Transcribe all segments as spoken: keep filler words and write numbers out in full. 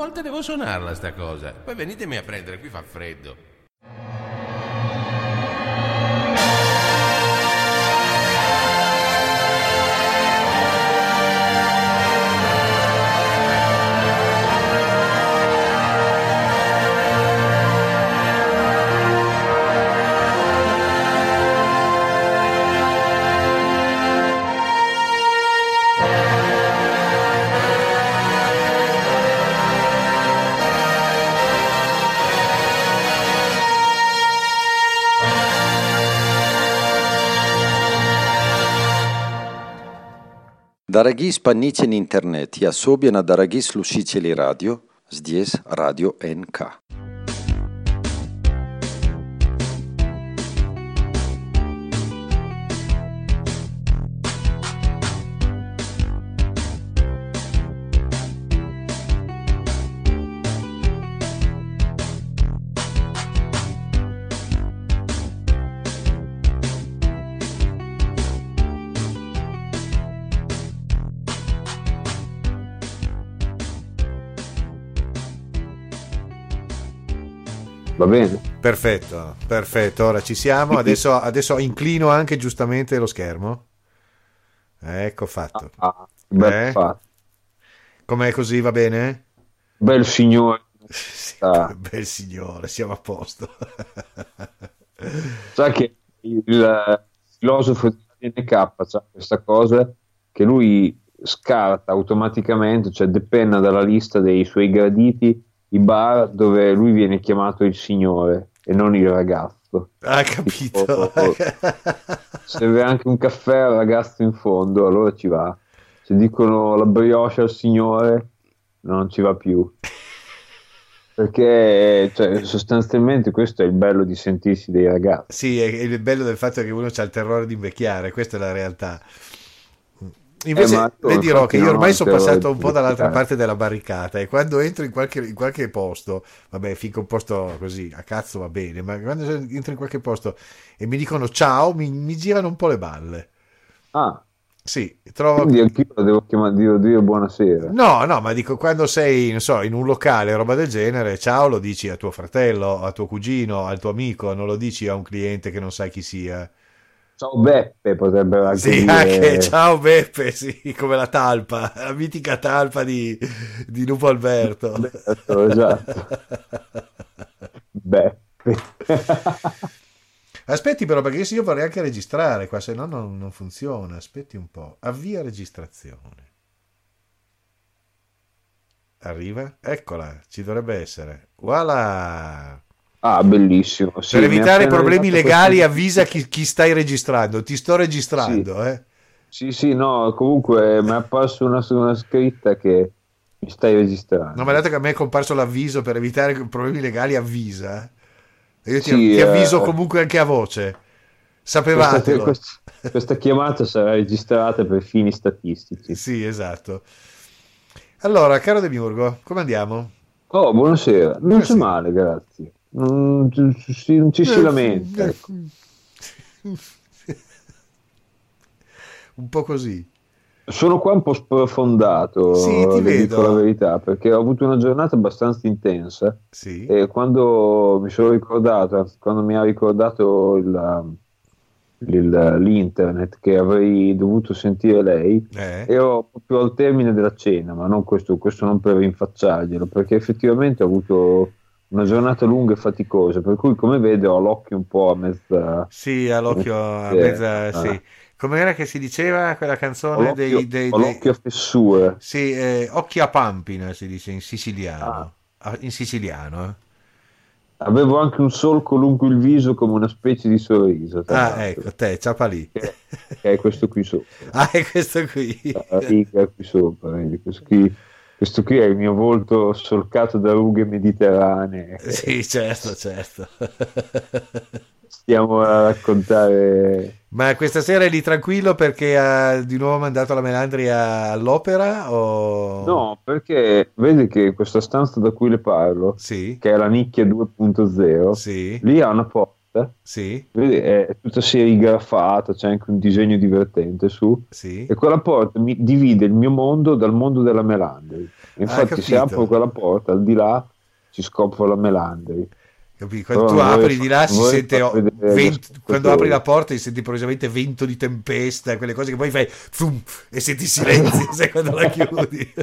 volte devo suonarla sta cosa. Poi venitemi a prendere, qui fa freddo. Дорогие исполнители интернет, и особенно дорогие слушатели радио, здесь радио эн ка. Va bene? Perfetto, perfetto, ora ci siamo. Adesso, adesso inclino anche giustamente lo schermo. Ecco fatto. Ah, bel eh? fatto. Com'è così, va bene? Bel signore. Sì, Ah. Bel signore, siamo a posto. Sa che il filosofo di N K c'ha questa cosa che lui scarta automaticamente, cioè depenna dalla lista dei suoi graditi i bar dove lui viene chiamato il signore e non il ragazzo. Ah, capito. Tipo, serve anche un caffè al ragazzo in fondo, allora ci va. Se dicono la brioche al signore, non ci va più. Perché cioè, sostanzialmente questo è il bello di sentirsi dei ragazzi. Sì, è il bello del fatto che uno ha il terrore di invecchiare, questa è la realtà. Invece, Eh, le dirò che io ormai sono passato un po' dall'altra invecchiare. parte della barricata e quando entro in qualche, in qualche posto, vabbè, finché un posto così a cazzo va bene, ma quando entro in qualche posto e mi dicono ciao, mi, mi girano un po' le balle. Ah, Sì, trovo. quindi anch'io lo devo chiamare, devo dire buonasera. No, no, ma dico quando sei, non so, in un locale, roba del genere, ciao lo dici a tuo fratello, a tuo cugino, al tuo amico, non lo dici a un cliente che non sai chi sia. Ciao Beppe, potrebbero anche Sì, dire. anche ciao Beppe, sì, come la talpa, la mitica talpa di, di Lupo Alberto. Alberto, esatto. Beppe. Aspetti però, perché io vorrei anche registrare qua, se no non, non funziona. Aspetti un po'. Avvia registrazione. Arriva? Eccola, ci dovrebbe essere. Voilà! Ah, bellissimo. Sì, Per mi è evitare appena problemi arrivato legali questo- avvisa chi, chi stai registrando. Ti sto registrando, eh. Sì, sì, no, comunque mi è apparso una, una scritta che mi stai registrando. Non mi ha detto che a me è comparso l'avviso per evitare problemi legali, avvisa. E io ti, Sì, ti avviso eh, comunque anche a voce. Questa, Sapevatelo. questa- questa chiamata sarà registrata per fini statistici. Sì, esatto. Allora, caro Demiurgo, come andiamo? Oh, buonasera. Non c'è Buonasera. male, grazie. Non, ci- ci- non ci si lamenta. Ecco. Un po' così. Sono qua un po' sprofondato, Sì, ti le dico vedo. la verità, perché ho avuto una giornata abbastanza intensa Sì. e quando mi sono ricordato, anzi, quando mi ha ricordato il, il- l'internet che avrei dovuto sentire lei, Eh? ero proprio al termine della cena, ma non questo, questo non per rinfacciarglielo, perché effettivamente ho avuto una giornata lunga e faticosa, per cui come vede ho l'occhio un po' a mezza... Sì, all'occhio a Eh, mezza... ah. Sì. Com'era che si diceva quella Ho canzone l'occhio, dei... dei, ho dei- l'occhio a fessure. Sì, eh, occhi a pampina si dice in siciliano. Ah. Ah, in siciliano, eh. Avevo anche un solco lungo il viso come una specie di sorriso, tra Ah, l'altro, ecco, te, ciapa lì. che, che è questo qui sopra, Ah, è questo qui. la riga qui sopra, vedi? Questo qui, questo qui è il mio volto solcato da rughe mediterranee. Sì, certo, certo. Stiamo a raccontare. Ma questa sera è lì tranquillo perché ha di nuovo mandato la Melandria all'opera o... No, perché vedi che questa stanza da cui le parlo, Sì, che è la nicchia due punto zero, sì. lì ha una porta porta, Sì, vedi, è tutta serigrafata, c'è anche un disegno divertente su, sì. e quella porta mi divide il mio mondo dal mondo della Melandri. Ah, Infatti se capito. apro quella porta, al di là ci scopro la Melandri. Capì? Quando Però tu non vorrei, apri di là non si vorrei sente far oh, vedere agli vent- quando apri ascoltatori. la porta si sente improvvisamente vento di tempesta, quelle cose che poi fai fum, e senti silenzio sai quando la chiudi.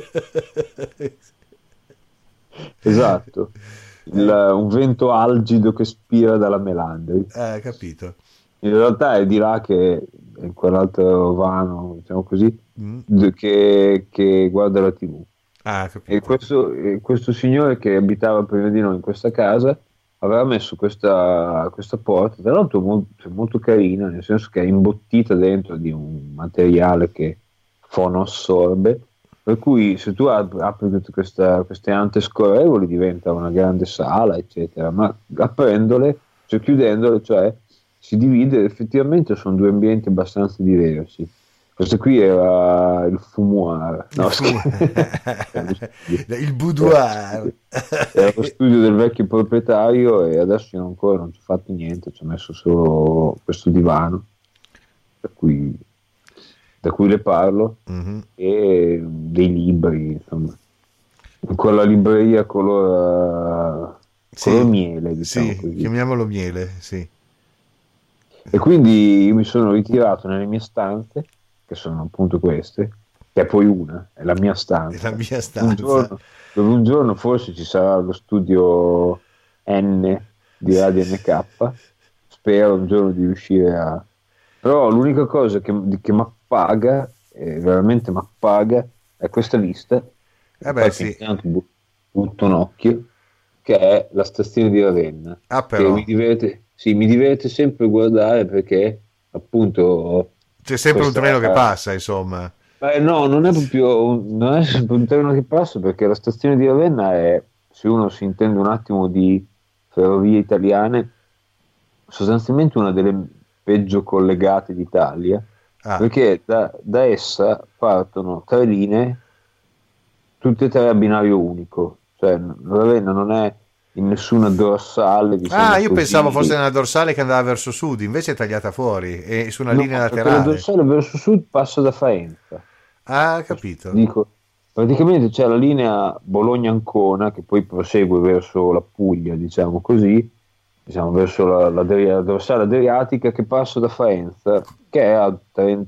Esatto. Il- un vento algido che spira dalla Melandri. Ah, capito. In realtà è di là che è in quell'altro vano, diciamo così, Mm. d- che, che guarda la tivù. Ah, E capito. questo, e questo signore che abitava prima di noi in questa casa aveva messo questa, questa porta, tra l'altro molto, molto carina, nel senso che è imbottita dentro di un materiale che fonoassorbe, per cui se tu ap- apri tutte questa- queste ante scorrevoli diventa una grande sala, eccetera, ma aprendole, cioè chiudendole, cioè si divide, effettivamente sono due ambienti abbastanza diversi. Questo qui era il fumoir, no, Il boudoir. era lo studio del vecchio proprietario e adesso io ancora non ci ho fatto niente, ci ho messo solo questo divano da cui, da cui le parlo Mhm. e dei libri, insomma, in quella libreria color, Sì, color miele, diciamo sì, così. chiamiamolo miele, sì. E quindi io mi sono ritirato nelle mie stanze, che sono appunto queste, che è poi una, è la mia È stanza. la mia Un stanza. giorno, dove un giorno forse ci sarà lo studio N di Radio N K, spero un giorno di riuscire a... Però l'unica cosa che, che mi appaga, eh, veramente mi appaga, è questa lista. Eh beh, Infatti sì. intanto bu- butto un occhio, che è la stazione di Ravenna, Ah, che però mi diverte, sì, mi diverte sempre guardare perché appunto c'è sempre un questa, treno che passa, insomma. eh, no, non è proprio un, non è sempre un treno che passa, perché la stazione di Ravenna è, se uno si intende un attimo di ferrovie italiane, sostanzialmente una delle peggio collegate d'Italia, Ah, perché da, da essa partono tre linee, tutte e tre a binario unico, cioè Ravenna non è in nessuna dorsale, diciamo Ah, io così. pensavo fosse una dorsale che andava verso sud, invece è tagliata fuori, è su una No, linea perché la laterale. dorsale verso sud passa da Faenza. Ah, capito. Dico, praticamente c'è la linea Bologna-Ancona che poi prosegue verso la Puglia, diciamo così, diciamo verso la, la, la dorsale adriatica, che passa da Faenza, che è a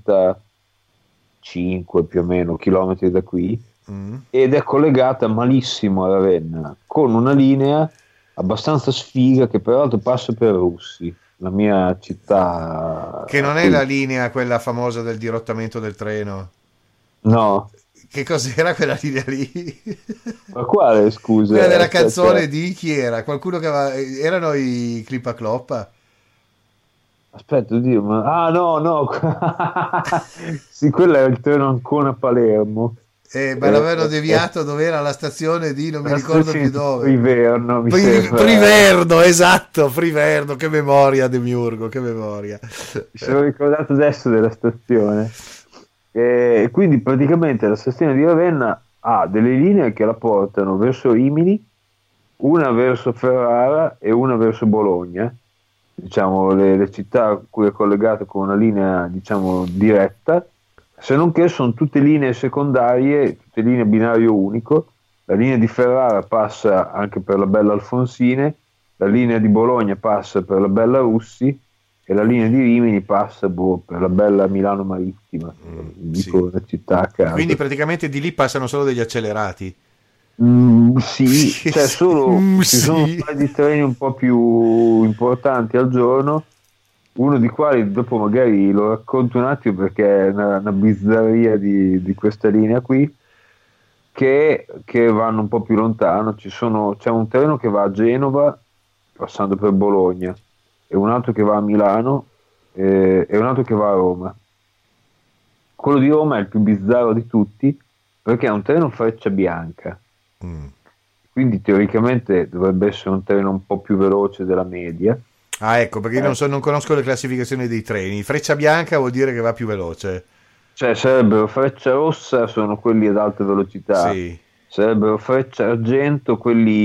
trentacinque più o meno chilometri da qui, Mm. ed è collegata malissimo a Ravenna con una linea abbastanza sfiga che peraltro passa per Russi, la mia città. Che non è qui. la linea quella famosa del dirottamento del treno. No, Che cos'era quella linea lì? ma quale, scusa? Quella della Aspetta. canzone di chi era? Qualcuno che aveva... Erano i Clippa Cloppa? Aspetta, oddio, ma... Ah, no, no. Sì, quello è il treno Ancona-Palermo. Eh, ma Eh, l'avevano eh, deviato dove era la stazione di non mi La ricordo stazione più di dove. Priverno, mi Pri- sembra. Priverno, esatto, Priverno, che memoria Demiurgo, che memoria. Mi sono ricordato adesso della stazione. E quindi praticamente la stazione di Ravenna ha delle linee che la portano verso Rimini, una verso Ferrara e una verso Bologna, diciamo le, le città a cui è collegata con una linea, diciamo, diretta, se non che sono tutte linee secondarie, tutte linee binario unico. La linea di Ferrara passa anche per la bella Alfonsine, la linea di Bologna passa per la bella Russi e la linea di Rimini passa boh, per la bella Milano Marittima, dico sì. una città a caso. Quindi praticamente di lì passano solo degli accelerati. Mm, sì, cioè solo Mm, ci sono sì. un paio di treni un po' più importanti al giorno, uno di quali dopo magari lo racconto un attimo perché è una, una bizzarria di, di questa linea qui, che, che vanno un po' più lontano. Ci sono, c'è un treno che va a Genova passando per Bologna e un altro che va a Milano eh, e un altro che va a Roma. Quello di Roma è il più bizzarro di tutti perché è un treno freccia bianca. Mm. Quindi teoricamente dovrebbe essere un treno un po' più veloce della media. Ah, ecco, perché io non, so, non conosco le classificazioni dei treni. Freccia bianca vuol dire che va più veloce. Cioè sarebbero freccia rossa, sono quelli ad alta velocità. Sì. Sarebbero freccia argento, quelli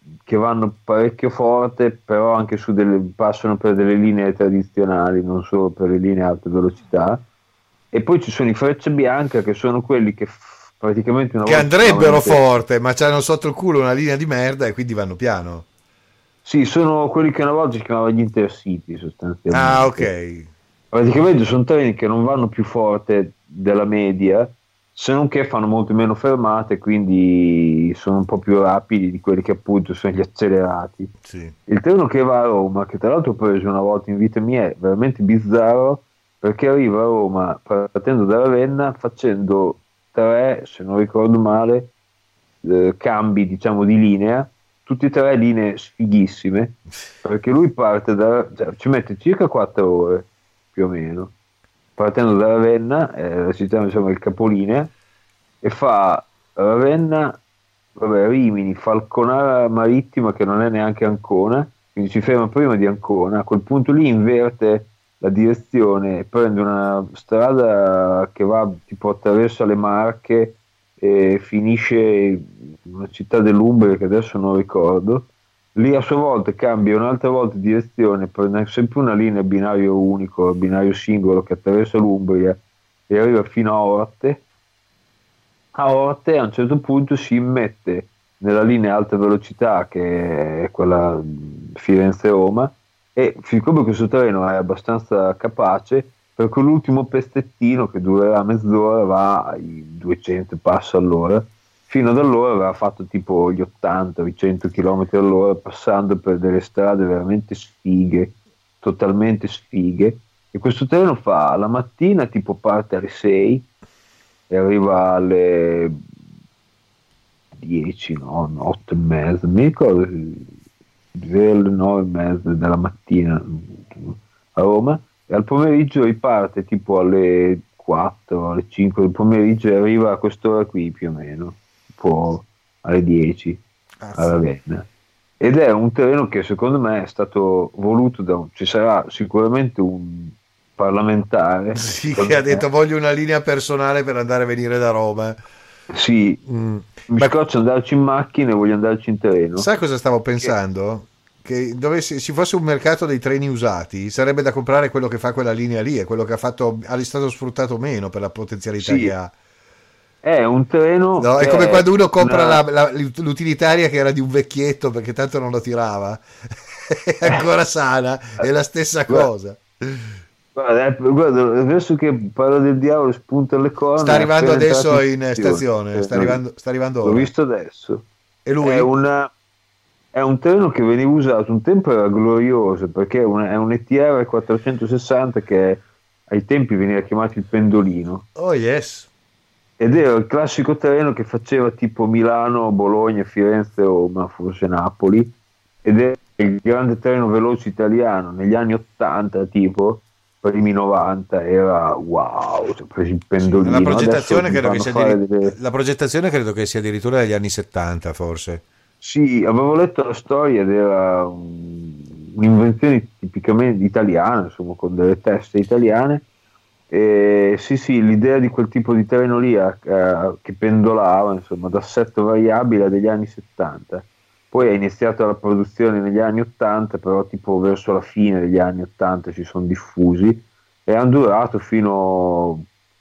che vanno parecchio forte, però anche su delle, passano per delle linee tradizionali, non solo per le linee a alta velocità. E poi ci sono i Freccia Bianca, che sono quelli che f- praticamente una che volta andrebbero stavano in- forte, ma c'hanno sotto il culo una linea di merda e quindi vanno piano. Sì, sono quelli che una volta si chiamavano gli Intercity sostanzialmente. Ah, ok. Praticamente sono treni che non vanno più forte della media, se non che fanno molto meno fermate, quindi sono un po' più rapidi di quelli che appunto sono gli accelerati. Sì. Il treno che va a Roma, che tra l'altro ho preso una volta in vita mia, è veramente bizzarro, perché arriva a Roma partendo da Ravenna facendo tre, se non ricordo male, eh, cambi diciamo di linea, tutti e tre linee sfighissime, perché lui parte da, cioè, ci mette circa quattro ore più o meno, partendo da Ravenna, eh, la città insomma il capolinea, e fa Ravenna, vabbè, Rimini, Falconara Marittima, che non è neanche Ancona, quindi si ferma prima di Ancona, a quel punto lì inverte la direzione e prende una strada che va tipo attraverso le Marche e finisce in una città dell'Umbria che adesso non ricordo. Lì a sua volta cambia un'altra volta direzione, prende sempre una linea binario unico, binario singolo che attraversa l'Umbria e arriva fino a Orte. A Orte a un certo punto si immette nella linea alta velocità che è quella Firenze-Roma, e siccome questo treno è abbastanza capace, per quell'ultimo pezzettino che durerà mezz'ora va ai duecento passi all'ora. Fino ad allora aveva fatto tipo gli ottanta, i cento chilometri all'ora, passando per delle strade veramente sfighe, totalmente sfighe. E questo treno fa la mattina, tipo parte alle sei e arriva alle dieci, no, otto e mezza, mi ricordo, alle nove e mezza della mattina a Roma, e al pomeriggio riparte tipo alle quattro, alle cinque del pomeriggio e arriva a quest'ora qui più o meno, tipo alle dieci Ah, a Ravenna. Ed è un treno che secondo me è stato voluto da un, ci sarà sicuramente un parlamentare sì, secondo che ha me. detto voglio una linea personale per andare a venire da Roma. Sì, Mm. mi Ma scoccio andarci in macchina e voglio andarci in treno. sai cosa stavo pensando? Che dovesse, ci fosse un mercato dei treni usati, sarebbe da comprare quello che fa quella linea lì, è quello che ha fatto, è stato sfruttato meno per la potenzialità Sì, che ha. è un treno No, è che come è quando uno compra una- la- la- l'utilitaria che era di un vecchietto perché tanto non lo tirava, è ancora sana, è la stessa Guarda, cosa. guarda, eh, guarda, adesso che parlo del diavolo spunta le corna, Sta è arrivando appena entrato adesso in in stazione. stazione, sta Eh, l'ho arrivando, sta arrivando l'ho ora. visto adesso. E lui? È una È un treno che veniva usato un tempo, era glorioso perché è un, è un E T R quattrocentosessanta che ai tempi veniva chiamato il pendolino, Oh yes. ed era il classico treno che faceva tipo Milano, Bologna, Firenze, Roma, forse Napoli, ed è il grande treno veloce italiano negli anni ottanta, tipo primi novanta, era wow, cioè, presi il pendolino. La progettazione, Adesso credo che fanno sia fare addir- delle- la progettazione credo che sia addirittura degli anni settanta, forse. Sì, avevo letto la storia ed era un- un'invenzione tipicamente italiana, insomma, con delle teste italiane. E sì, sì, l'idea di quel tipo di treno lì eh, che pendolava, insomma, da assetto variabile degli anni settanta. Poi è iniziata la produzione negli anni ottanta, però tipo verso la fine degli anni ottanta si sono diffusi e hanno durato fino,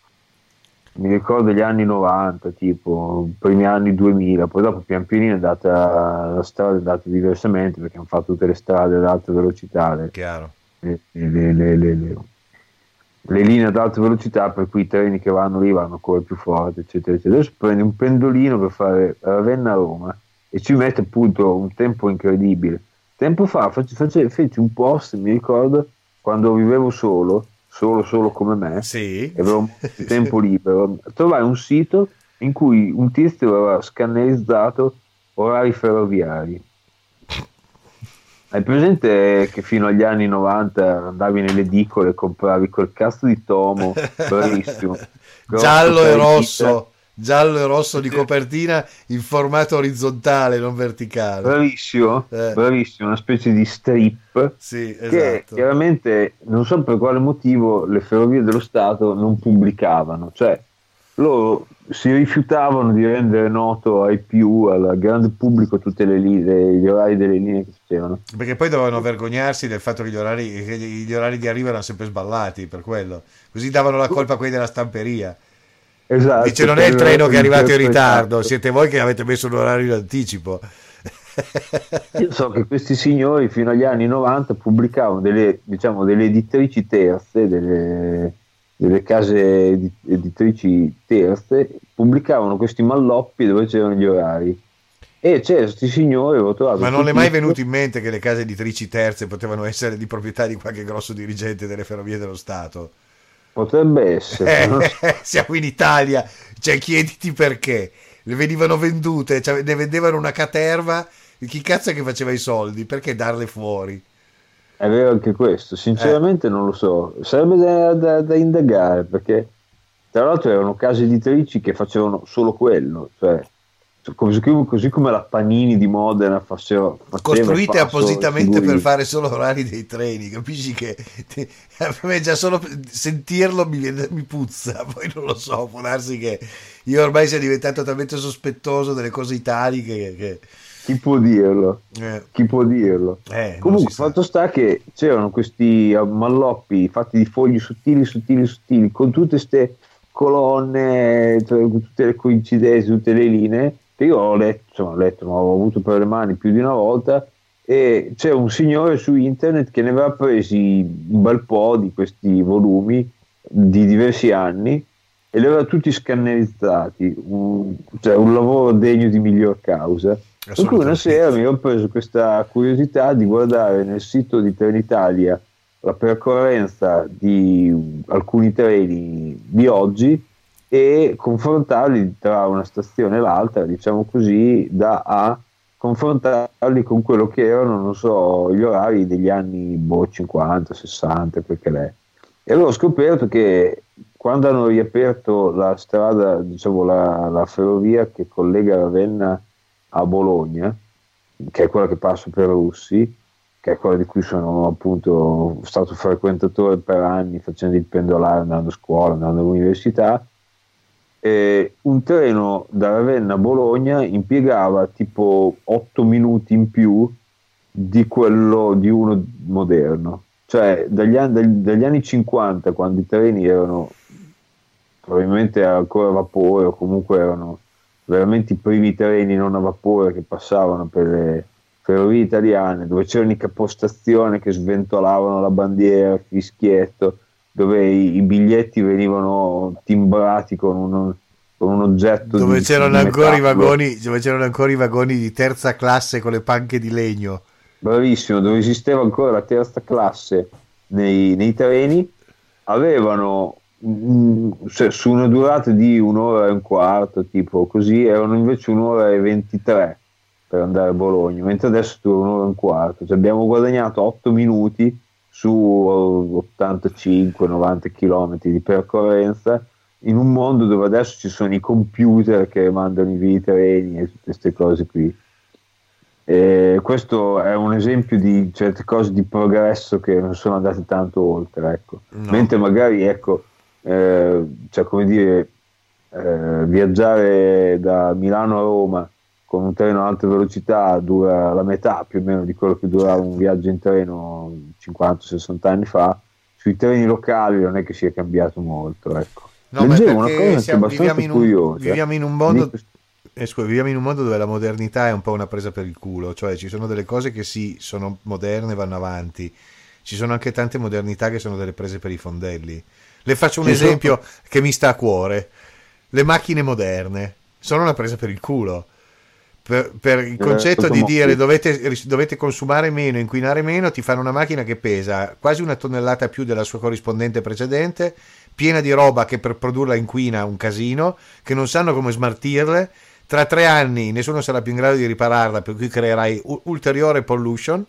mi ricordo, gli anni novanta, tipo primi anni duemila. Poi dopo pian pianino è andata, la strada è andata diversamente perché hanno fatto tutte le strade ad alta velocità, le, Chiaro. le, le- le- le- le- le linee ad alta velocità, per cui i treni che vanno lì vanno ancora più forti, eccetera, eccetera. Adesso prendi un pendolino per fare Ravenna-Roma e ci mette appunto un tempo incredibile. Tempo fa face- face- feci un post, mi ricordo, quando vivevo solo, solo solo come me, Sì. e avevo molto tempo libero, trovai un sito in cui un tizio aveva scannerizzato orari ferroviari. Hai presente che fino agli anni novanta andavi nelle edicole e compravi quel cazzo di tomo, bravissimo, Giallo grosso, e sei rosso, giallo e rosso di Sì. copertina in formato orizzontale, non verticale. bravissimo, Eh. bravissimo, una specie di strip Sì, che esatto. chiaramente non so per quale motivo le ferrovie dello Stato non pubblicavano, cioè loro si rifiutavano di rendere noto ai più, al grande pubblico, tutte le linee, gli orari delle linee che facevano. Perché poi dovevano vergognarsi del fatto che gli orari, che gli orari di arrivo erano sempre sballati, per quello. Così davano la colpa a quelli della stamperia. Esatto. Dice, non è il treno che è arrivato in ritardo, siete voi che avete messo un orario in anticipo. Io so che questi signori fino agli anni novanta pubblicavano delle, diciamo, delle editrici terze, delle, delle case edi- editrici terze, pubblicavano questi malloppi dove c'erano gli orari. E c'è questi signori, ho trovato. Ma non le è mai venuto in mente che le case editrici terze potevano essere di proprietà di qualche grosso dirigente delle Ferrovie dello Stato? Potrebbe essere. Non so. Siamo in Italia, cioè chiediti perché. Le venivano vendute, cioè ne vendevano una caterva. Chi cazzo è che faceva i soldi? Perché darle fuori? È vero anche questo, sinceramente eh. non lo so, sarebbe da, da, da indagare, perché tra l'altro erano case editrici che facevano solo quello, cioè così, così come la Panini di Modena faceva, faceva costruite appositamente per fare solo orari dei treni, capisci che ti, a me già solo sentirlo mi, viene, mi puzza, poi non lo so, può darsi che io ormai sia diventato talmente sospettoso delle cose italiche che... Chi può dirlo? Eh. Chi può dirlo? Eh, Comunque, il fatto sta che c'erano questi malloppi fatti di fogli sottili, sottili, sottili, con tutte queste colonne, cioè, con tutte le coincidenze, tutte le linee, che io ho letto, insomma, ho letto, ma ho avuto per le mani più di una volta, e c'è un signore su internet che ne aveva presi un bel po' di questi volumi di diversi anni e li aveva tutti scannerizzati, un, cioè un lavoro degno di miglior causa. Per cui una sera mi ho preso questa curiosità di guardare nel sito di Trenitalia la percorrenza di alcuni treni di oggi e confrontarli tra una stazione e l'altra, diciamo così, da A, confrontarli con quello che erano, non so, gli orari degli anni boh, cinquanta, sessanta, perché lei. E allora ho scoperto che quando hanno riaperto la strada, diciamo la, la ferrovia che collega Ravenna a Bologna, che è quella che passa per Russi, che è quella di cui sono appunto stato frequentatore per anni, facendo il pendolare, andando a scuola, andando all'università, eh, un treno da Ravenna a Bologna impiegava tipo otto minuti in più di quello di uno moderno, cioè dagli anni, dagli anni cinquanta, quando i treni erano probabilmente ancora a vapore o comunque erano veramente i primi treni non a vapore che passavano per le ferrovie italiane, dove c'erano i capostazione che sventolavano la bandiera, il fischietto, dove i, i biglietti venivano timbrati con un, con un oggetto dove di, c'erano di ancora i metallo. vagoni dove c'erano ancora i vagoni di terza classe con le panche di legno. Bravissimo, dove esisteva ancora la terza classe nei, nei treni, avevano cioè, su una durata di un'ora e un quarto, tipo così, erano invece un'ora e ventitré per andare a Bologna, mentre adesso dura un'ora e un quarto, cioè abbiamo guadagnato otto minuti su ottantacinque novanta chilometri di percorrenza in un mondo dove adesso ci sono i computer che mandano i via i treni e tutte queste cose qui. E questo è un esempio di certe cose di progresso che non sono andate tanto oltre, ecco. No. Mentre magari ecco Eh, cioè come dire eh, viaggiare da Milano a Roma con un treno ad alta velocità dura la metà più o meno di quello che durava un viaggio in treno cinquanta sessanta anni fa. Sui treni locali non è che sia cambiato molto, ecco. No, leggevo una cosa siamo, che abbastanza viviamo in un, curiosa viviamo in un mondo eh, scusa, viviamo in un mondo dove la modernità è un po' una presa per il culo, cioè ci sono delle cose che sì, sono moderne, vanno avanti, ci sono anche tante modernità che sono delle prese per i fondelli. Le faccio un sì, esempio sono... che mi sta a cuore. Le macchine moderne sono una presa per il culo. Per, per il concetto eh, di dire dovete, dovete consumare meno, inquinare meno, ti fanno una macchina che pesa quasi una tonnellata più della sua corrispondente precedente, piena di roba che per produrla inquina un casino, che non sanno come smaltirle. Tra tre anni nessuno sarà più in grado di ripararla, per cui creerai u- ulteriore pollution.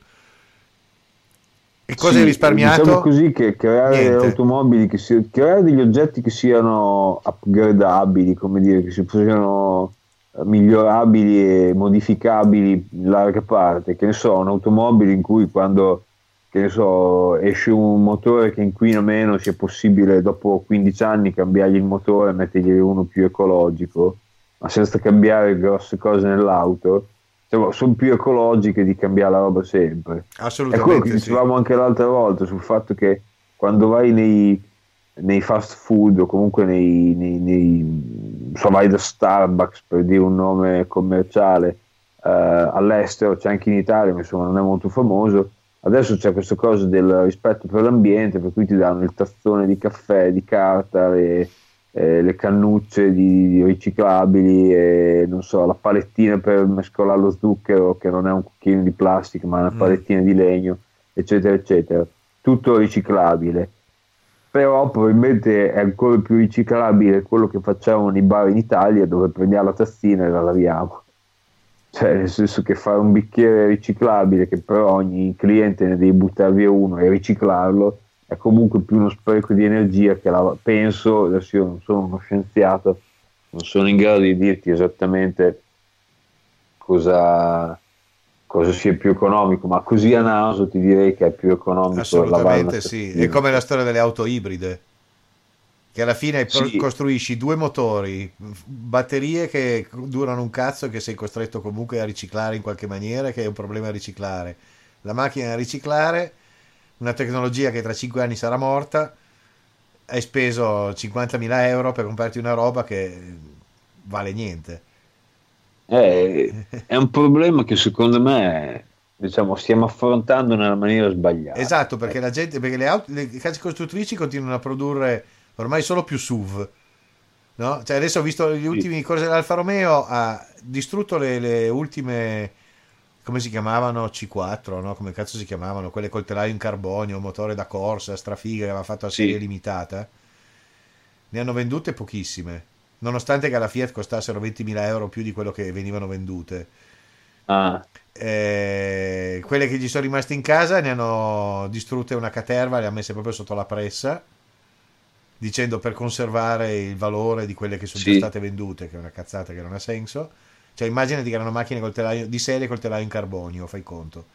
E cosa sì, hai risparmiato? Diciamo così che creare Niente. automobili, che si, creare degli oggetti che siano upgradabili, come dire, che siano migliorabili e modificabili in larga parte, che ne so, un'automobile in cui quando che ne so, esce un motore che inquina meno, sia possibile dopo quindici anni cambiargli il motore e mettergli uno più ecologico, ma senza cambiare grosse cose nell'auto, cioè, sono più ecologiche di cambiare la roba sempre. Assolutamente. È quello che sì. dicevamo anche l'altra volta sul fatto che quando vai nei, nei fast food o comunque nei, nei, nei so, vai da Starbucks, per dire un nome commerciale, eh, all'estero, c'è anche in Italia, ma insomma non è molto famoso. Adesso c'è questa cosa del rispetto per l'ambiente, per cui ti danno il tazzone di caffè di carta, le, eh, le cannucce di, di riciclabili, e non so, la palettina per mescolare lo zucchero, che non è un cucchiaino di plastica ma una Mm. palettina di legno, eccetera eccetera, tutto riciclabile. Però probabilmente è ancora più riciclabile quello che facciamo nei bar in Italia, dove prendiamo la tazzina e la laviamo. Cioè, nel senso che fare un bicchiere riciclabile che per ogni cliente ne devi buttare via uno e riciclarlo è comunque più uno spreco di energia che la, penso, adesso io non sono uno scienziato, non sono in grado di dirti esattamente cosa, cosa sia più economico, ma così a naso ti direi che è più economico lavare una Assolutamente sì, tazzina. è come la storia delle auto ibride, che alla fine pro- Sì. costruisci due motori, f- batterie che durano un cazzo, che sei costretto comunque a riciclare in qualche maniera, che è un problema a riciclare. La macchina da riciclare, una tecnologia che tra cinque anni sarà morta, hai speso cinquantamila euro per comprarti una roba che vale niente. Eh, è un problema che secondo me, diciamo, stiamo affrontando nella maniera sbagliata. Esatto, perché la gente, perché le, auto, le case costruttrici continuano a produrre ormai solo più S U V, no? Cioè adesso ho visto gli ultimi corse dell'Alfa Romeo, ha distrutto le, le ultime, come si chiamavano, C quattro, no? Come cazzo si chiamavano, quelle col telaio in carbonio, motore da corsa, strafiga, che aveva fatto a serie Sì. limitata. Ne hanno vendute pochissime, nonostante che alla Fiat costassero ventimila euro più di quello che venivano vendute. Ah, Eh, quelle che gli sono rimaste in casa ne hanno distrutte una caterva, le ha messe proprio sotto la pressa, dicendo per conservare il valore di quelle che sono Sì. già state vendute, che è una cazzata che non ha senso. Cioè immaginati che erano macchine col telaio, di serie col telaio in carbonio, fai conto.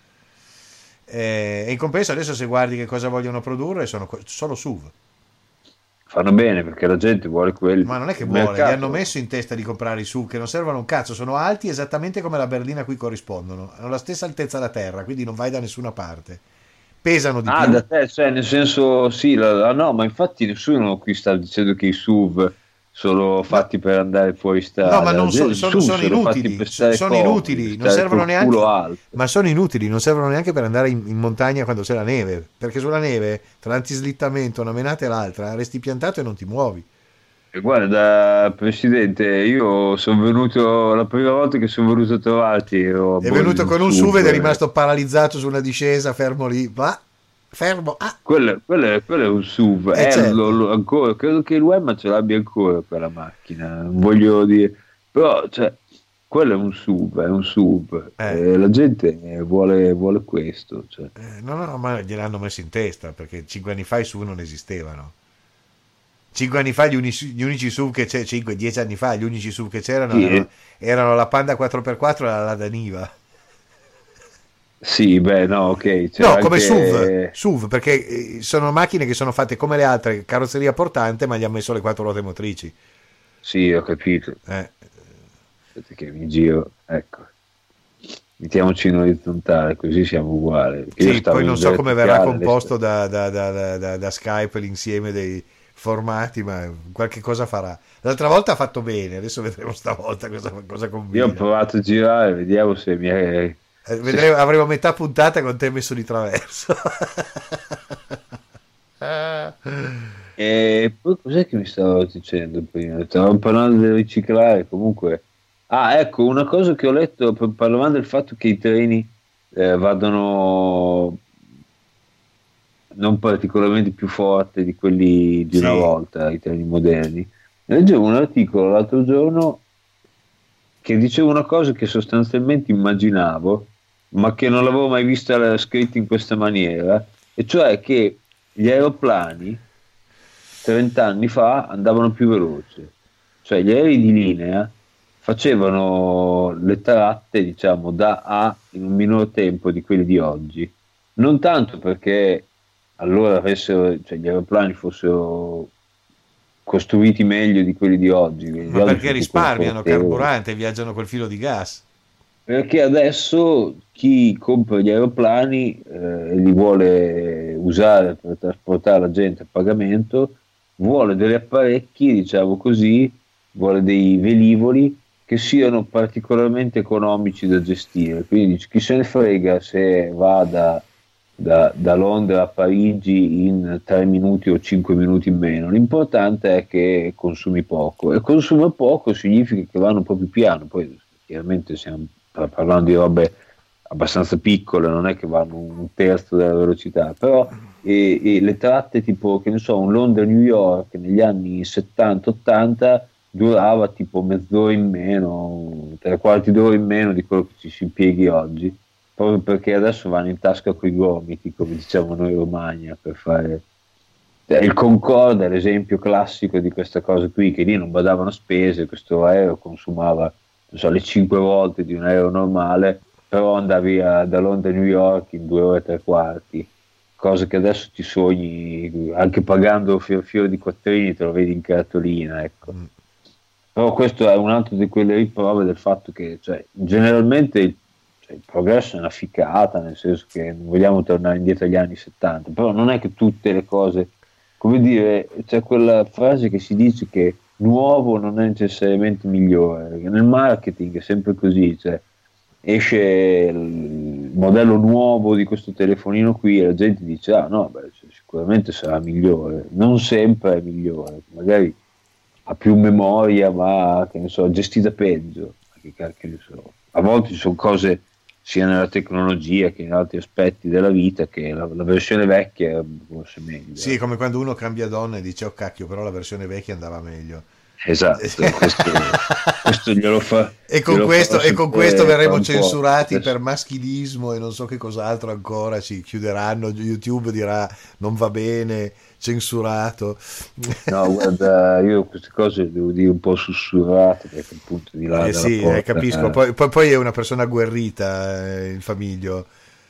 Eh, e in compenso adesso se guardi che cosa vogliono produrre sono que- solo S U V. fanno bene perché la gente vuole quelli. Ma non è che Il vuole, gli mercato- hanno messo in testa di comprare i S U V che non servono un cazzo, sono alti esattamente come la berlina a cui corrispondono, hanno la stessa altezza da terra, quindi non vai da nessuna parte. Pesano di Ah, più. da te, cioè, nel senso, sì, la- la- no, ma infatti nessuno qui sta dicendo che i S U V sono fatti per andare fuori strada. No, ma non La so- gente- i sono, S U V sono fatti inutili, per stare sono comodi, inutili, per non stare servono col neanche, culo alto. ma sono inutili, non servono neanche per andare in, in montagna quando c'è la neve, perché sulla neve, tra l'antislittamento, una menata e l'altra, resti piantato e non ti muovi. E guarda, Presidente, io sono venuto, la prima volta che sono venuto a trovarti, ero a È bordo venuto di con un S U V ed è eh. rimasto paralizzato su una discesa, fermo lì, va, fermo, ah, Quello, quello è, quello è un S U V, Eh, eh, certo. lo- lo- ancora, credo che l'U E M A ce l'abbia ancora quella macchina, non voglio dire, però cioè, quello è un S U V, è un S U V, Eh. eh, la gente eh, vuole, vuole questo. Cioè. Eh, no, no, ma gliel'hanno messo in testa, perché cinque anni fa i S U V non esistevano. Cinque anni fa gli unici, gli unici S U V che c'erano, cinque dieci anni fa gli unici S U V che c'erano Sì, erano, eh. erano la Panda quattro per quattro e la Lada Niva. Sì, beh, no, ok. c'era No, come anche- S U V, S U V, perché eh, sono macchine che sono fatte come le altre, carrozzeria portante, ma gli ha messo le quattro ruote motrici. Sì, ho capito. Eh, Aspetta che mi giro, ecco. Mettiamoci in orizzontale, così siamo uguali. perché io Sì, stavo poi non in so come verrà verticale, composto da, da- da- da- da- da Skype l'insieme dei formati, ma qualche cosa farà. L'altra volta ha fatto bene, adesso vedremo stavolta cosa, cosa Io combina. ho provato a girare, vediamo se mi è... Eh, vedremo- avremo metà puntata con te messo di traverso. E poi cos'è che mi stavo dicendo prima? Stavamo parlando del riciclare, comunque. Ah, ecco, una cosa che ho letto, p- parlavamo del fatto che i treni eh, vadano non particolarmente più forte di quelli di una Sì. volta, i treni moderni. Leggevo un articolo l'altro giorno che diceva una cosa che sostanzialmente immaginavo, ma che non l'avevo mai vista scritta in questa maniera, e cioè che gli aeroplani trenta anni fa andavano più veloci, cioè gli aerei di linea facevano le tratte, diciamo, da A in un minor tempo di quelli di oggi, non tanto perché allora avessero, cioè gli aeroplani fossero costruiti meglio di quelli di oggi. Quelli di Ma oggi perché sono più risparmiano confortevoli. carburante, viaggiano col filo di gas. Perché adesso chi compra gli aeroplani eh, e li vuole usare per trasportare la gente a pagamento, vuole degli apparecchi, diciamo così, vuole dei velivoli che siano particolarmente economici da gestire. Quindi dice, chi se ne frega se va da, da, da Londra a Parigi in tre minuti o cinque minuti in meno, l'importante è che consumi poco, e consuma poco significa che vanno un po' più piano. Poi chiaramente stiamo parlando di robe abbastanza piccole, non è che vanno un terzo della velocità, però e, e le tratte tipo, che ne so, un Londra-New York negli anni settanta ottanta durava tipo mezz'ora in meno, tre quarti d'ora in meno di quello che ci si impieghi oggi, proprio perché adesso vanno in tasca coi gomiti, come diciamo noi Romagna, per fare il Concorde è l'esempio classico di questa cosa qui, che lì non badavano spese, questo aereo consumava non so, le cinque volte di un aereo normale, però andavi a, da Londra a New York in due ore e tre quarti, cosa che adesso ti sogni, anche pagando fior fior di quattrini te lo vedi in cartolina, ecco. Mm. Però questo è un altro di quelle riprove del fatto che, cioè, generalmente, cioè, il progresso è una ficata, nel senso che non vogliamo tornare indietro agli anni settanta, però non è che tutte le cose, come dire, c'è quella frase che si dice che nuovo non è necessariamente migliore, perché nel marketing è sempre così, cioè esce il modello nuovo di questo telefonino qui e la gente dice ah no, beh, sicuramente sarà migliore, non sempre è migliore, magari ha più memoria, ma che ne so, gestita peggio, che cacchio ne so. A volte ci sono cose sia nella tecnologia che in altri aspetti della vita che la, la versione vecchia forse meglio. Sì, come quando uno cambia donna e dice oh cacchio, però la versione vecchia andava meglio. Esatto, questo, questo glielo fa. E con glielo questo, e con questo verremo censurati adesso per maschilismo e non so che cos'altro ancora, ci chiuderanno, YouTube dirà non va bene, censurato. No, guarda, io queste cose devo dire un po' sussurrate perché appunto di là eh sì, porta, eh, capisco, eh. Poi, poi, poi è una persona agguerrita, eh, il Famiglio.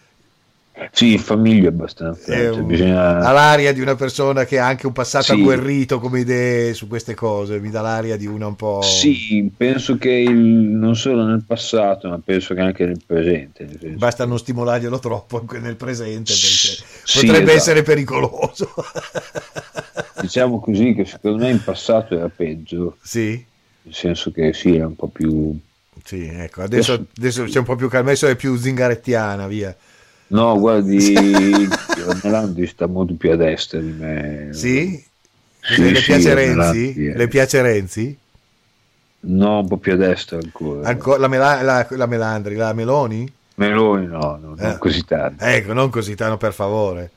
Sì, famiglia abbastanza. Cioè, un... bisogna... Ha l'aria di una persona che ha anche un passato sì. agguerrito come idee su queste cose, mi dà l'aria di una un po'... Sì, penso che il... non solo nel passato, ma penso che anche nel presente. Nel senso Basta che... non stimolarglielo troppo nel presente perché sì, potrebbe esatto. essere pericoloso. Diciamo così che secondo me in passato era peggio. Sì? Nel senso che sì, era un po' più... Sì, ecco, adesso, adesso c'è un po' più calmo, adesso è più zingarettiana, via. No, guardi, Melandi sta molto più a destra di me. Sì? Sì, le sì, piace Renzi? Melandi, Le piace Renzi? No, un po' più a destra ancora. Ancora la, Mela, la, la Melandri, la Meloni? Meloni no, no non eh. così tanto. Ecco, non così tanto, per favore.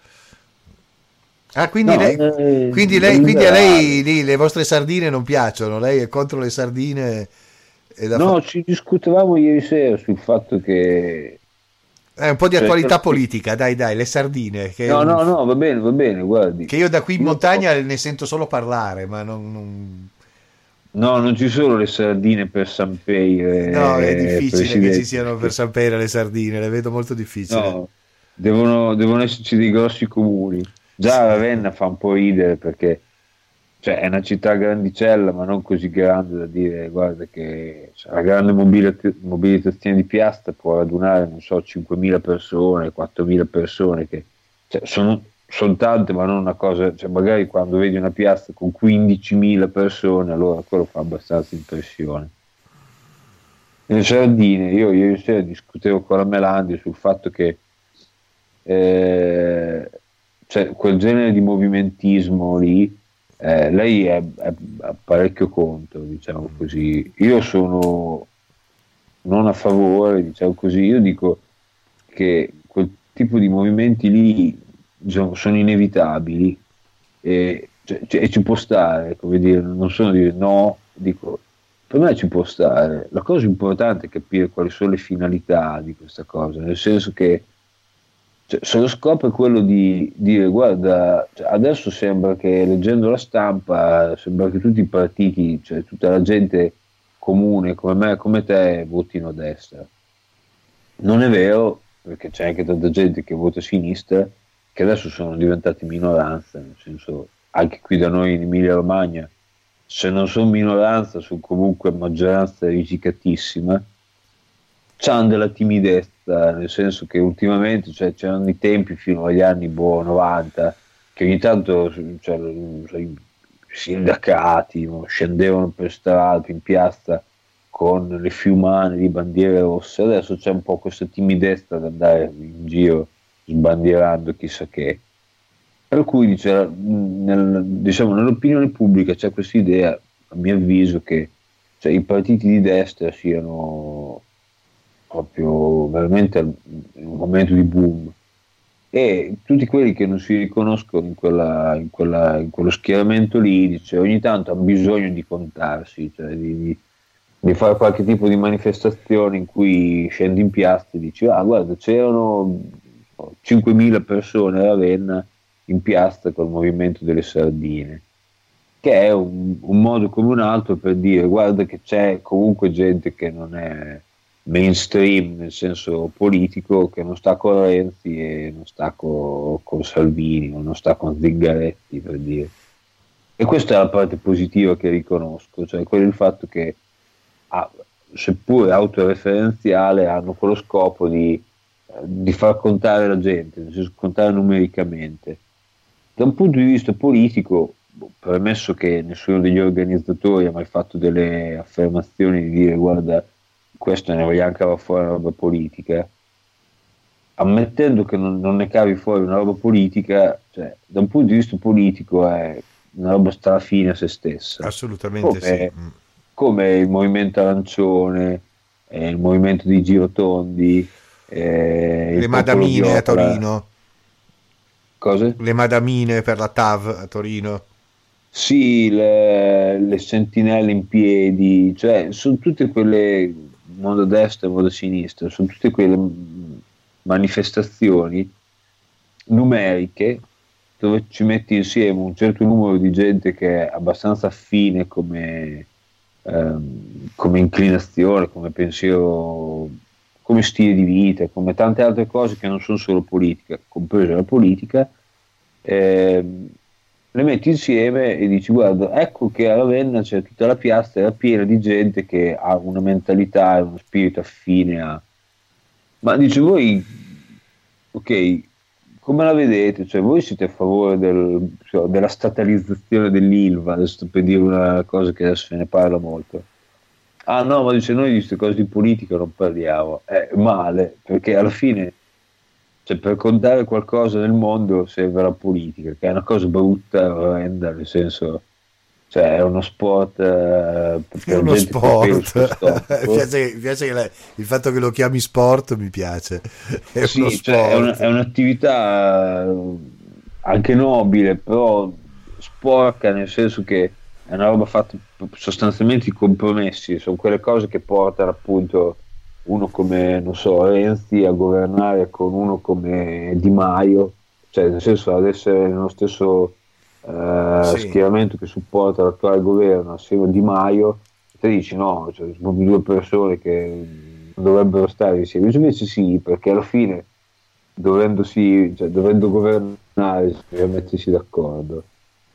Ah, quindi, no, lei, eh, quindi, lei, quindi a lei lì, le vostre sardine non piacciono? Lei è contro le sardine? E la no, fa... ci discutevamo ieri sera sul fatto che... È un po' di cioè, attualità che... politica, dai dai, le sardine. Che no, un... no, no, va bene, va bene, guardi. Che io da qui in io montagna so... ne sento solo parlare, ma non... non... No, non ci sono le sardine per Sampeire. No, è difficile presidente. che ci siano per Sampeire le sardine, le vedo molto difficili. No, devono, devono esserci dei grossi comuni. Già sì. Ravenna fa un po' ridere perché cioè, è una città grandicella, ma non così grande da dire guarda che cioè, la grande mobilita- mobilitazione di Piazza può radunare, non so, cinquemila persone, quattromila persone, che cioè, sono... sono tante, ma non una cosa, cioè magari quando vedi una piazza con quindicimila persone, allora quello fa abbastanza impressione. Le sardine, io ieri sera discutevo con la Melandi sul fatto che eh, cioè, quel genere di movimentismo lì, eh, lei è, è, è parecchio contro, diciamo così. Io sono non a favore, diciamo così, io dico che quel tipo di movimenti lì sono inevitabili e, cioè, e ci può stare, come dire, non sono dire no, dico per me ci può stare. La cosa importante è capire quali sono le finalità di questa cosa, nel senso che cioè, se lo scopo è quello di dire guarda, cioè, adesso sembra che leggendo la stampa sembra che tutti i partiti, cioè tutta la gente comune come me, come te, votino a destra. Non è vero. perché c'è anche tanta gente che vota a sinistra che adesso sono diventati minoranza, nel senso, anche qui da noi in Emilia Romagna, se non sono minoranza sono comunque maggioranza risicatissima, c'hanno della timidezza, nel senso che ultimamente, cioè, c'erano i tempi fino agli anni boh, novanta, che ogni tanto, cioè, i sindacati no, scendevano per strada, in piazza con le fiumane di bandiere rosse. Adesso c'è un po' questa timidezza ad andare in giro sbandierando chissà che, per cui dice, nel, diciamo, nell'opinione pubblica c'è questa idea, a mio avviso, che cioè, i partiti di destra siano proprio veramente in un momento di boom, e tutti quelli che non si riconoscono in, quella, in, quella, in quello schieramento lì, dice, ogni tanto hanno bisogno di contarsi, cioè di, di, di fare qualche tipo di manifestazione in cui scendi in piazza e dici, ah guarda, c'erano cinquemila persone a Ravenna in piazza col movimento delle sardine, che è un, un modo come un altro per dire, guarda che c'è comunque gente che non è mainstream nel senso politico, che non sta con Renzi e non sta con, con Salvini o non sta con Zingaretti, per dire. E questa è la parte positiva che riconosco, cioè quello il fatto che ah, seppur autoreferenziale hanno quello scopo di, di far contare la gente, nel senso contare numericamente. Da un punto di vista politico, premesso che nessuno degli organizzatori ha mai fatto delle affermazioni di dire guarda, questo ne vogliamo cavare fuori una roba politica, ammettendo che non, non ne cavi fuori una roba politica, cioè, da un punto di vista politico è una roba strafine a se stessa. Assolutamente come, sì. Come il movimento arancione, eh, il movimento dei girotondi, eh, le madamine a Torino. Cose? Le madamine per la T A V a Torino. Sì, le, le sentinelle in piedi, cioè sono tutte quelle, mondo destra e mondo sinistra, sono tutte quelle manifestazioni numeriche dove ci metti insieme un certo numero di gente che è abbastanza affine come, ehm, come inclinazione, come pensiero, come stile di vita, come tante altre cose che non sono solo politica, compresa la politica, ehm, le metti insieme e dici guarda, ecco che a Ravenna c'è tutta la piazza, era piena di gente che ha una mentalità e uno spirito affine a... Ma dice voi, ok, come la vedete? Cioè voi siete a favore del, cioè, della statalizzazione dell'Ilva, adesso per dire una cosa che adesso se ne parla molto. Ah no, ma dice noi di queste cose di politica non parliamo. È male, perché alla fine, cioè, per contare qualcosa nel mondo serve la politica, che è una cosa brutta, orrenda, nel senso, cioè è uno sport eh, per è uno gente sport. mi piace, mi piace che la, il fatto che lo chiami sport mi piace. È sì, uno cioè, sport. È, una, è un'attività anche nobile, però sporca, nel senso che è una roba fatta sostanzialmente di compromessi, sono quelle cose che portano appunto uno come, non so, Renzi a governare con uno come Di Maio, cioè nel senso ad essere nello stesso eh, sì. schieramento che supporta l'attuale governo assieme a Di Maio, te dici no, cioè, sono due persone che non dovrebbero stare insieme, invece sì, perché alla fine dovendosi, cioè, dovendo governare bisogna mettersi d'accordo.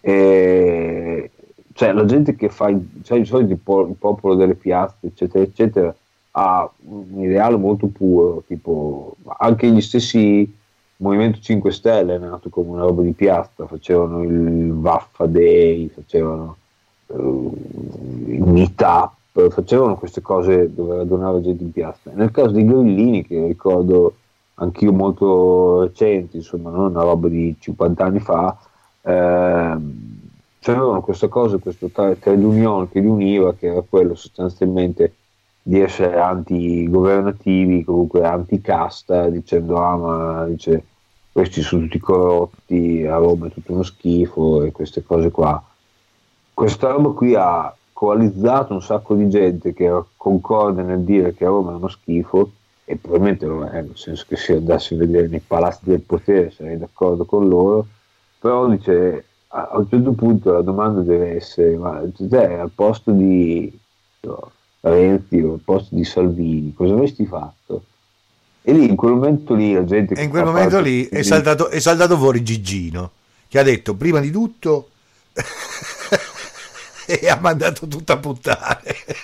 E cioè la gente che fa, cioè, di solito il, po- il popolo delle piazze eccetera eccetera ha un ideale molto puro, tipo anche gli stessi Movimento cinque Stelle è nato come una roba di piazza, facevano il Vaffa Day, facevano uh, il meet-up, facevano queste cose dove radunava gente in piazza. Nel caso dei Grillini, che ricordo anch'io molto recenti, insomma non una roba di cinquanta anni fa, ehm, c'erano questa cosa, questo trade union che li univa, che era quello sostanzialmente di essere anti-governativi, comunque anti-casta, dicendo ah ma dice, questi sono tutti corrotti, a Roma è tutto uno schifo e queste cose qua. Questa roba qui ha coalizzato un sacco di gente che era concorde nel dire che a Roma è uno schifo, e probabilmente lo è, nel senso che se andassi a vedere nei palazzi del potere sarei d'accordo con loro, però dice a un certo punto la domanda deve essere, ma te al posto di no, Renzi o al posto di Salvini cosa avresti fatto? E lì in quel momento lì la gente... E in quel momento lì è saltato, è saltato fuori Gigino, che ha detto prima di tutto e ha mandato tutto a puttane.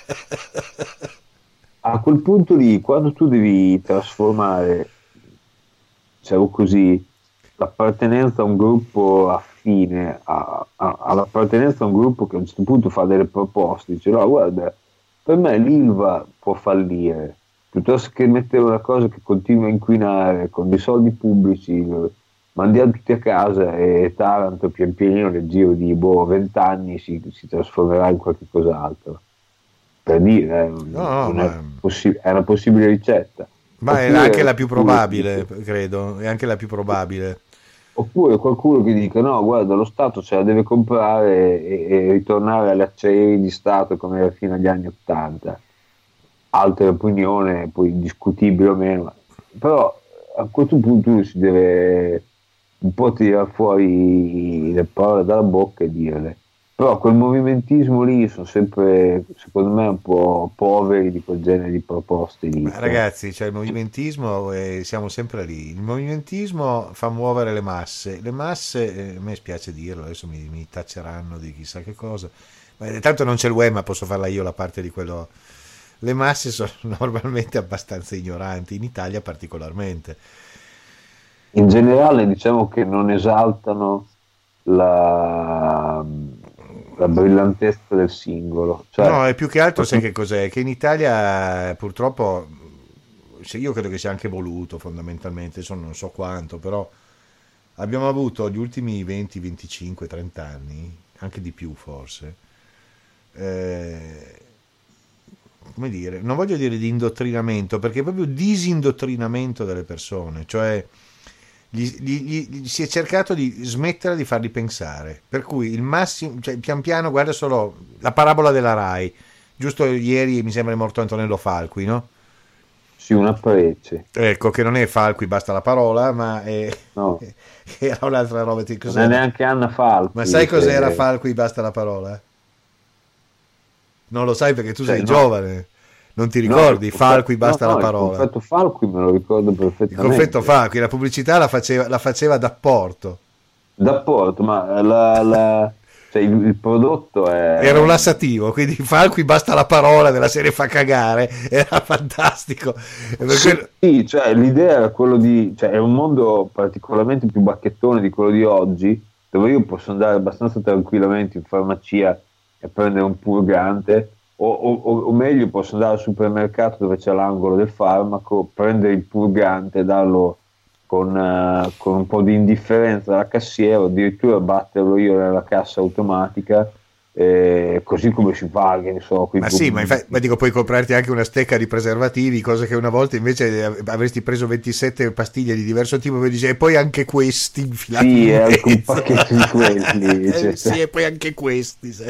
A quel punto lì, quando tu devi trasformare, diciamo così, l'appartenenza a un gruppo affine a, a, all'appartenenza a un gruppo che a un certo punto fa delle proposte, dice no guarda, per me l'Ilva può fallire, piuttosto che mettere una cosa che continua a inquinare con dei soldi pubblici, mandiamo tutti a casa e Taranto pian pianino nel giro di boh, vent'anni si, si trasformerà in qualche cos'altro. Per dire, no, non è, ma... possi- è una possibile ricetta. Ma oppure, è anche la più oppure, probabile, credo, è anche la più probabile. Oppure qualcuno che dica no, guarda, lo Stato ce la deve comprare e, e ritornare alle acciaierie di Stato come era fino agli anni Ottanta. Altra opinione, poi discutibile o meno, però a questo punto si deve un po' tirare fuori le parole dalla bocca e dirle. Però quel movimentismo lì sono sempre, secondo me, un po' poveri di quel genere di proposte lì. Ma ragazzi, cioè il movimentismo, eh, siamo sempre lì. Il movimentismo fa muovere le masse. Le masse, eh, a me spiace dirlo, adesso mi, mi tacceranno di chissà che cosa. Ma tanto non c'è il web, ma posso farla io la parte di quello. Le masse sono normalmente abbastanza ignoranti, in Italia particolarmente. In generale, diciamo che non esaltano la... la brillantezza del singolo, cioè, no, è più che altro sai che cos'è, che in Italia purtroppo io credo che sia anche voluto fondamentalmente, adesso non so quanto, però abbiamo avuto gli ultimi venti, venticinque, trenta anni, anche di più forse, eh, come dire, non voglio dire di indottrinamento, perché è proprio disindottrinamento delle persone, cioè Gli, gli, gli si è cercato di smettere di farli pensare, per cui il massimo, cioè pian piano, guarda solo la parabola della Rai, giusto ieri mi sembra è morto Antonello Falqui, no? Sì, una parecchia. Ecco, che non è Falqui basta la parola, ma è, no. Era un'altra roba. Cos'era? Non è neanche Anna Falqui. Ma sai cos'era che... Falqui basta la parola? Non lo sai perché tu cioè, sei no. giovane. Non ti ricordi? No, Falqui basta no, no, la parola. Il confetto Falqui me lo ricordo perfettamente. Il confetto Falqui, la pubblicità la faceva, la faceva d'apporto. D'apporto, ma la, la, cioè il, il prodotto è... era un lassativo, quindi Falqui basta la parola della serie fa cagare, era fantastico. Sì, quello... sì, cioè l'idea era quello di... cioè è un mondo particolarmente più bacchettone di quello di oggi, dove io posso andare abbastanza tranquillamente in farmacia e prendere un purgante. O, o, o meglio posso andare al supermercato dove c'è l'angolo del farmaco, prendere il purgante, darlo con, uh, con un po' di indifferenza alla cassiera, o addirittura batterlo io nella cassa automatica, eh, così come si fa, che ne so, ma sì, ma, infatti, ma dico, puoi comprarti anche una stecca di preservativi, cosa che una volta invece avresti preso ventisette pastiglie di diverso tipo e dici, e poi anche questi infilati sì, è anche un pacchetto di quelli cioè. eh, sì, e poi anche questi sì.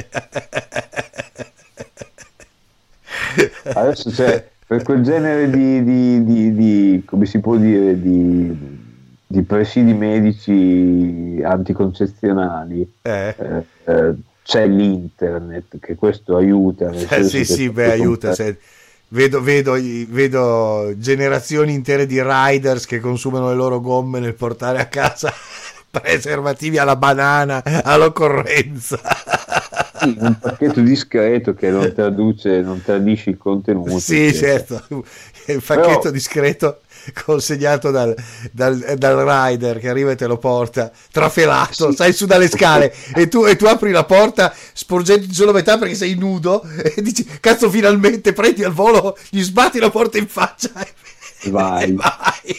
Adesso cioè, per quel genere di, di, di, di come si può dire di, di presidi medici anticoncezionali eh. Eh, eh, c'è l'internet, che questo aiuta nel eh, sì sì beh aiuta se, vedo, vedo, vedo generazioni intere di riders che consumano le loro gomme nel portare a casa preservativi alla banana all'occorrenza. Sì, un pacchetto discreto che non traduce, non tradisce il contenuto. Sì, certo, il pacchetto Però... discreto consegnato dal, dal, dal rider che arriva e te lo porta trafelato, sì. Sai, su dalle scale e tu, e tu apri la porta sporgendoti solo metà perché sei nudo e dici cazzo finalmente prendi al volo, gli sbatti la porta in faccia e vai, e vai.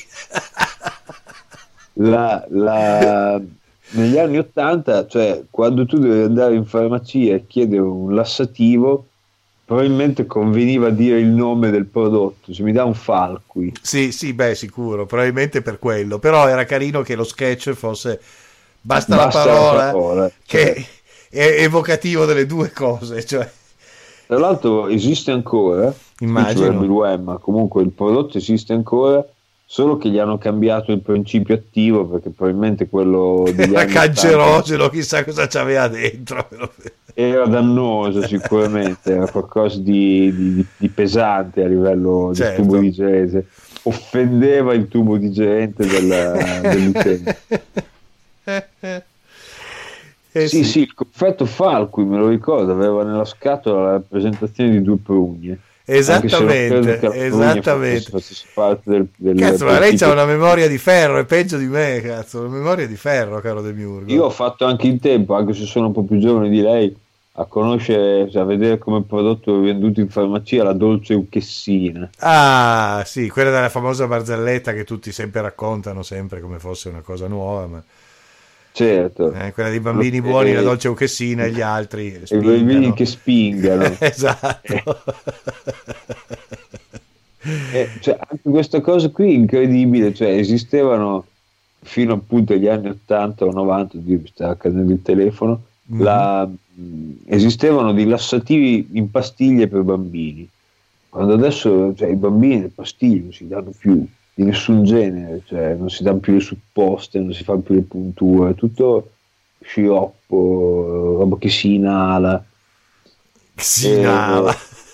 La, la... negli anni ottanta, cioè quando tu dovevi andare in farmacia e chiedere un lassativo, probabilmente conveniva dire il nome del prodotto, se mi dà un Falqui. Sì, sì, beh, sicuro, probabilmente per quello, però era carino che lo sketch fosse basta, basta la parola, la parola che cioè. È evocativo delle due cose, cioè. Tra l'altro esiste ancora, immagino, il web, ma comunque il prodotto esiste ancora, solo che gli hanno cambiato il principio attivo perché probabilmente quello degli era cancerogeno, chissà cosa c'aveva dentro. Era dannoso sicuramente, era qualcosa di, di, di pesante a livello certo. di tubo di genese. offendeva il tubo digerente del, dell'utente. Eh sì, sì, sì, il confetto Falqui, me lo ricordo, aveva nella scatola la rappresentazione di due prugne. esattamente, esattamente. Facesse parte del, del Cazzo, ma lei partito. c'ha una memoria di ferro, è peggio di me, cazzo, una memoria di ferro, caro Demiurgo. Io ho fatto anche in tempo, anche se sono un po' più giovane di lei, a conoscere, cioè a vedere come prodotto venduto in farmacia la dolce Uchessina. Ah, sì, quella della famosa barzelletta che tutti sempre raccontano, sempre come fosse una cosa nuova, ma Certo. eh, quella dei bambini Eh, buoni, la dolce Uchessina, e gli altri I spingano. bambini che spingano. Esatto. Eh, cioè, anche questa cosa qui è incredibile, cioè esistevano fino appunto agli anni ottanta o novanta, Dio, mi sta accadendo il telefono, Mhm. la, mh, esistevano dei lassativi in pastiglie per bambini, quando adesso, cioè, i bambini le pastiglie non si danno più di nessun genere, cioè non si danno più le supposte, non si fanno più le punture, tutto sciroppo, roba che si inala. Si Eh, inala.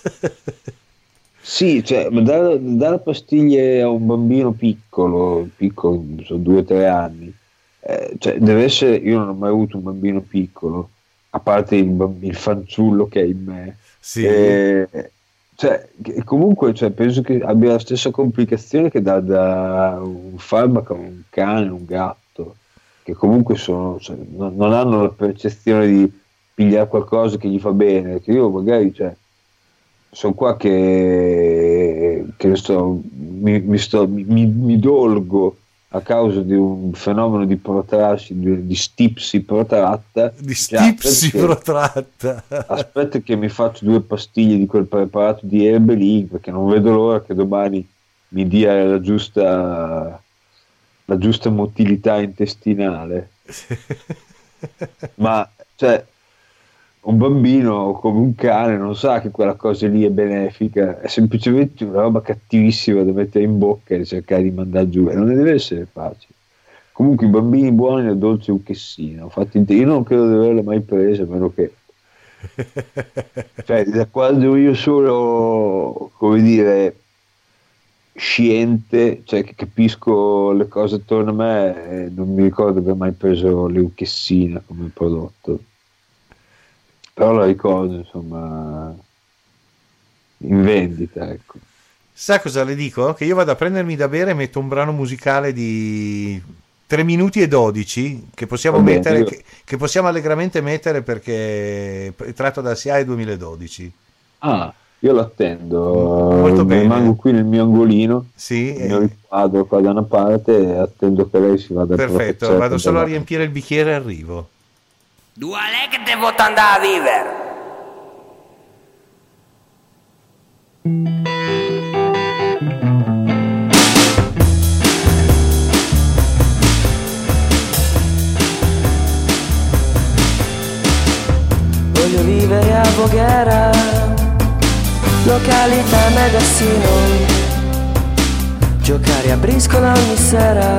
Sì, cioè, ma dare, dare pastiglie a un bambino piccolo, piccolo, so, due o tre anni, eh, cioè, deve essere, io non ho mai avuto un bambino piccolo, a parte il, bamb- il fanciullo che è in me, Sì. eh, cioè, che- comunque cioè, penso che abbia la stessa complicazione che da, da un farmaco a un cane, un gatto, che comunque sono, cioè, non, non hanno la percezione di pigliare qualcosa che gli fa bene, che io magari, cioè, sono qua che, che ne sto, mi, mi, sto, mi, mi dolgo a causa di un fenomeno di protrassi, di, di stipsi protratta. Di Cioè, stipsi aspetta che- protratta. Aspetta che mi faccio due pastiglie di quel preparato di erbe lì, perché non vedo l'ora che domani mi dia la giusta, la giusta motilità intestinale. Ma cioè, un bambino come un cane non sa che quella cosa lì è benefica, è semplicemente una roba cattivissima da mettere in bocca e cercare di mandare giù, e non ne deve essere facile. Comunque i bambini buoni la dolce Uchessina, ho fatto in te- io non credo di averla mai presa, a meno che, cioè, da quando io sono, come dire, sciente, cioè che capisco le cose attorno a me, eh, non mi ricordo di aver mai preso l'Euchessina come prodotto, però la ricordo, insomma, in vendita, ecco. Sa cosa le dico? Che io vado a prendermi da bere e metto un brano musicale di tre minuti e dodici che possiamo Va bene, mettere, io- che, che possiamo allegramente mettere perché è tratto da S I A E duemiladodici. Ah, io l'attendo, Molto bene. rimango qui nel mio angolino, Sì, il mio eh, riquadro qua da una parte e attendo che lei si vada a perfetto, profezare vado solo a davanti. riempire il bicchiere e arrivo. Due è che devo andare a vivere. Voglio vivere a Voghera, località Megassino, giocare a briscola ogni sera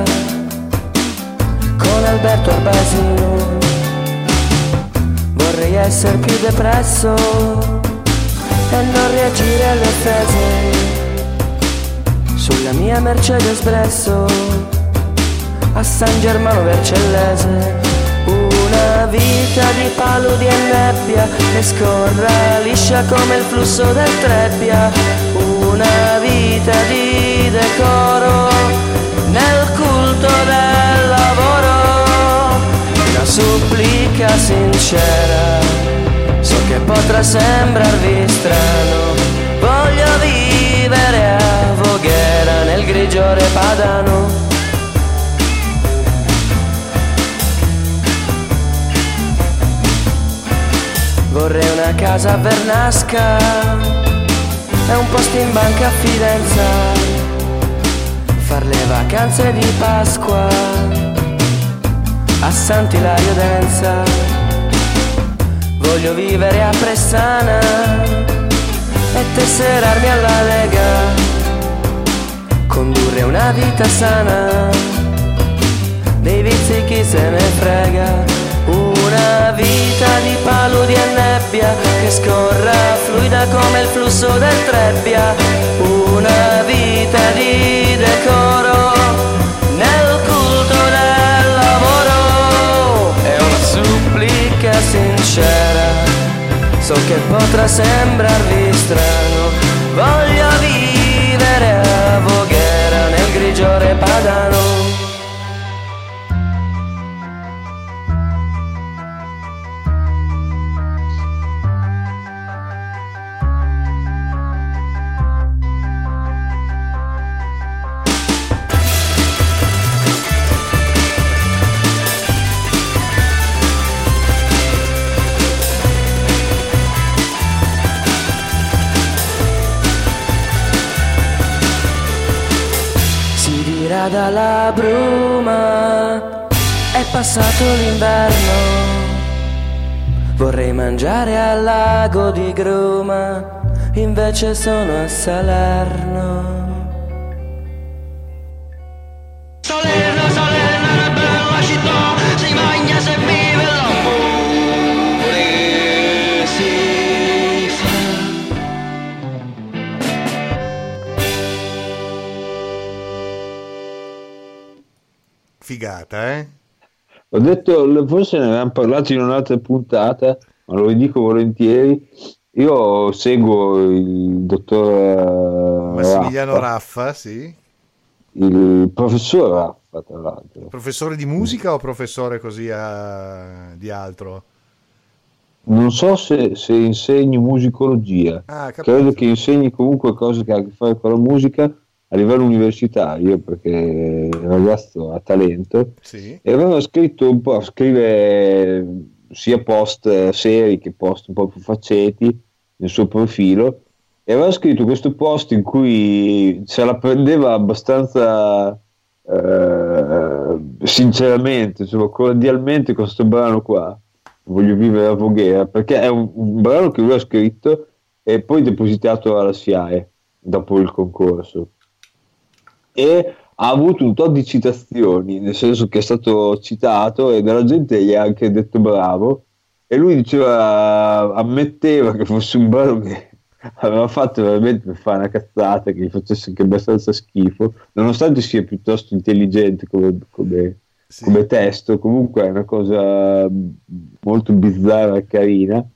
con Alberto Arbasino. Vorrei essere più depresso e non reagire alle offese sulla mia Mercedes Bresso a San Germano Vercellese. Una vita di paludi e nebbia che scorra liscia come il flusso del Trebbia. Una vita di decoro nel culto del lavoro. Una supplica sincera, so che potrà sembrarvi strano. Voglio vivere a Voghera nel grigiore padano. Vorrei una casa a Vernasca e un posto in banca a Fidenza, far le vacanze di Pasqua a Sant'Ilario d'Enza. Voglio vivere a Pressana e tesserarmi alla Lega, condurre una vita sana, dei vizi chi se ne frega. Una vita di paludi e nebbia che scorra fluida come il flusso del Trebbia. Una vita di possa sembrarvi strano, voglio vivere a Voghera nel grigiore padano. Dalla bruma è passato l'inverno, vorrei mangiare al lago di Gruma, invece sono a Salerno. Salerno, Salerno è una bella città, si mangia se vive l'amore, si fa. Figata, eh? Ho detto, forse ne avevamo parlato in un'altra puntata, ma lo dico volentieri. Io seguo il dottor Massimiliano Raffa, Raffa, sì. Il professor Raffa, tra l'altro. Professore di musica o professore così a... di altro? Non so se, se insegni musicologia. Ah, credo che insegni comunque cose che hanno a che fare con la musica a livello universitario, perché il ragazzo ha talento, sì. E aveva scritto un po', scrive sia post seri che post un po' più faccetti nel suo profilo, e aveva scritto questo post in cui se la prendeva abbastanza eh, sinceramente, insomma, cordialmente con questo brano qua, Voglio vivere a Voghera, perché è un, un brano che lui ha scritto e poi depositato alla SIAE dopo il concorso, e ha avuto un tot di citazioni, nel senso che è stato citato e dalla gente gli ha anche detto bravo, e lui diceva, ammetteva che fosse un brano che aveva fatto veramente per fare una cazzata, che gli facesse anche abbastanza schifo, nonostante sia piuttosto intelligente come, come, sì. come testo. Comunque è una cosa molto bizzarra e carina.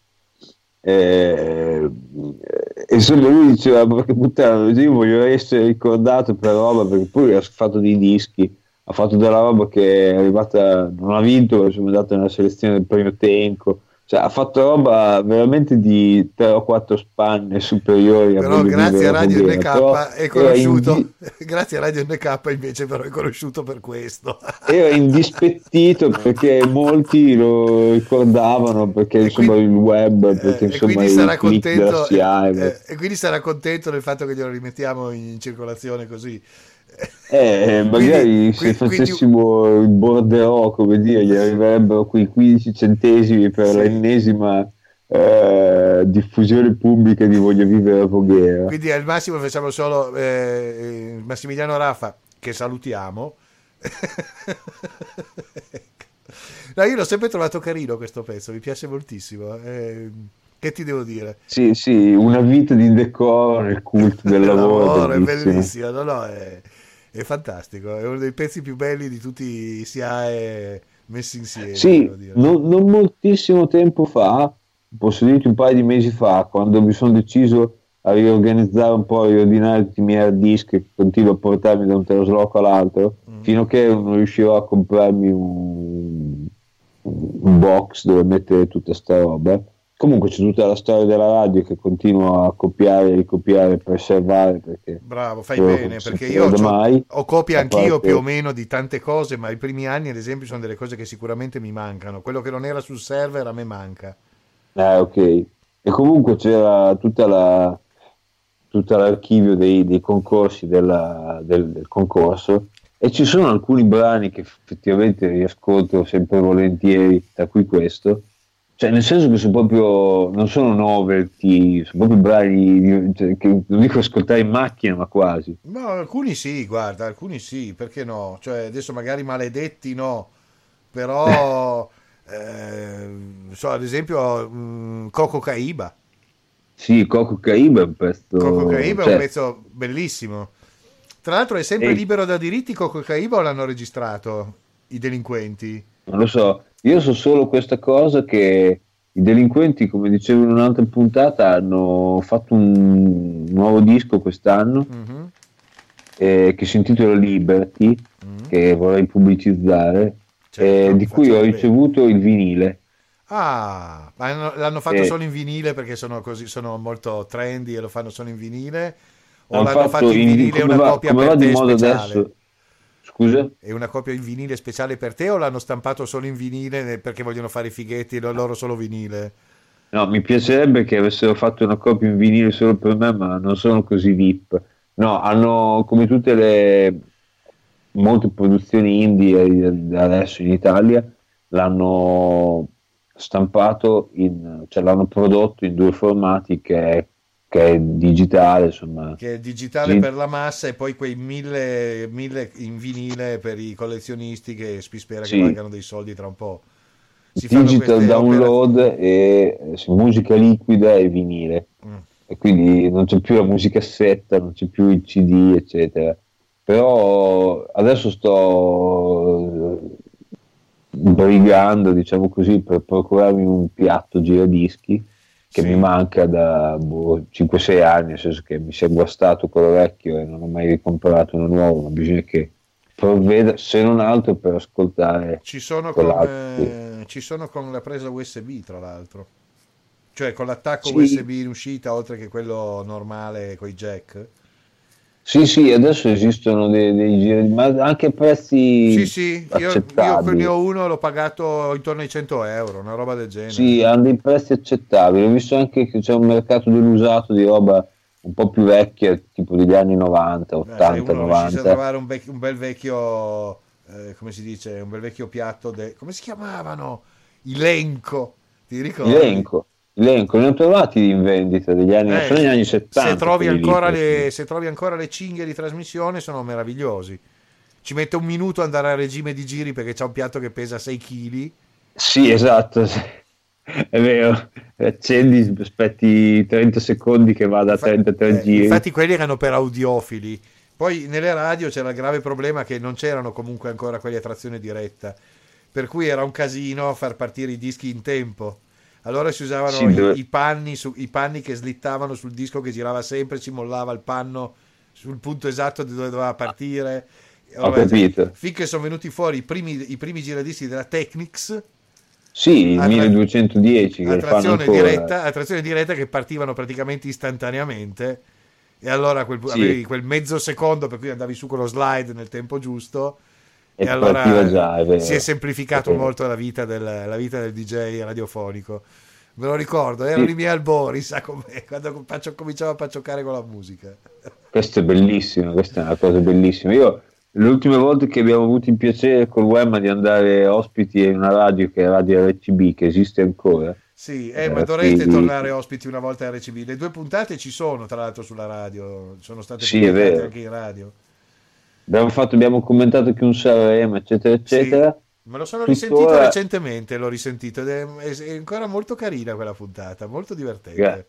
E, e insomma lui diceva, perché puttana, io voglio essere ricordato per roba, perché poi ha fatto dei dischi, ha fatto della roba che è arrivata, non ha vinto, ma sono andato nella selezione del premio Tenco, cioè ha fatto roba veramente di tre o quattro spanne superiori. Però grazie a Radio N K è conosciuto indi... grazie a Radio N K invece però è conosciuto per questo. Era indispettito perché molti lo ricordavano, perché e insomma quindi, il web, perché eh, insomma e quindi sarà contento S I A E, eh, e quindi sarà contento del fatto che glielo rimettiamo in circolazione così. Eh, magari quindi, se quindi, facessimo quindi... il borderò, come dire, gli arriverebbero quei quindici centesimi per sì. l'ennesima eh, diffusione pubblica di Voglio vivere a Voghera. Quindi al massimo facciamo solo eh, Massimiliano Raffa, che salutiamo. No, io l'ho sempre trovato carino questo pezzo, mi piace moltissimo. Eh, che ti devo dire? Sì, sì, una vita di decoro nel culto del lavoro. lavoro è bellissimo, no, no, è, è fantastico, è uno dei pezzi più belli di tutti i S I A E messi insieme. Sì, non, non moltissimo tempo fa, posso dirti un paio di mesi fa, quando mi sono deciso a riorganizzare un po', a riordinare tutti i miei hard disk che continuo a portarmi da un trasloco all'altro, mm. fino a che non riuscirò a comprarmi un, un box dove mettere tutta sta roba. Comunque c'è tutta la storia della radio che continuo a copiare, ricopiare, preservare, perché bravo, fai bene, perché io mai, ho copia anch'io parte... più o meno di tante cose, ma i primi anni ad esempio sono delle cose che sicuramente mi mancano, quello che non era sul server a me manca. Eh, ok. E comunque c'era tutta la tutto l'archivio dei, dei concorsi della, del, del concorso, e ci sono alcuni brani che effettivamente riascolto sempre volentieri, tra cui questo. Cioè, nel senso che sono proprio, non sono novelty, sono proprio brani, cioè, che non dico ascoltare in macchina, ma quasi. No, alcuni sì, guarda, alcuni sì, perché no? Cioè, adesso magari maledetti no, però, eh, so, ad esempio, mh, Coco Caiba. Sì, Coco Caiba è un pezzo... Coco Caiba cioè... è un pezzo bellissimo. Tra l'altro è sempre e... libero da diritti Coco Caiba o l'hanno registrato i delinquenti? Non lo so. Io so solo questa cosa, che i delinquenti, come dicevo in un'altra puntata, hanno fatto un nuovo disco quest'anno mm-hmm. eh, che si intitola Liberty, mm-hmm. che vorrei pubblicizzare, certo, eh, di cui ho ricevuto bene. Il vinile. Ah, ma l'hanno fatto eh, solo in vinile perché sono così, sono molto trendy e lo fanno solo in vinile? O l'hanno fatto, fatto in vinile e una va, copia per te speciale? Adesso? Scusa? È una copia in vinile speciale per te o l'hanno stampato solo in vinile perché vogliono fare i fighetti e loro solo vinile? No, mi piacerebbe che avessero fatto una copia in vinile solo per me, ma non sono così V I P. No, hanno, come tutte le molte produzioni indie adesso in Italia, l'hanno stampato in, cioè l'hanno prodotto in due formati, che è che è digitale, insomma, che è digitale sì. per la massa, e poi quei mille, mille in vinile per i collezionisti che si spera sì. che valgano dei soldi tra un po'. Si digital download operazioni. E musica liquida e vinile mm. e quindi non c'è più la musicassetta, non c'è più il C D eccetera. Però adesso sto brigando, diciamo così, per procurarmi un piatto giradischi che sì. mi manca da boh, cinque sei anni, nel senso che mi si è guastato quello vecchio e non ho mai ricomprato uno nuovo, ma bisogna che provveda, se non altro, per ascoltare. Ci sono, con, eh, ci sono con la presa U S B, tra l'altro, cioè con l'attacco sì. U S B in uscita, oltre che quello normale con i jack. Sì, sì, adesso esistono dei, dei giri, ma anche a prezzi sì, sì, io, io ne ho uno, l'ho pagato intorno ai cento euro, una roba del genere. Sì, hanno dei prezzi accettabili. Ho visto anche che c'è un mercato dell'usato di roba un po' più vecchia, tipo degli anni novanta, ottanta, novanta. Bisogna trovare un, bec- un bel vecchio, eh, come si dice, un bel vecchio piatto, de- come si chiamavano? Ilenco, ti ricordi? Ilenco. Elenco, ne ho trovati in vendita degli anni, eh, sono negli anni settanta. Se trovi, ancora le, se trovi ancora le cinghie di trasmissione, sono meravigliosi. Ci mette un minuto ad andare a regime di giri perché c'è un piatto che pesa sei chili. Sì, esatto, è vero. Accendi, aspetti trenta secondi che vada a trentatré eh, giri. Infatti quelli erano per audiofili. Poi nelle radio c'era il grave problema che non c'erano comunque ancora quelli a trazione diretta, per cui era un casino far partire i dischi in tempo. Allora si usavano sì, dove... i, i, panni su, i panni che slittavano sul disco, che girava sempre, si mollava il panno sul punto esatto di dove doveva partire. Ho capito. Finché sono venuti fuori i primi, i primi giradischi della Technics. Sì, il milleduecentodieci a trazione diretta, a trazione diretta, che partivano praticamente istantaneamente, e allora quel, sì. avevi quel mezzo secondo per cui andavi su con lo slide nel tempo giusto. E, e allora già, è si è semplificato è molto la vita, del, la vita del D J radiofonico. Me lo ricordo, erano sì. i miei albori, sa com'è, quando faccio, cominciavo a paccioccare con la musica. Questo è bellissimo, questa è una cosa bellissima. Io le ultime volte che abbiamo avuto il piacere col Wemma di andare ospiti in una radio, che è Radio R C B, che esiste ancora. Sì, eh, eh, ma dovrete quindi... tornare ospiti una volta a R C B. Le due puntate ci sono, tra l'altro, sulla radio, sono state sì, pubblicate anche in radio. Abbiamo, fatto, abbiamo commentato che un Sanremo, eccetera, eccetera. Sì, me lo sono risentito Tuttora... recentemente, l'ho risentito ed è, è ancora molto carina quella puntata, molto divertente. Yeah.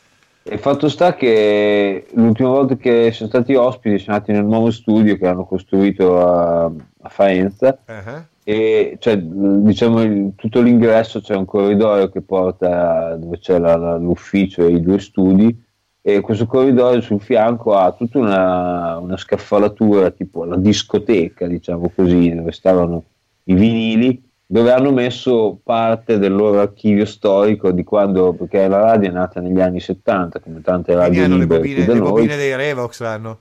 Il fatto sta che l'ultima volta che sono stati ospiti sono andati nel nuovo studio che hanno costruito a, a Faenza, uh-huh. e cioè, diciamo il, tutto l'ingresso c'è un corridoio che porta dove c'è la, la, l'ufficio e i due studi, e questo corridoio sul fianco ha tutta una, una scaffalatura tipo la discoteca, diciamo così, dove stavano i vinili, dove hanno messo parte del loro archivio storico di quando, perché la radio è nata negli anni settanta, come tante radio hanno libere le bobine, le bobine dei Revox hanno.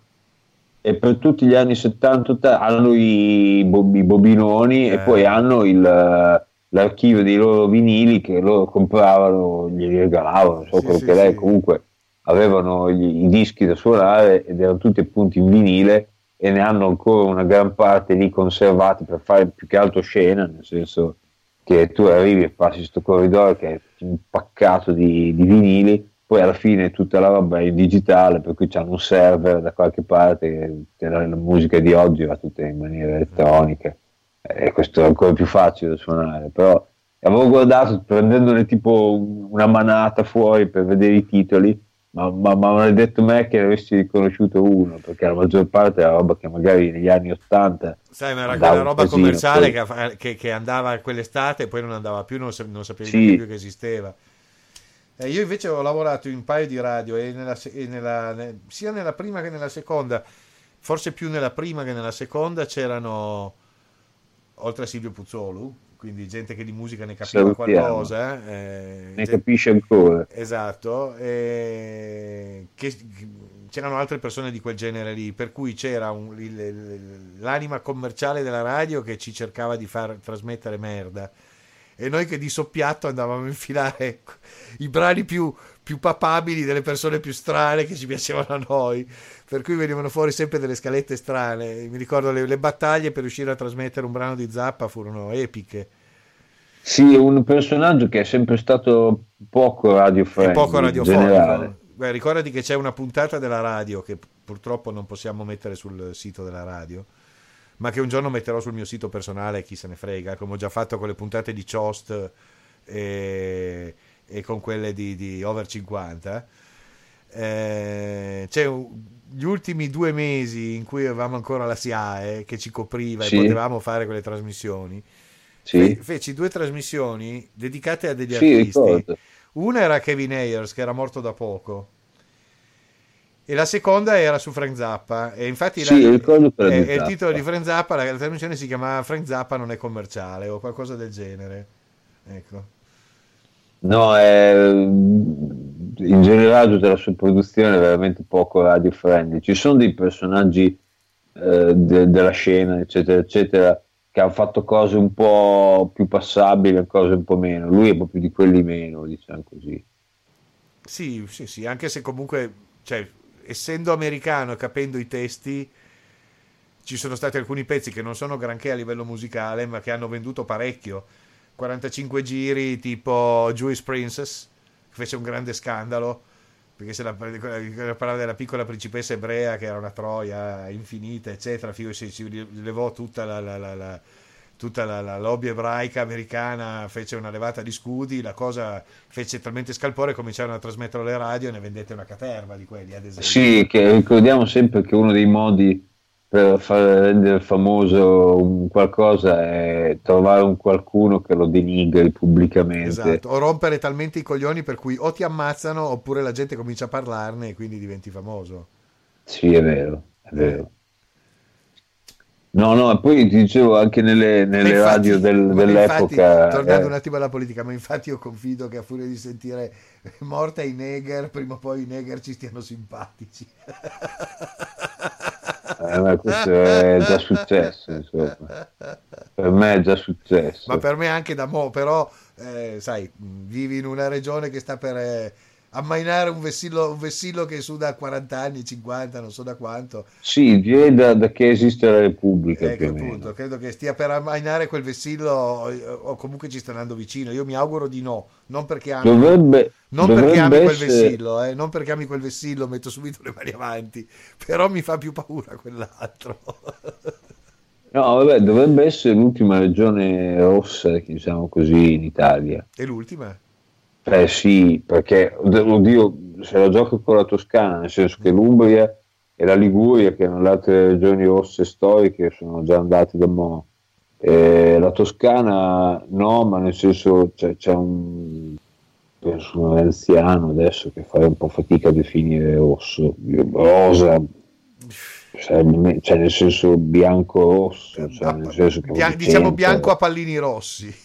E per tutti gli anni settanta ottanta hanno i, bob, i bobinoni, eh. e poi hanno il, l'archivio dei loro vinili che loro compravano, glieli regalavano, non so sì, quello sì, che lei, sì. Comunque avevano gli, i dischi da suonare ed erano tutti appunto in vinile, e ne hanno ancora una gran parte lì conservati per fare più che altro scena, nel senso che tu arrivi e passi questo corridoio che è impaccato di, di vinili, poi alla fine tutta la roba è in digitale, per cui c'hanno un server da qualche parte che la, la musica di oggi va tutta in maniera elettronica, e questo è ancora più facile da suonare. Però avevo guardato prendendone tipo una manata fuori per vedere i titoli, ma, ma, ma non hai detto me che avessi riconosciuto uno, perché la maggior parte era roba che magari negli anni ottanta, sai, ma era quella roba casino, commerciale poi... che, che, che andava quell'estate e poi non andava più, non, non sapevi sì. più che esisteva. Eh, io invece ho lavorato in un paio di radio e nella, e nella, ne, sia nella prima che nella seconda, forse più nella prima che nella seconda, c'erano, oltre a Silvio Puzzolu, quindi gente che di musica ne capiva Salutiamo. qualcosa, eh, ne gente, capisce ancora, esatto, eh, che, c'erano altre persone di quel genere lì, per cui c'era un, il, l'anima commerciale della radio che ci cercava di far trasmettere merda, e noi che di soppiatto andavamo a infilare i brani più, più papabili delle persone più strane che ci piacevano a noi, per cui venivano fuori sempre delle scalette strane. Mi ricordo le, le battaglie per riuscire a trasmettere un brano di Zappa furono epiche. Sì, un personaggio che è sempre stato poco radiofonico, poco radiofonico. Beh, ricordati che c'è una puntata della radio che purtroppo non possiamo mettere sul sito della radio, ma che un giorno metterò sul mio sito personale, chi se ne frega, come ho già fatto con le puntate di Chost e, e con quelle di, di Over cinquanta. Eh, c'è un, gli ultimi due mesi in cui avevamo ancora la S I A E che ci copriva sì. e potevamo fare quelle trasmissioni. Sì. Fe, feci due trasmissioni dedicate a degli sì, artisti. Ricordo. Una era Kevin Ayers, che era morto da poco, e la seconda era su Frank Zappa, e infatti sì, la, ricordo per eh, il titolo di Frank Zappa, la, la trasmissione si chiamava Frank Zappa non è commerciale o qualcosa del genere, ecco. No, è, in generale tutta la sua produzione è veramente poco radio friendly. Ci sono dei personaggi eh, de, della scena eccetera eccetera che hanno fatto cose un po' più passabili e cose un po' meno, lui è proprio di quelli meno, diciamo così. Sì, sì, sì, anche se comunque, cioè, essendo americano e capendo i testi, ci sono stati alcuni pezzi che non sono granché a livello musicale, ma che hanno venduto parecchio. quarantacinque giri tipo Jewish Princess, che fece un grande scandalo, perché se la, parlava della piccola principessa ebrea che era una troia infinita, eccetera, si, si levò tutta la, la, la, la tutta la, la lobby ebraica americana, fece una levata di scudi, la cosa fece talmente scalpore che cominciarono a trasmettere le radio e ne vendette una caterva di quelli, ad esempio. Sì, che ricordiamo sempre che uno dei modi per far rendere famoso un qualcosa è trovare un qualcuno che lo denigri pubblicamente. Esatto, o rompere talmente i coglioni per cui o ti ammazzano oppure la gente comincia a parlarne e quindi diventi famoso. Sì, è vero, è vero. No, no, e poi ti dicevo anche nelle, nelle infatti, radio del, dell'epoca. Infatti, tornando eh. un attimo alla politica, ma infatti io confido che a furia di sentire morta i neger, prima o poi i neger ci stiano simpatici. Eh, ma questo è già successo, insomma. Per me è già successo. Ma per me anche da mo', però, eh, sai, vivi in una regione che sta per eh, ammainare un vessillo, un vessillo che su da quaranta anni, cinquanta, non so da quanto. Sì, direi da, da che esiste la Repubblica. Ecco, appunto, credo che stia per ammainare quel vessillo o comunque ci sta andando vicino. Io mi auguro di no, non perché ami, dovrebbe, non dovrebbe perché ami quel essere... vessillo, eh, non perché ami quel vessillo, metto subito le mani avanti, però mi fa più paura quell'altro. No, vabbè, dovrebbe essere l'ultima regione rossa, diciamo così, in Italia. E l'ultima? Eh sì, perché, oddio, se la gioco con la Toscana, nel senso che l'Umbria e la Liguria, che erano le altre regioni rosse storiche, sono già andate da mo'. Eh, la Toscana no, ma nel senso c'è, c'è un, penso un anziano adesso che fa un po' fatica a definire rosso, rosa, cioè, cioè nel senso bianco-rosso, cioè nel senso che Bian- diciamo bianco a pallini rossi.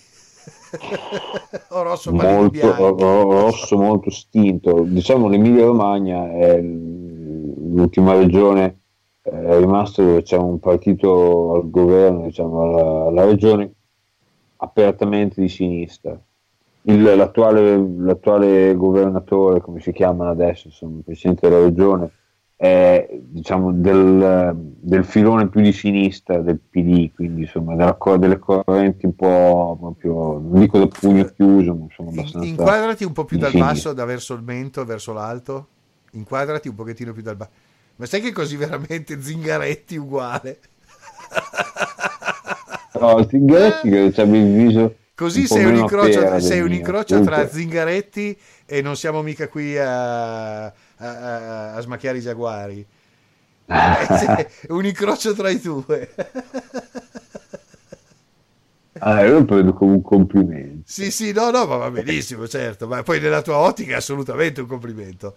O rosso, molto, rosso molto stinto, diciamo l'Emilia Romagna è l'ultima regione è rimasto dove c'è un partito al governo, diciamo alla, alla regione apertamente di sinistra. Il, l'attuale, l'attuale governatore, come si chiamano adesso, insomma, il presidente della regione, è diciamo del, del filone più di sinistra del P D, quindi insomma della, delle correnti un po' proprio, non dico da pugno chiuso, ma insomma abbastanza. Inquadrati un po' più dal sinistra. basso, da verso il mento, verso l'alto. Inquadrati un pochettino più dal basso. Ma sai che così veramente Zingaretti uguale? No, Zingaretti che c'ha il viso. così un po' sei un meno incrocio, fiera sei del un mio. incrocio Comunque- tra Zingaretti e non siamo mica qui a, a, a- a smacchiare i giaguari. Eh, sei un incrocio tra i due. Ah, io lo prendo come un complimento. Sì, sì, no, no, ma va benissimo, certo, ma poi nella tua ottica è assolutamente un complimento.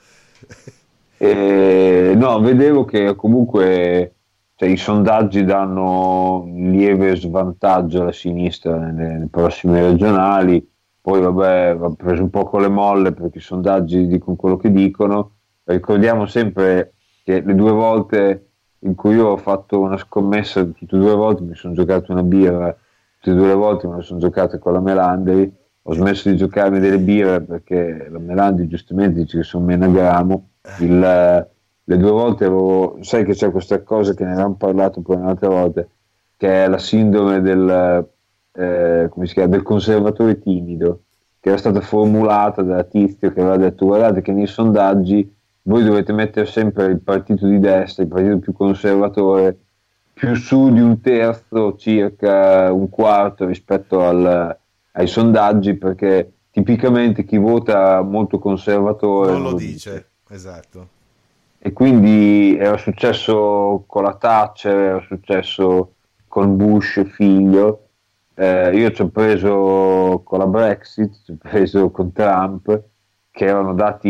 Eh, no, vedevo che comunque cioè, i sondaggi danno un lieve svantaggio alla sinistra nelle, nelle prossime regionali. Poi vabbè, va preso un po' con le molle perché i sondaggi dicono quello che dicono. Ricordiamo sempre che le due volte in cui io ho fatto una scommessa, tutte e due volte mi sono giocato una birra, tutte e due le volte me la sono giocata con la Melandri. Ho smesso di giocarmi delle birre perché la Melandri giustamente dice che sono meno a gramo. Il, le due volte avevo, sai che c'è questa cosa che ne avevamo parlato poi un'altra volta, che è la sindrome del, eh, come si chiama, del conservatore timido, che era stata formulata da Tizio che aveva detto: guardate che nei sondaggi voi dovete mettere sempre il partito di destra, il partito più conservatore, più su di un terzo, circa un quarto rispetto al, ai sondaggi, perché tipicamente chi vota molto conservatore Non lo dice, esatto. E quindi era successo con la Thatcher, era successo con Bush figlio, eh, io ci ho preso con la Brexit, ci ho preso con Trump, che erano dati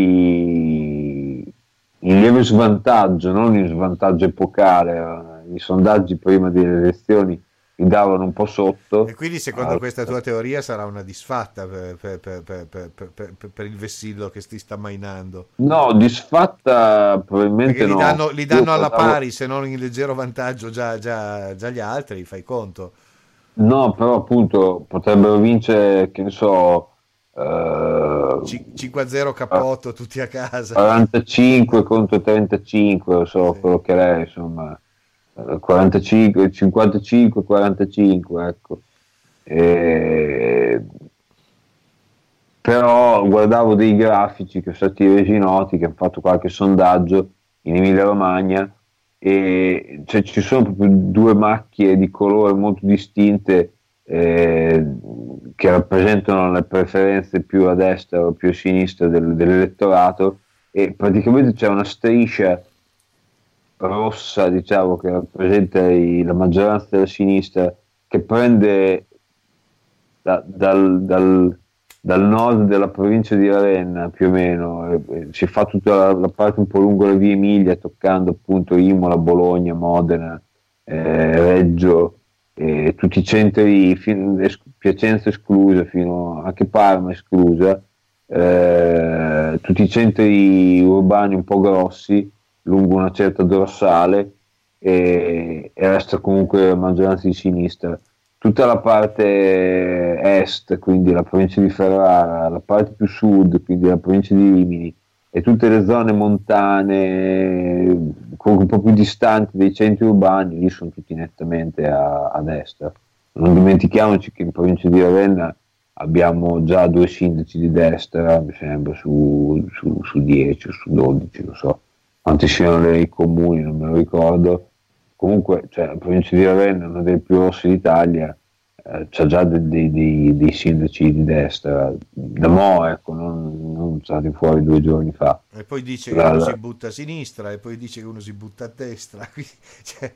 in lieve svantaggio, non in svantaggio epocale. I sondaggi prima delle elezioni mi davano un po' sotto. E quindi secondo questa tua teoria sarà una disfatta per, per, per, per, per, per, per il vessillo che ti sta mainando? No, disfatta probabilmente Perché no. li danno, li danno Io alla parlavo- pari, se non in leggero vantaggio già, già, già gli altri, fai conto. No, però appunto potrebbero vincere, che ne so, eh, C- cinque a zero cappotto, tutti a casa. quarantacinque contro trentacinque, non so Sì. quello che è, insomma, eh, quarantacinque, cinquantacinque quarantacinque, ecco. E... Però guardavo dei grafici che sono stati resi noti, che hanno fatto qualche sondaggio in Emilia Romagna, e cioè, ci sono proprio due macchie di colore molto distinte, eh, che rappresentano le preferenze più a destra o più a sinistra del- dell'elettorato, e praticamente c'è una striscia rossa, diciamo, che rappresenta i- la maggioranza della sinistra, che prende da- dal, dal- dal nord della provincia di Ravenna più o meno, e- e si fa tutta la, la parte un po' lungo la via Emilia, toccando appunto Imola, Bologna, Modena, eh, Reggio, e tutti i centri, fin- es- Piacenza esclusa, fino anche Parma esclusa, eh, tutti i centri urbani un po' grossi lungo una certa dorsale, e, e resta comunque la maggioranza di sinistra. Tutta la parte est, quindi la provincia di Ferrara, la parte più sud, quindi la provincia di Rimini, e tutte le zone montane, comunque un po' più distanti dai centri urbani, lì sono tutti nettamente a, a destra. Non dimentichiamoci che in provincia di Ravenna abbiamo già due sindaci di destra, mi sembra, su, su, su dieci o su dodici, non so quanti siano nei comuni, non me lo ricordo. Comunque, cioè, la provincia di Ravenna è una delle più grosse d'Italia, eh, c'ha già dei, dei, dei, dei sindaci di destra, da mo', ecco, non, non stati fuori due giorni fa. E poi dice che La- uno la- si butta a sinistra, e poi dice che uno si butta a destra. Quindi, cioè...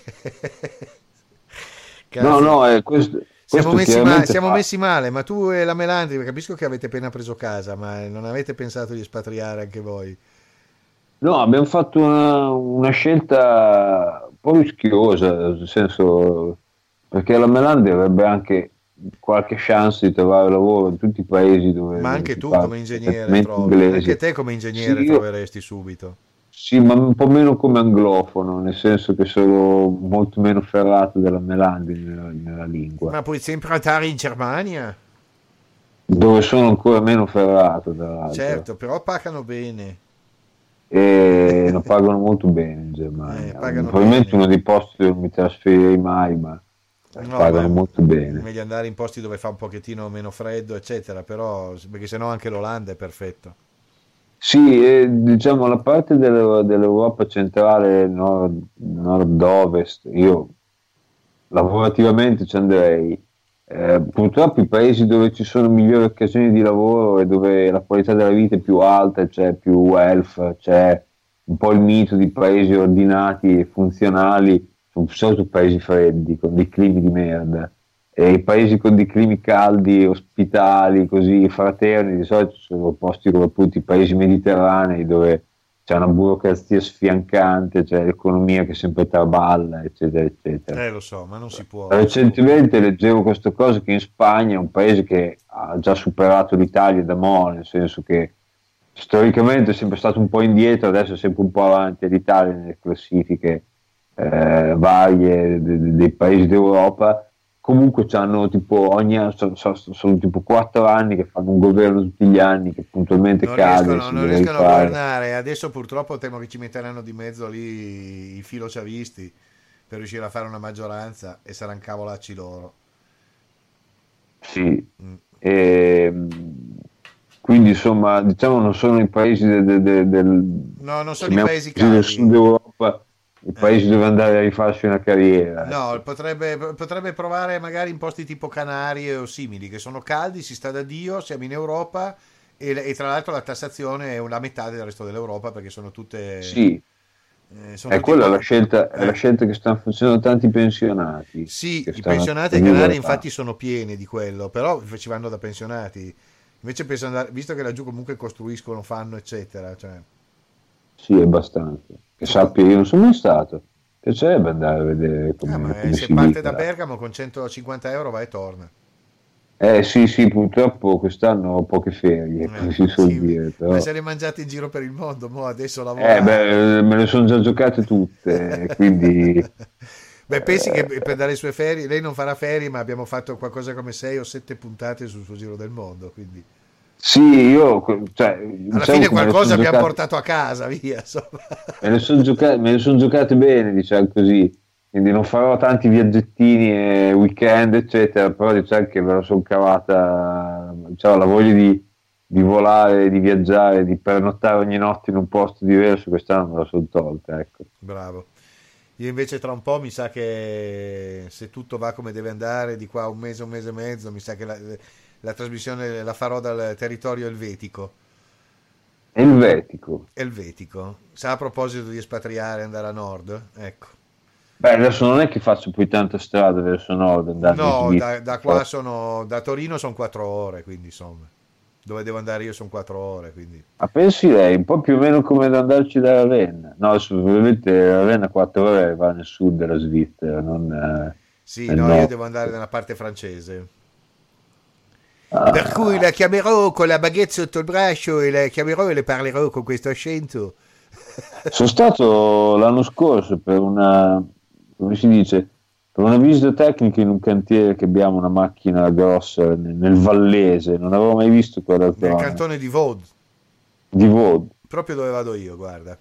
No, Cazzo. no, è questo, Siamo, questo messi, ma- chiaramente siamo fa- messi male, ma tu e la Melandri, capisco che avete appena preso casa, ma non avete pensato di espatriare anche voi? No, abbiamo fatto una, una scelta un po' rischiosa, nel senso, perché la Melandri avrebbe anche qualche chance di trovare lavoro in tutti i paesi dove... Ma anche si tu parla come ingegnere perfettamente trovi, inglese. anche te come ingegnere Sì, io- troveresti subito. Sì, ma un po' meno come anglofono, nel senso che sono molto meno ferrato della Melandri nella, nella lingua, Ma puoi sempre andare in Germania? dove sono ancora meno ferrato, tra l'altro. Certo, però pagano bene. E lo pagano molto bene in Germania. Eh, pagano Probabilmente bene. uno dei posti dove mi trasferirei mai, ma No, pagano ma- molto bene. Meglio andare in posti dove fa un pochettino meno freddo, eccetera, però perché sennò anche l'Olanda è perfetto. Sì, e, diciamo la parte delle- dell'Europa centrale, nord, nord-ovest, io lavorativamente ci andrei, eh, purtroppo i paesi dove ci sono migliori occasioni di lavoro e dove la qualità della vita è più alta, c'è più welfare, c'è un po' il mito di paesi ordinati e funzionali, sono solito paesi freddi con dei climi di merda, e i paesi con dei climi caldi, ospitali, così fraterni, di solito sono posti come appunto i paesi mediterranei, dove c'è una burocrazia sfiancante, c'è l'economia che sempre traballa, eccetera, eccetera. Eh, lo so, ma non si può. Recentemente leggevo questa cosa, che in Spagna è un paese che ha già superato l'Italia da mo', nel senso che storicamente è sempre stato un po' indietro, adesso è sempre un po' avanti l'Italia nelle classifiche eh, varie de- de- dei paesi d'Europa. Comunque c'hanno tipo ogni anno, sono, sono, sono tipo quattro anni che fanno un governo tutti gli anni che puntualmente non cade. riescono, non riescono a governare. Adesso purtroppo temo che ci metteranno di mezzo lì i filociavisti per riuscire a fare una maggioranza, e saranno cavolacci loro. Sì, Mm. e, quindi insomma diciamo non sono i paesi del, del, del, del No, non sono i chiamiamo paesi così, del caldi. sud Europa, i paesi dove andare a rifarsi una carriera. No, potrebbe, potrebbe provare magari in posti tipo Canarie o simili, che sono caldi, si sta da Dio, siamo in Europa, e, e tra l'altro la tassazione è la metà del resto dell'Europa, perché sono tutte... Sì, eh, sono è tutti quella po- la scelta, è la eh. scelta che stanno facendo tanti pensionati. Sì, che i stanno pensionati a a Canarie vivere infatti sono pieni di quello, però ci vanno da pensionati. Invece penso andare, visto che laggiù comunque costruiscono, fanno, eccetera. Cioè... Sì, abbastanza. Che sappia, io non sono mai stato. Piacerebbe andare a vedere come, Ah, ma come se si parte vita. da Bergamo con centocinquanta euro va e torna. Eh sì, sì, purtroppo quest'anno ho poche ferie, Eh, come si suol sì, dire. Però... ma se le mangiate in giro per il mondo, mo adesso lavora. Eh beh, me le sono già giocate tutte, quindi... Beh, pensi che per dare le sue ferie, lei non farà ferie, ma abbiamo fatto qualcosa come sei o sette puntate sul suo giro del mondo, quindi Sì, io... Cioè, alla diciamo fine che me le qualcosa son abbiamo giocate- portato a casa, via, insomma. Me le sono giocate, me le son giocate bene, diciamo così. Quindi non farò tanti viaggettini e weekend, eccetera, però diciamo che me la sono cavata, cioè, la voglia di, di volare, di viaggiare, di pernottare ogni notte in un posto diverso, quest'anno me la sono tolta, ecco. Bravo. Io invece tra un po' mi sa che se tutto va come deve andare, di qua a un mese, un mese e mezzo, mi sa che la, la trasmissione la farò dal territorio elvetico. Elvetico. Elvetico. Sa, a proposito di espatriare e andare a nord? Ecco. Beh, adesso non è che faccio poi tanta strada verso nord, andando in No, Svizzera. da, da qua sono, da Torino sono quattro ore, quindi insomma, dove devo andare io sono quattro ore, quindi... Ma pensi lei, un po' più o meno come ad andarci da Ravenna. No, adesso ovviamente Ravenna quattro ore va nel sud della Svizzera, non... eh, Sì, nel no, io nord. devo andare nella parte francese. Ah, Per cui la chiamerò con la baguette sotto il braccio e la chiamerò e le parlerò con questo accento. sono stato l'anno scorso per una, come si dice, per una visita tecnica in un cantiere che abbiamo, una macchina grossa nel, nel Vallese, non avevo mai visto quella Nel zona cantone di Vaud, di Vaud. proprio dove vado io, guarda.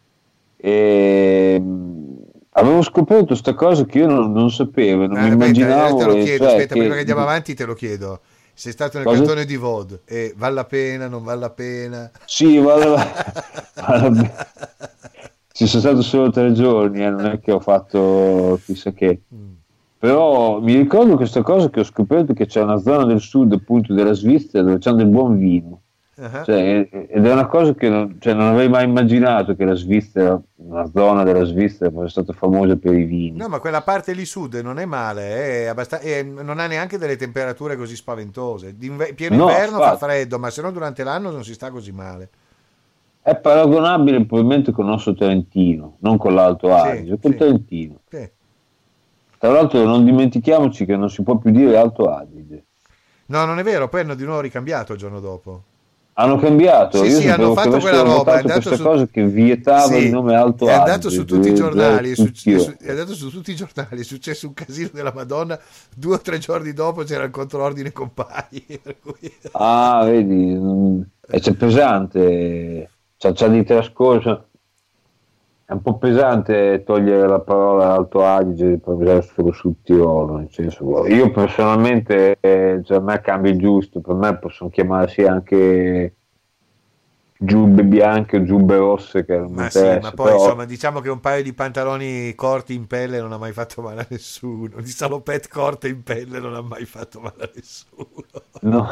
E mh, avevo scoperto sta cosa che io non, non sapevo, non Ah, mi aspetta, immaginavo. te lo e chiedo, cioè aspetta, che- prima che andiamo avanti te lo chiedo. Sei stato nel Cosa? cantone di Vaud e vale la pena, non vale la pena? Sì, vale la- vale la- ci sono stato solo tre giorni, eh, non è che ho fatto chissà che. Però mi ricordo questa cosa che ho scoperto, che c'è una zona del sud appunto della Svizzera dove c'è del buon vino. Ah, Cioè, ed è una cosa che non, cioè, non avrei mai immaginato che la Svizzera, una zona della Svizzera, fosse stata famosa per i vini. No, ma quella parte lì sud non è male, è abbastan- è- non ha neanche delle temperature così spaventose. D'inver- pieno No, inverno fa infatti. freddo, ma se no durante l'anno non si sta così male. È paragonabile probabilmente con il nostro Trentino, non con l'Alto Adige, col sì. Trentino. Sì. Tra l'altro non dimentichiamoci che non si può più dire Alto Adige. No, non è vero, poi hanno di nuovo ricambiato il giorno dopo. Hanno cambiato, Sì, io sì, sapevo hanno che fatto avessero quella roba, è votato andato questa su- cosa che vietava Sì, il nome Alto è Adige. andato su tutti i dove- giornali, è, dove- suc- è su- è andato su tutti i giornali, è successo un casino della Madonna, due o tre giorni dopo c'era il controordine compagni, per cui... Ah, vedi, mm, e c'è pesante, c'ha, c'ha dei trascorsi. È un po' pesante togliere la parola Alto Adige per usare solo sul Tirolo, nel senso, io personalmente, eh, cioè, a me cambia il giusto, per me possono chiamarsi anche giubbe bianche o giubbe rosse che non mi Ma sì, interessa, ma poi però- insomma diciamo che un paio di pantaloni corti in pelle non ha mai fatto male a nessuno, di salopette corte in pelle non ha mai fatto male a nessuno. no.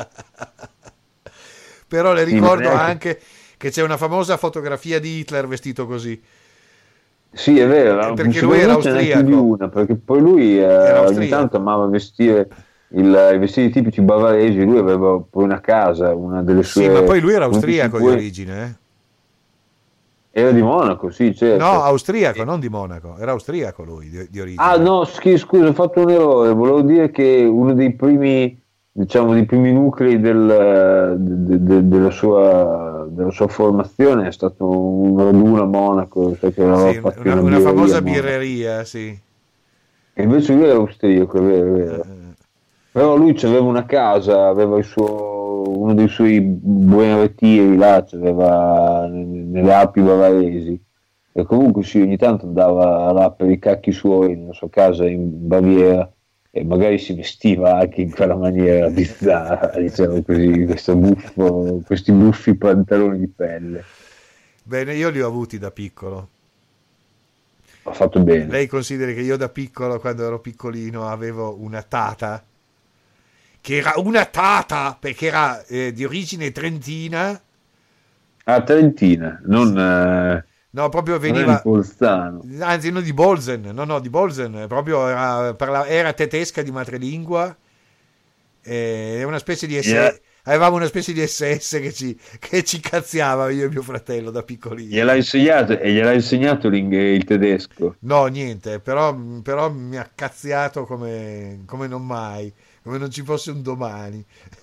Però le Sì, ricordo ma neanche- anche che c'è una famosa fotografia di Hitler vestito così. Sì, è vero, Eh, perché secondo lui era me ce n'è più austriaco. di una, perché poi lui eh, Era ogni austriaco. tanto amava vestire il- i vestiti tipici bavaresi, lui aveva poi una casa, una delle sue... Sì, ma poi lui era una delle austriaco di sue- origine, eh? Era di Monaco, sì, certo. No, austriaco, non di Monaco, era austriaco lui di, di origine. Ah no, schi- scusa, ho fatto un errore, volevo dire che uno dei primi, diciamo, dei primi nuclei del- de- de- della, sua, della sua formazione è stato un raduno a Monaco, so che aveva Sì, fatto una, una birreria famosa a Monaco. birreria, sì. E invece lui era austriaco, è vero, è vero. Eh, Però lui aveva una casa, aveva il suo, uno dei suoi buoni ritiri là, aveva nelle Alpi bavaresi. E comunque sì, ogni tanto andava là per i cacchi suoi nella sua casa in Baviera e magari si vestiva anche in quella maniera bizzarra, diciamo così, questo buffo, questi buffi pantaloni di pelle. Bene, io li ho avuti da piccolo. Ha fatto bene. Lei consideri che io da piccolo, quando ero piccolino, avevo una tata, che era una tata, perché era eh, di origine trentina, Ah, Trentina, non, eh, no, proprio non è di veniva, Bolzano. anzi non di Bolzen, no, no, di Bolzen, proprio era, parla- era tedesca di madrelingua, eh, è una specie di S S, Yeah. avevamo una specie di S S che ci, che ci cazziava io e mio fratello da piccolino. Gliel'ha insegnato e gliel'ha insegnato l'ing- il tedesco. No, niente, però, però mi ha cazziato come, come non mai, come non ci fosse un domani.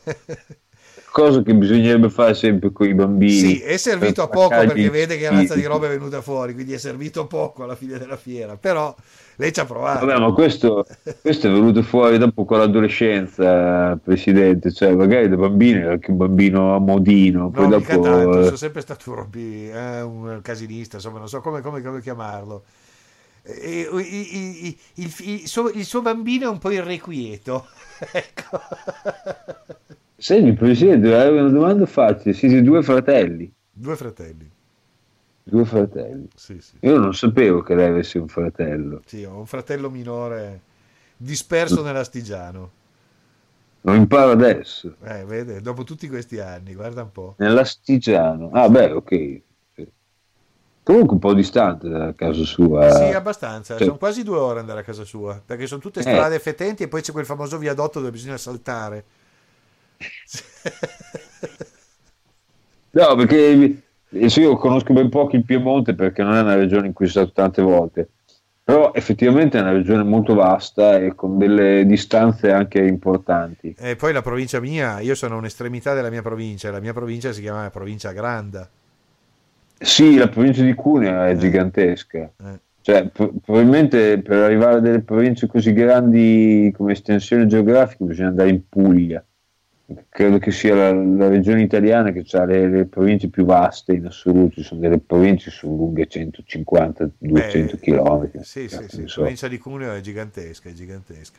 Cosa che bisognerebbe fare sempre con i bambini. Sì, è servito a per poco spaccargli perché vede che il razza di spirito. roba è venuta fuori, quindi è servito poco alla fine della fiera, però lei ci ha provato. Vabbè, ma questo, questo è venuto fuori dopo con l'adolescenza, Presidente, cioè magari da bambino era anche un bambino a modino, poi No, mica dopo... tanto, eh, sono sempre stato un, robbi- eh, un casinista, insomma, non so come, come- come chiamarlo. E- e- i- i- i- il, il suo, il suo bambino è un po' irrequieto. Ecco. Senti, Presidente, avevo una domanda facile, siete due fratelli, Due fratelli. due fratelli. Sì, sì. Io non sapevo che lei avesse un fratello, Sì, ho un fratello minore disperso nell'Astigiano. lo imparo adesso, Eh, vede, dopo tutti questi anni, guarda un po'. nell'Astigiano. Ah beh, ok. Sì. Comunque un po' distante da casa sua. Sì, abbastanza. Sì. Sono quasi due ore andare a casa sua, perché sono tutte Eh. strade fetenti e poi c'è quel famoso viadotto dove bisogna saltare. No, perché adesso io conosco ben poco il Piemonte perché non è una regione in cui sono stato tante volte, però effettivamente è una regione molto vasta e con delle distanze anche importanti. E poi la provincia mia, io sono un'estremità della mia provincia, e la mia provincia si chiama Provincia Granda. Sì, la provincia di Cuneo è gigantesca, Eh. cioè pro- probabilmente per arrivare a delle province così grandi come estensione geografica bisogna andare in Puglia. Credo che sia la, la regione italiana che ha le, le province più vaste in assoluto, ci sono delle province su lunghe centocinquanta duecento Beh, chilometri. Sì, sì, Non sì, la so. provincia di Cuneo è gigantesca, è gigantesca.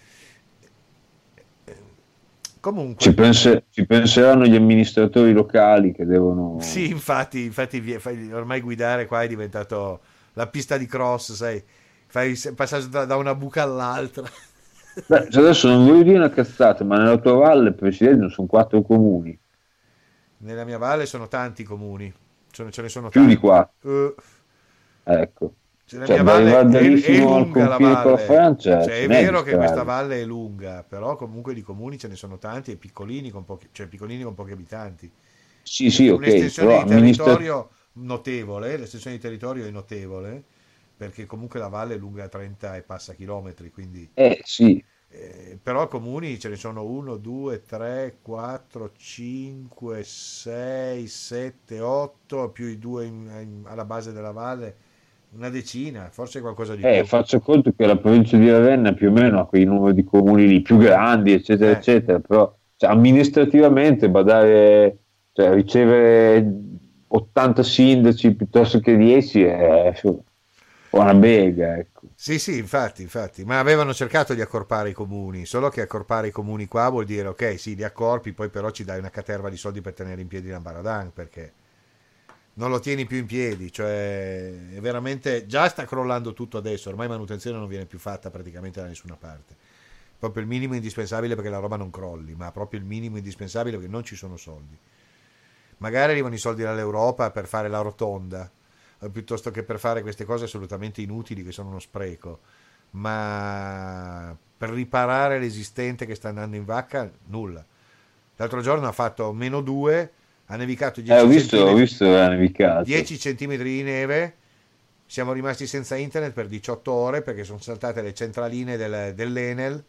Eh, Comunque, Ci, pense- ci penseranno gli amministratori locali che devono... sì, infatti, infatti vi- fai- ormai guidare qua è diventato la pista di cross, sai, fai se- passare da, da una buca all'altra. Beh, cioè adesso non voglio dire una cazzata, ma nella tua valle, Presidente, sono quattro comuni, Nella mia valle sono tanti comuni, ce ne, ce ne sono più tanti. di quattro, Eh, ecco. cioè, la Cioè, mia da valle arrivare è, è benissimo al lunga la confine con la valle. Francia, Cioè, è ce n'è di vero che questa strade. valle è lunga, però comunque di comuni ce ne sono tanti e piccolini con pochi, cioè piccolini con pochi abitanti. Sì, sì, ok, Un'estensione però di amministra- territorio notevole, l'estensione di territorio è notevole, perché comunque la valle è lunga trenta e passa chilometri, quindi Eh sì, eh, però comuni ce ne sono uno, due, tre, quattro, cinque, sei, sette, otto, più i due in- in- alla base della valle, una decina, forse qualcosa di eh, più. faccio conto che la provincia di Ravenna più o meno ha quei numeri di comuni lì più grandi, eccetera, Eh. eccetera, però cioè, amministrativamente badare, cioè, ricevere ottanta sindaci piuttosto che dieci è... O una bega, ecco. Sì, sì, infatti, infatti, ma avevano cercato di accorpare i comuni, solo che accorpare i comuni qua vuol dire, ok, sì, li accorpi, poi però ci dai una caterva di soldi per tenere in piedi l'Ambaradan, perché non lo tieni più in piedi, cioè è veramente, già sta crollando tutto adesso, ormai manutenzione non viene più fatta praticamente da nessuna parte, proprio il minimo indispensabile perché la roba non crolli, ma proprio il minimo indispensabile perché non ci sono soldi. Magari arrivano i soldi dall'Europa per fare la rotonda, piuttosto che per fare queste cose assolutamente inutili che sono uno spreco, ma per riparare l'esistente che sta andando in vacca nulla. L'altro giorno ha fatto meno due, ha nevicato Eh, ho dieci visto, ho centimetri, visto che era nevicato. dieci centimetri di neve, siamo rimasti senza internet per diciotto ore perché sono saltate le centraline del, dell'Enel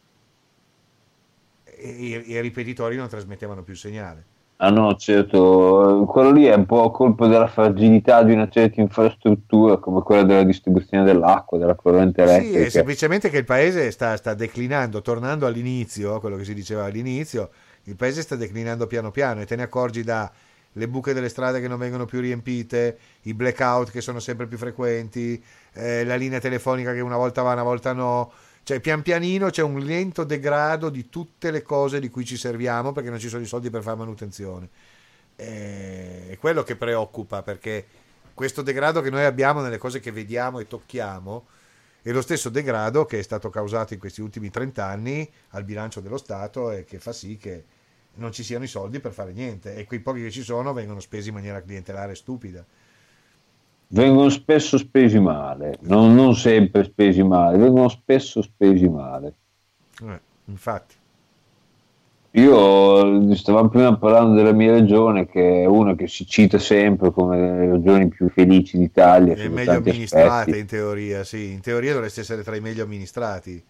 e i, i ripetitori non trasmettevano più segnale. Ah no, certo, quello lì è un po' colpa della fragilità di una certa infrastruttura come quella della distribuzione dell'acqua, della corrente Sì, elettrica. è semplicemente che il paese sta, sta declinando, tornando all'inizio, quello che si diceva all'inizio, il paese sta declinando piano piano e te ne accorgi da le buche delle strade che non vengono più riempite, i blackout che sono sempre più frequenti, eh, la linea telefonica che una volta va, una volta no. Cioè pian pianino c'è un lento degrado di tutte le cose di cui ci serviamo perché non ci sono i soldi per fare manutenzione. È quello che preoccupa, perché questo degrado che noi abbiamo nelle cose che vediamo e tocchiamo è lo stesso degrado che è stato causato in questi ultimi trenta anni al bilancio dello Stato e che fa sì che non ci siano i soldi per fare niente e quei pochi che ci sono vengono spesi in maniera clientelare stupida. Vengono spesso spesi male, non, non sempre spesi male, vengono spesso spesi male. Eh, infatti. Io stavamo prima parlando della mia regione, che è una che si cita sempre come le regioni più felici d'Italia. È meglio amministrate in teoria, sì, in teoria dovreste essere tra i meglio amministrati.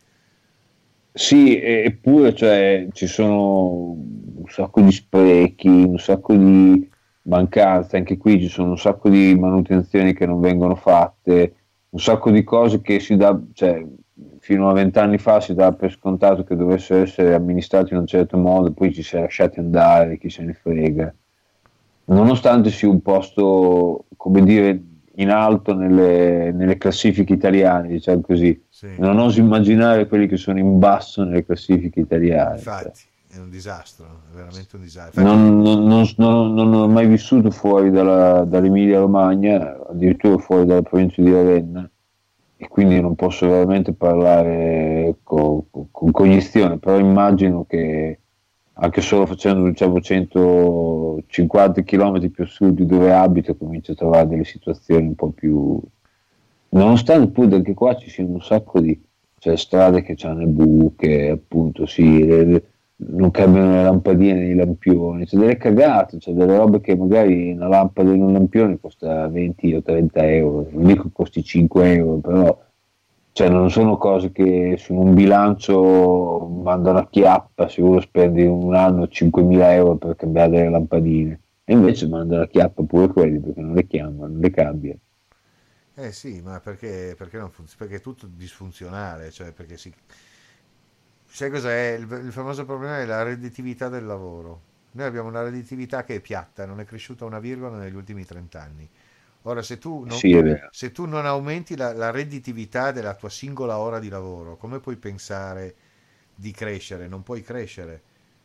Sì, eppure cioè, ci sono un sacco di sprechi, un sacco di mancanze, anche qui ci sono un sacco di manutenzioni che non vengono fatte, un sacco di cose che si dà, cioè fino a vent'anni fa si dà per scontato che dovessero essere amministrati in un certo modo, poi ci si è lasciati andare, chi se ne frega. Nonostante sia un posto, come dire, in alto nelle, nelle classifiche italiane, diciamo così. Sì. Non oso immaginare quelli che sono in basso nelle classifiche italiane. Infatti. È un disastro, è veramente un disastro. Non, non, non, non, non ho mai vissuto fuori dalla, dall'Emilia Romagna, addirittura fuori dalla provincia di Ravenna, e quindi non posso veramente parlare con, con cognizione, però immagino che anche solo facendo diciamo centocinquanta chilometri più a sud di dove abito comincio a trovare delle situazioni un po' più, nonostante pure anche qua ci siano un sacco di cioè, strade che hanno le buche, appunto sì, le, non cambiano le lampadine nei lampioni, c'è delle cagate, c'è delle robe che magari una lampada in un lampione costa venti o trenta euro, non dico costi cinque euro, però cioè non sono cose che su un bilancio mandano a chiappa se uno spende un anno cinquemila euro per cambiare le lampadine, e invece mandano a chiappa pure quelli perché non le chiamano, non le cambiano. Eh sì, ma perché, perché, non funziona? Perché è tutto disfunzionale, cioè perché si... Sai cos'è? Il, il famoso problema è la redditività del lavoro. Noi abbiamo una redditività che è piatta, non è cresciuta una virgola negli ultimi trenta anni. Ora, se tu non, Sì, è vero. se tu non aumenti la, la redditività della tua singola ora di lavoro, come puoi pensare di crescere? Non puoi crescere.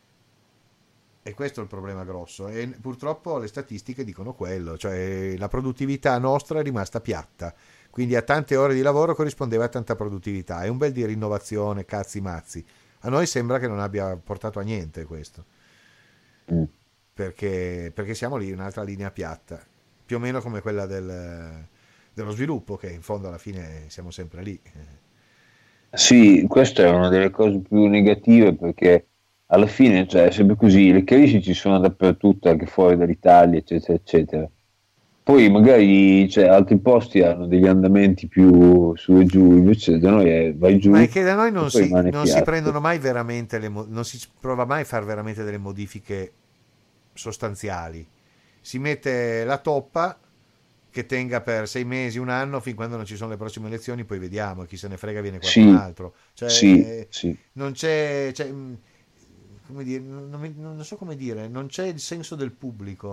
E questo è il problema grosso. E purtroppo le statistiche dicono quello, cioè la produttività nostra è rimasta piatta. Quindi a tante ore di lavoro corrispondeva a tanta produttività. È un bel dire innovazione, cazzi mazzi. A noi sembra che non abbia portato a niente questo. Mm. Perché, perché siamo lì, un'altra linea piatta. Più o meno come quella del, dello sviluppo, che in fondo alla fine siamo sempre lì. Sì, questa è una delle cose più negative perché alla fine cioè, è sempre così, le crisi ci sono dappertutto, anche fuori dall'Italia, eccetera, eccetera. Poi magari cioè, altri posti hanno degli andamenti più su e giù, invece da noi è vai giù. Ma è che da noi non, si, non si piatto. prendono mai veramente, le, non si prova mai a fare veramente delle modifiche sostanziali. Si mette la toppa che tenga per sei mesi, un anno, fin quando non ci sono le prossime elezioni, poi vediamo, chi se ne frega viene qualcun sì, altro. Cioè, sì, eh, sì. Non c'è... Cioè, come dire, non, non so come dire, non c'è il senso del pubblico.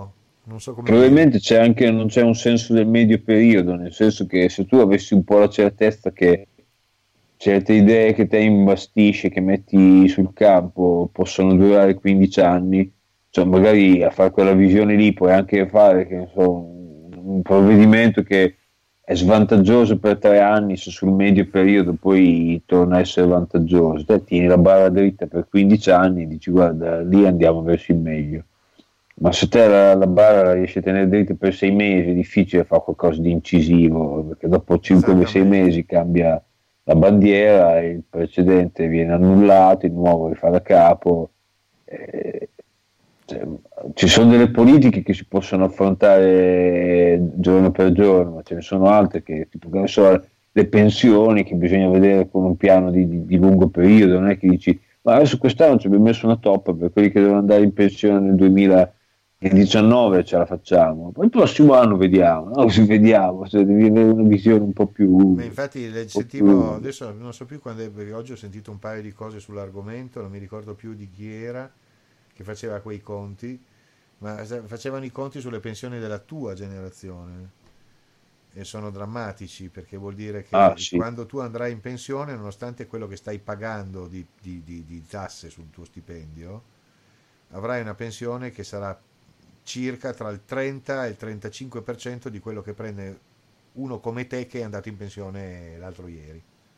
Non so come Probabilmente c'è anche, non c'è un senso del medio periodo, nel senso che se tu avessi un po' la certezza che certe idee che te imbastisci, che metti sul campo, possono durare quindici anni, cioè magari a fare quella visione lì puoi anche fare, che ne so, un, un provvedimento che è svantaggioso per tre anni, se sul medio periodo poi torna a essere vantaggioso, te tieni la barra dritta per quindici anni e dici guarda, lì andiamo verso il meglio. Ma se te la, la barra la riesci a tenere dritta per sei mesi è difficile fare qualcosa di incisivo, perché dopo cinque sei mesi cambia la bandiera, il precedente viene annullato, il nuovo rifà da capo. Eh, cioè, ci sono delle politiche che si possono affrontare giorno per giorno, ma ce ne sono altre che, tipo, che ne so, le pensioni, che bisogna vedere con un piano di, di, di lungo periodo, non è che dici ma adesso quest'anno ci abbiamo messo una toppa per quelli che devono andare in pensione nel duemiladiciannove, ce la facciamo, poi il prossimo anno vediamo, no? Si vediamo, cioè, devi avere una visione un po' più. Beh, infatti sentivo, adesso non so più quando, perché oggi ho sentito un paio di cose sull'argomento, non mi ricordo più di chi era che faceva quei conti, ma facevano i conti sulle pensioni della tua generazione e sono drammatici, perché vuol dire che ah, sì. quando tu andrai in pensione, nonostante quello che stai pagando di, di, di, di tasse sul tuo stipendio, avrai una pensione che sarà circa tra il trenta e il trentacinque per cento di quello che prende uno come te che è andato in pensione l'altro ieri.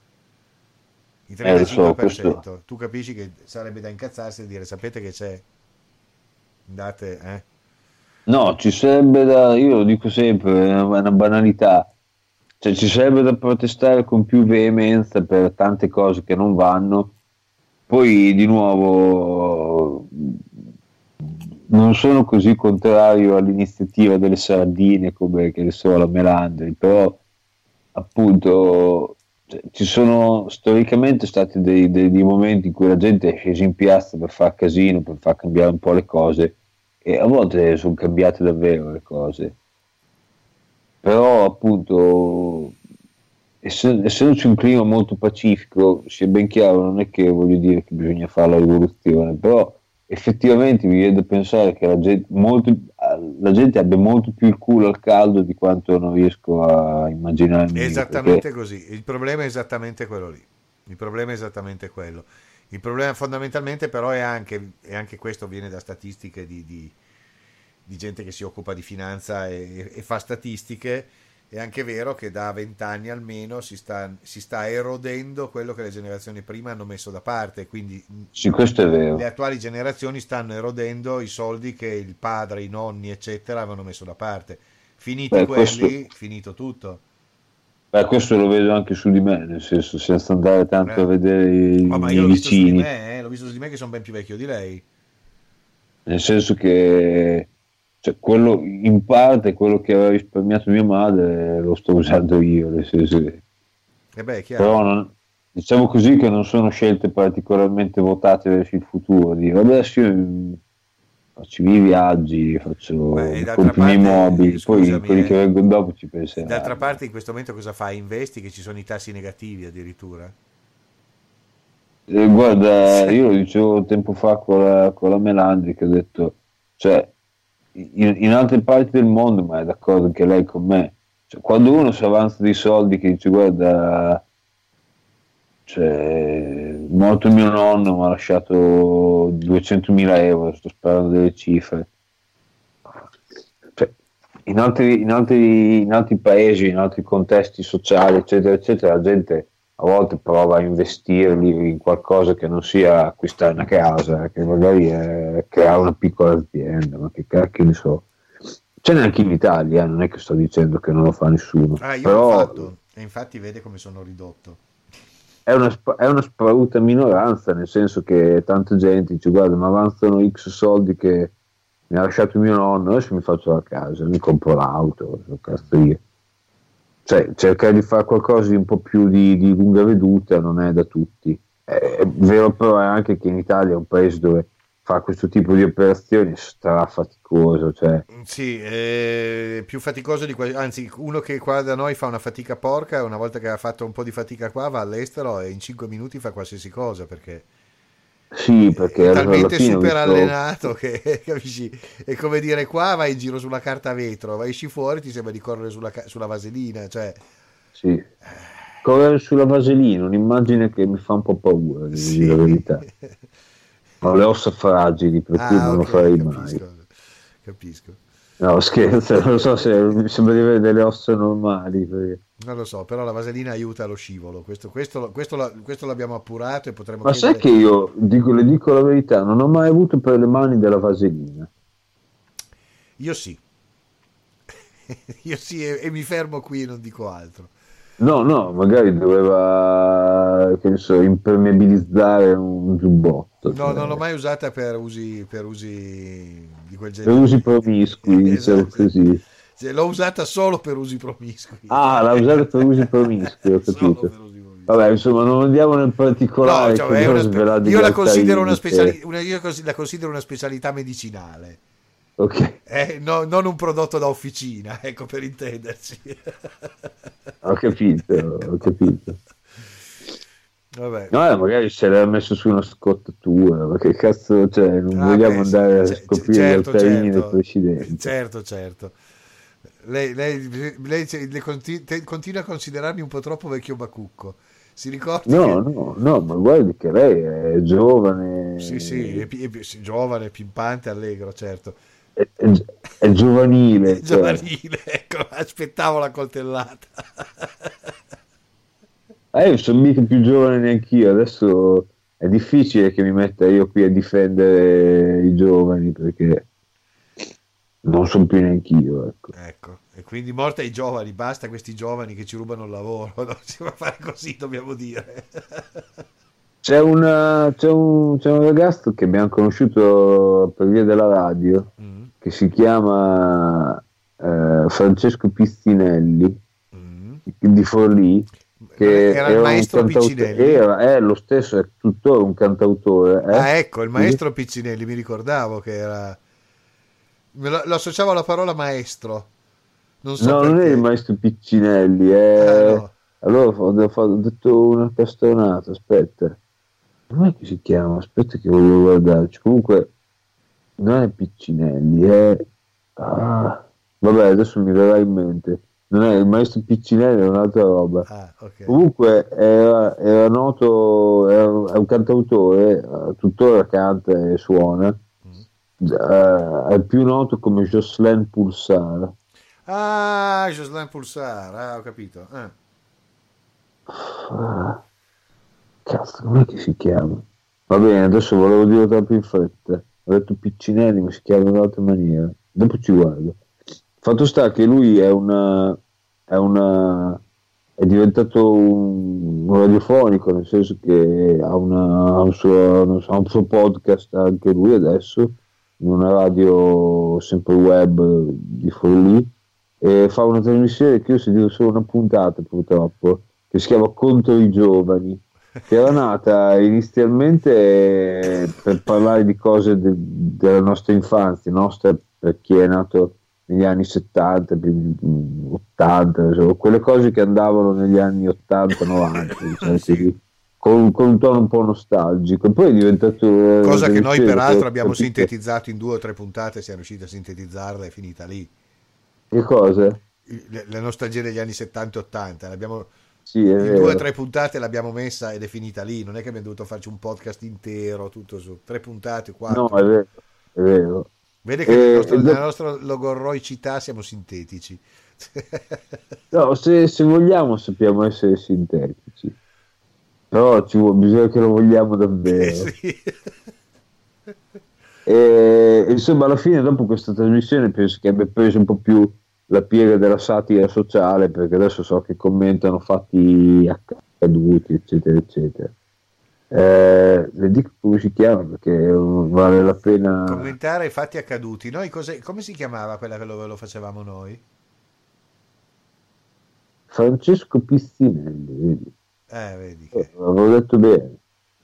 Il trentacinque per cento. Eh, so, tu capisci che sarebbe da incazzarsi e dire sapete che c'è? Andate, eh? No, ci sarebbe da, io lo dico sempre, è una banalità, cioè ci sarebbe da protestare con più veemenza per tante cose che non vanno. Poi di nuovo non sono così contrario all'iniziativa delle sardine come, che ne so, la Melandri, però appunto cioè, ci sono storicamente stati dei, dei, dei momenti in cui la gente è scesa in piazza per far casino, per far cambiare un po' le cose, e a volte sono cambiate davvero le cose, però appunto essendoci un clima molto pacifico, sia ben chiaro, non è che voglio dire che bisogna fare la rivoluzione, però effettivamente mi viene da pensare che la gente, molto, la gente abbia molto più il culo al caldo di quanto non riesco a immaginare. Esattamente perché... così, il problema è esattamente quello lì, il problema è esattamente quello. Il problema fondamentalmente però è anche, e anche questo viene da statistiche di, di, di gente che si occupa di finanza e, e fa statistiche, è anche vero che da vent'anni almeno si sta, si sta erodendo quello che le generazioni prima hanno messo da parte, quindi sì, questo è vero. Le attuali generazioni stanno erodendo i soldi che il padre, i nonni eccetera avevano messo da parte. Finiti Beh, quelli, questo... finito tutto. Beh, questo lo vedo anche su di me, nel senso, senza andare tanto eh. a vedere i, oh, ma i io l'ho visto vicini. Su di me, eh? L'ho visto su di me che sono ben più vecchio di lei. Nel senso che cioè, quello, in parte quello che aveva risparmiato mia madre lo sto usando io, nel senso che... eh beh, è chiaro. Però non, diciamo così che non sono scelte particolarmente votate verso il futuro. Dire, adesso io faccio i miei viaggi, faccio compro i miei mobili, scusami, poi quelli eh, che vengono dopo ci penseranno. D'altra parte in questo momento cosa fai? Investi, che ci sono i tassi negativi addirittura? Eh, guarda, io lo dicevo tempo fa con la, con la Melandri, che ho detto, cioè, in, in altre parti del mondo, ma è d'accordo anche lei con me, cioè, quando uno si avanza dei soldi che dice, guarda, cioè, morto mio nonno mi ha lasciato duecentomila euro, sto sparando delle cifre, cioè, in, altri, in, altri, in altri paesi, in altri contesti sociali, eccetera, eccetera, la gente a volte prova a investirli in qualcosa che non sia acquistare una casa, che magari è creare una piccola azienda, ma che cacchio ne so. C'è neanche in Italia, eh, non è che sto dicendo che non lo fa nessuno. Ah, io però l'ho fatto, e infatti vede come sono ridotto. È una, è una sparuta minoranza, nel senso che tanta gente dice, guarda, mi avanzano X soldi che mi ha lasciato mio nonno, adesso mi faccio la casa, mi compro l'auto, cazzo io. Cioè, cercare di fare qualcosa di un po' più di, di lunga veduta non è da tutti. È vero però è anche che in Italia è un paese dove fare questo tipo di operazioni è strafaticoso. Cioè. Sì, è più faticoso di que- anzi, uno che qua da noi fa una fatica porca, una volta che ha fatto un po' di fatica qua va all'estero e in cinque minuti fa qualsiasi cosa, perché Sì, perché è alla talmente fine ho super visto- allenato che capisci? È come dire qua vai in giro sulla carta vetro, vai esci fuori ti sembra di correre sulla, ca- sulla vaselina, cioè Sì. Correre sulla vaselina, un'immagine che mi fa un po' paura, devo sì. dire la verità. Ho le ossa fragili, per cui Ah, non lo ok, farei mai. capisco, capisco. No, scherzo, non so se mi sembra di avere delle ossa normali. Perché... Non lo so, però la vaselina aiuta allo scivolo, questo, questo, questo, la- questo l'abbiamo appurato e potremmo Ma sai chiedere... che io, dico, le dico la verità, non ho mai avuto per le mani della vaselina. Io sì, io sì e, e mi fermo qui e non dico altro. No, no, magari doveva, che ne so, impermeabilizzare un giubbotto. No, cioè, non l'ho mai usata per usi, per usi di quel per genere. usi promiscui, diciamo Esatto. così. Cioè, l'ho usata solo per usi promiscui. Ah, l'ha usata per usi promiscui, ho Solo capito. per usi promiscui. Vabbè, insomma, non andiamo nel No, particolare, cioè, che è devo una spe- svelare di io, la realtà considero una intime. speciali- una- io cos- la considero una specialità medicinale, Ok, eh, no- non un prodotto da officina, ecco, per intenderci. ho capito, ho capito. Vabbè. No, eh, magari se l'ha messo su una scottatura, ma che cazzo, cioè, non Ah, vogliamo beh, sì, andare a c- scoprire certo, le altarini certo. del precedente. Certo, certo. Lei, lei- lei ce- le conti- te- continua a considerarmi un po' troppo vecchio bacucco. Si ricordi No, che... no, no, ma guardi che lei è giovane, Sì, sì, è, pi- è pi- sì, giovane, pimpante, allegro, certo. è, è, è giovanile, cioè. Giovanile, ecco, aspettavo la coltellata. Eh, io sono mica più giovane neanch'io, adesso è difficile che mi metta io qui a difendere i giovani perché non sono più neanch'io, ecco. Ecco, e quindi morta ai giovani, basta questi giovani che ci rubano il lavoro, non si può fare così, dobbiamo dire. C'è, una, c'è, un, c'è un ragazzo che abbiamo conosciuto per via della radio Mm, che si chiama eh, Francesco Pistinelli mm. di Forlì, che Era il un maestro cantautore- Piccinelli? era, è lo stesso, è tuttora un cantautore, eh? Ah, ecco, il maestro Piccinelli, mi ricordavo che era... Me lo, lo associavo alla parola maestro. Non so No, non è perché. il maestro Piccinelli, è... Ah, no. Allora ho, ho- ho detto una castronata, aspetta. Come si chiama? Aspetta che voglio guardarci. Comunque non è Piccinelli, è... Ah, vabbè, adesso mi verrà in mente. Non è il maestro Piccinelli, è un'altra roba. Ah, ok. Comunque era, era noto, era, è un cantautore, eh, tuttora canta e suona, eh, è più noto come Jocelyn Pulsar. Ah, Jocelyn Pulsar, ah, ho capito. Ah. Ah, cazzo, com'è che si chiama? Va bene, adesso volevo dire troppo in fretta. Ho detto Piccinelli, ma si chiama in un'altra maniera. Dopo ci guardo. Fatto sta che lui è una è una è diventato un, un radiofonico, nel senso che ha, una, ha, un suo, non so, ha un suo podcast anche lui adesso, in una radio sempre web di Forlì, e fa una trasmissione che io ho sentito solo una puntata purtroppo, che si chiama Contro i giovani, che era nata inizialmente per parlare di cose de- della nostra infanzia, nostra per chi è nato negli anni settanta, ottanta, insomma, quelle cose che andavano negli anni ottanta novanta, diciamo così, con, con un tono un po' nostalgico. Poi è diventato eh, Cosa che noi peraltro ho abbiamo capito- sintetizzato in due o tre puntate, siamo riusciti a sintetizzarla, è finita lì. Che cosa? Il- La nostalgia degli anni settanta e ottanta, l'abbiamo... Sì, è in vero. due o tre puntate l'abbiamo messa ed è finita lì, non è che abbiamo dovuto farci un podcast intero, tutto su tre puntate, quattro. No, è vero, è vero. Vede che Eh, nel nostro- e nella dopo- nostra logorroicità siamo sintetici. No, se, se vogliamo sappiamo essere sintetici, però ci vuole, bisogna che lo vogliamo davvero. Eh, sì. E, insomma, alla fine, dopo questa trasmissione, penso che abbia preso un po' più la piega della satira sociale, perché adesso so che commentano fatti accaduti, eccetera, eccetera. Eh, le dico come si chiama perché vale la pena. Commentare i fatti accaduti. Noi cos'è- come si chiamava quella che lo, lo facevamo noi? Francesco Pistinelli, vedi? Eh, vedi Eh, che... avevo detto bene,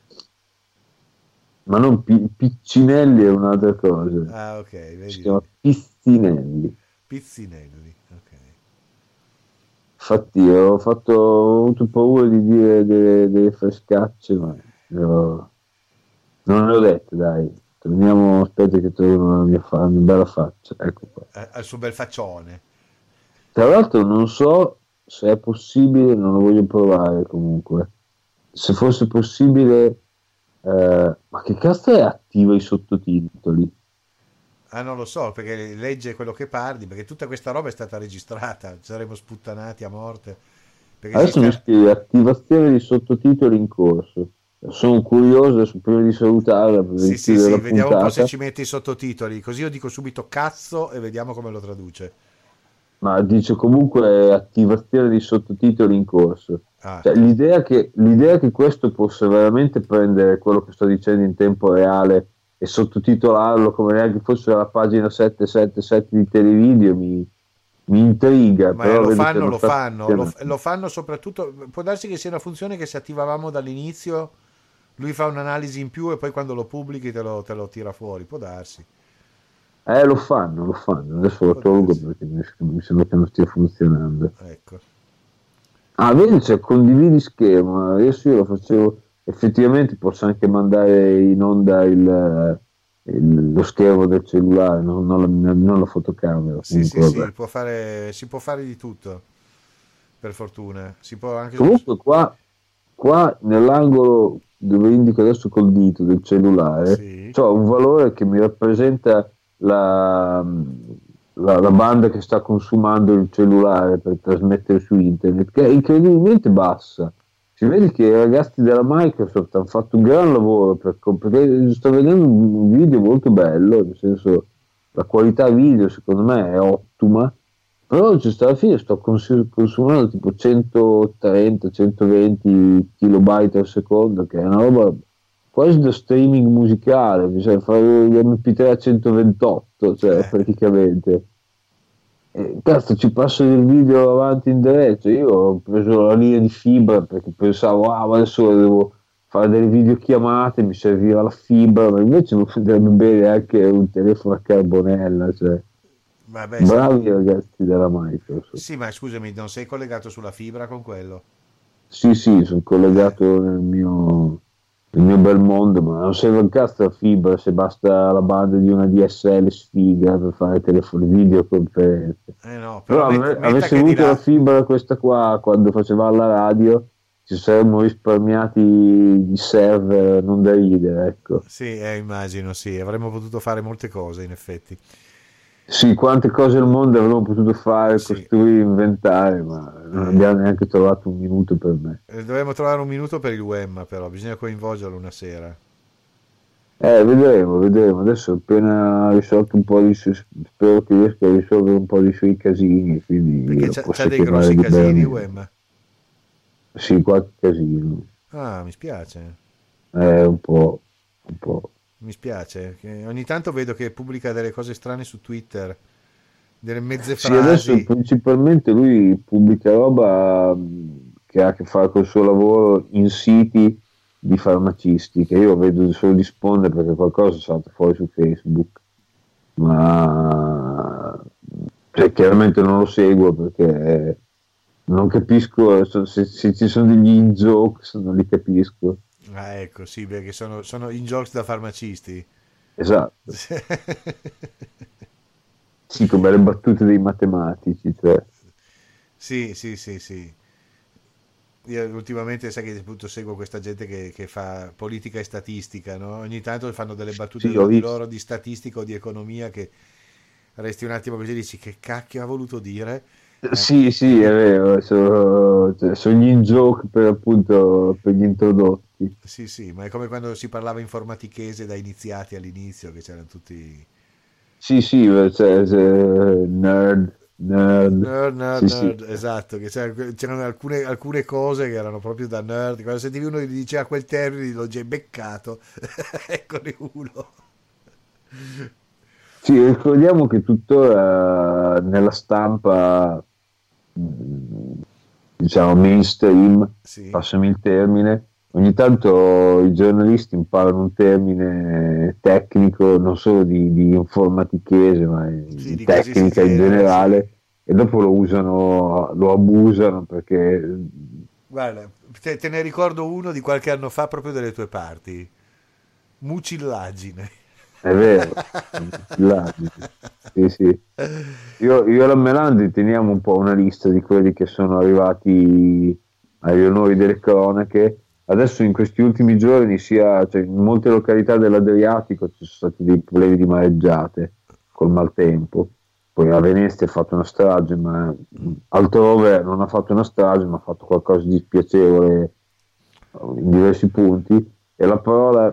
ma non Pi- Piccinelli è un'altra cosa, Ah, ok, si vedi. chiama Pistinelli. Pizzinelli, ok. Infatti ho fatto ho avuto paura di dire delle, delle frescacce, ma no, Non le ho dette, dai. Torniamo, aspetta che trovo la mia, fa- la mia bella faccia. Ecco qua. Eh, al suo bel faccione. Tra l'altro non so se è possibile, non lo voglio provare comunque. Se fosse possibile, eh, ma che cazzo è attiva i sottotitoli? Ah, non lo so, perché legge quello che parli, perché tutta questa roba è stata registrata, ci saremmo sputtanati a morte. Perché Adesso si mi sta- scrive attivazione di sottotitoli in corso. Sono curioso, adesso prima di salutarla, per Sì, sì, chiudere sì, la vediamo un po' se puntata, ci mette i sottotitoli, così io dico subito cazzo e vediamo come lo traduce. ma dice comunque attivazione di sottotitoli in corso. Ah, Cioè, l'idea che, l'idea che questo possa veramente prendere quello che sto dicendo in tempo reale e sottotitolarlo come neanche fosse la pagina settecentosettantasette di Televideo mi, mi intriga. ma però lo vedo che fanno, non lo sta fanno, lo, funzionando. lo fanno soprattutto, può darsi che sia una funzione che se attivavamo dall'inizio, lui fa un'analisi in più e poi quando lo pubblichi te lo, te lo tira fuori, può darsi. Eh, lo fanno, lo fanno. Adesso lo Può tolgo darsi. perché mi, mi sembra che non stia funzionando. Ecco. Ah, vedi, c'è condividi schermo. Adesso io lo facevo. Effettivamente posso anche mandare in onda il, il- lo schermo del cellulare, non, non la, non la fotocamera. Sì, sì, Comunque, vabbè. sì, può fare, si può fare di tutto, per fortuna. Si può anche... Comunque qua, qua nell'angolo dove indico adesso col dito del cellulare, Sì. c'ho un valore che mi rappresenta la, la, la banda che sta consumando il cellulare per trasmettere su internet, che è incredibilmente bassa. Si vede che i ragazzi della Microsoft hanno fatto un gran lavoro per, perché sto vedendo un video molto bello, nel senso la qualità video secondo me è ottima, però cioè, alla fine sto cons- consumando tipo centotrenta centoventi kilobyte al secondo, che è una roba quasi da streaming musicale, bisogna fare gli M P tre a centoventotto, cioè Eh. praticamente. E, cazzo, ci passo il video avanti e indietro. Io ho preso la linea di fibra perché pensavo, ah, ma adesso devo fare delle videochiamate, mi serviva la fibra, ma invece mi andrebbe bene anche un telefono a carbonella, cioè. Vabbè, sì. Bravi ragazzi della Microsoft. Sì, ma scusami, non sei collegato sulla fibra con quello? Sì, sì, sono collegato nel mio, nel mio bel mondo, ma non serve un cazzo la fibra se basta la banda di una D S L sfiga per fare telefoni videoconferenze. Eh no, Però però met- ave- metta avessi che di avuto là... la fibra questa qua quando faceva la radio, ci saremmo risparmiati i server non da ridere, ecco. Sì, eh, immagino, sì, avremmo potuto fare molte cose in effetti. Sì, quante cose al mondo avremmo potuto fare, Sì. costruire, inventare, ma non abbiamo neanche trovato un minuto per me. Eh, Dovremmo trovare un minuto per il Wemma, però bisogna coinvolgerlo una sera. Eh, vedremo, vedremo. Adesso appena risolto un po' di su- spero che riesca a risolvere un po' di suoi casini, quindi Perché lo c'ha, posso c'ha dei chiamare grossi casini, liberamente. Wemma. Sì, qualche casino. Ah, mi spiace. Eh, un po', un po'. Mi spiace. Che ogni tanto vedo che pubblica delle cose strane su Twitter, delle mezze Sì, adesso frasi. principalmente lui pubblica roba mh, che ha a che fare col suo lavoro in siti di farmacisti, che io vedo solo di sponda perché qualcosa è salta fuori su Facebook, ma cioè, chiaramente non lo seguo perché non capisco se, se- se ci sono degli in-jokes, non li capisco. Ah, ecco, sì, perché sono, sono in jokes da farmacisti. Esatto, sì, come le battute dei matematici, cioè. Sì, sì, sì, sì. Io ultimamente sai che appunto seguo questa gente che, che fa politica e statistica, no? Ogni tanto fanno delle battute Sì, ho di visto. loro di statistica o di economia che resti un attimo così e dici che cacchio ha voluto dire? Eh, Sì, sì, è vero, sono, cioè, sono gli in-joke per appunto per gli introdotti. sì, sì, ma è come quando si parlava informatichese da iniziati all'inizio, che c'erano tutti Sì, sì, cioè, cioè, nerd, nerd. nerd, nerd, Sì, nerd, sì. esatto, che c'era- c'erano alcune, alcune cose che erano proprio da nerd. Quando sentivi uno che gli diceva quel termine, l'ho già beccato, eccone uno. Sì, ricordiamo che tuttora nella stampa, mh, diciamo, mainstream, Sì. passami il termine, ogni tanto i giornalisti imparano un termine tecnico, non solo di, di informatichese, ma Sì, di di qualsiasi tecnica in genere, generale, sì. e dopo lo usano, lo abusano perché Guarda, te, te ne ricordo uno di qualche anno fa proprio dalle tue parti. Mucillagine. È vero. Mucillagine. Sì, sì. Io, io e la Melandi teniamo un po' una lista di quelli che sono arrivati agli onori delle cronache. Adesso in questi ultimi giorni sia, cioè, in molte località dell'Adriatico ci sono stati dei problemi di mareggiate col maltempo. Poi a Venezia ha fatto una strage, ma altrove non ha fatto una strage, ma ha fatto qualcosa di spiacevole in diversi punti. E la parola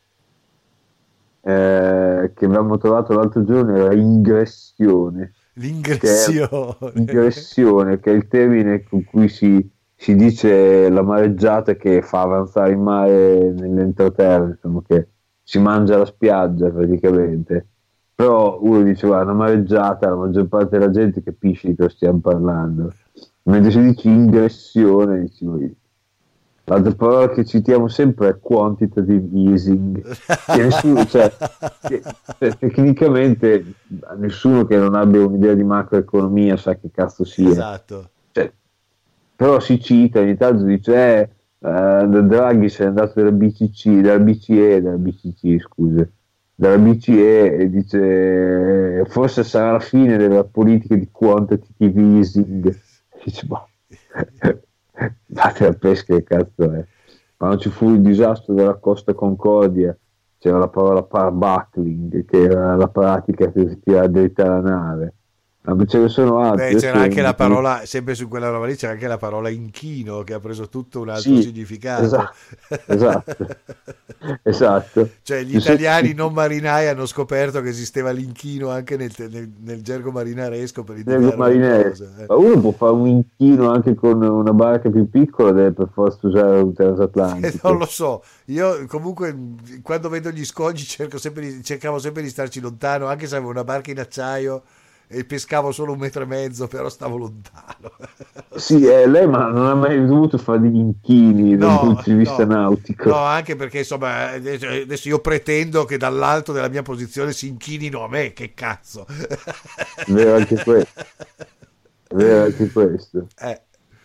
eh, che abbiamo trovato l'altro giorno era ingressione. L'ingressione. Che è, ingressione, che è il termine con cui si, si dice la mareggiata che fa avanzare il mare nell'entroterra, insomma, che si mangia la spiaggia praticamente. Però uno dice, guarda, una mareggiata, la maggior parte della gente capisce di cosa stiamo parlando. Mentre se dici ingressione, dici, l'altra parola che citiamo sempre è quantitative easing. Che nessuno, cioè, che, cioè, tecnicamente nessuno che non abbia un'idea di macroeconomia sa che cazzo sia. Esatto. Cioè, però si cita, ogni tanto dice, eh, uh, Draghi se n'è andato dalla B C C, dalla B C E, dalla B C C, scusa. dalla B C E e dice forse sarà la fine della politica di quantitative easing. Dice, boh, fate la pesca, che cazzo è. Quando ci fu il disastro della Costa Concordia c'era la parola parbuckling, che era la pratica per tirare dritta la nave. Ma ce ne sono altri. Beh, c'era anche la parola, sempre su quella roba lì, c'era anche la parola inchino, che ha preso tutto un altro sì, significato. Esatto, esatto, esatto. Cioè gli italiani non marinai hanno scoperto che esisteva l'inchino anche nel, nel, nel gergo marinaresco per indicare marinaresco. Cosa, eh. Ma uno può fare un inchino anche con una barca più piccola, deve per forza usare un transatlantico. Eh, non lo so, io comunque quando vedo gli scogli cerco sempre di, cercavo sempre di starci lontano, anche se avevo una barca in acciaio e pescavo solo un metro e mezzo, però stavo lontano. Sì, eh, lei ma non ha mai dovuto fare degli inchini dal No, punto di vista no, nautico. no, anche perché insomma adesso io pretendo che dall'alto della mia posizione si inchinino a me, che cazzo. È vero anche questo. È vero anche questo. Eh.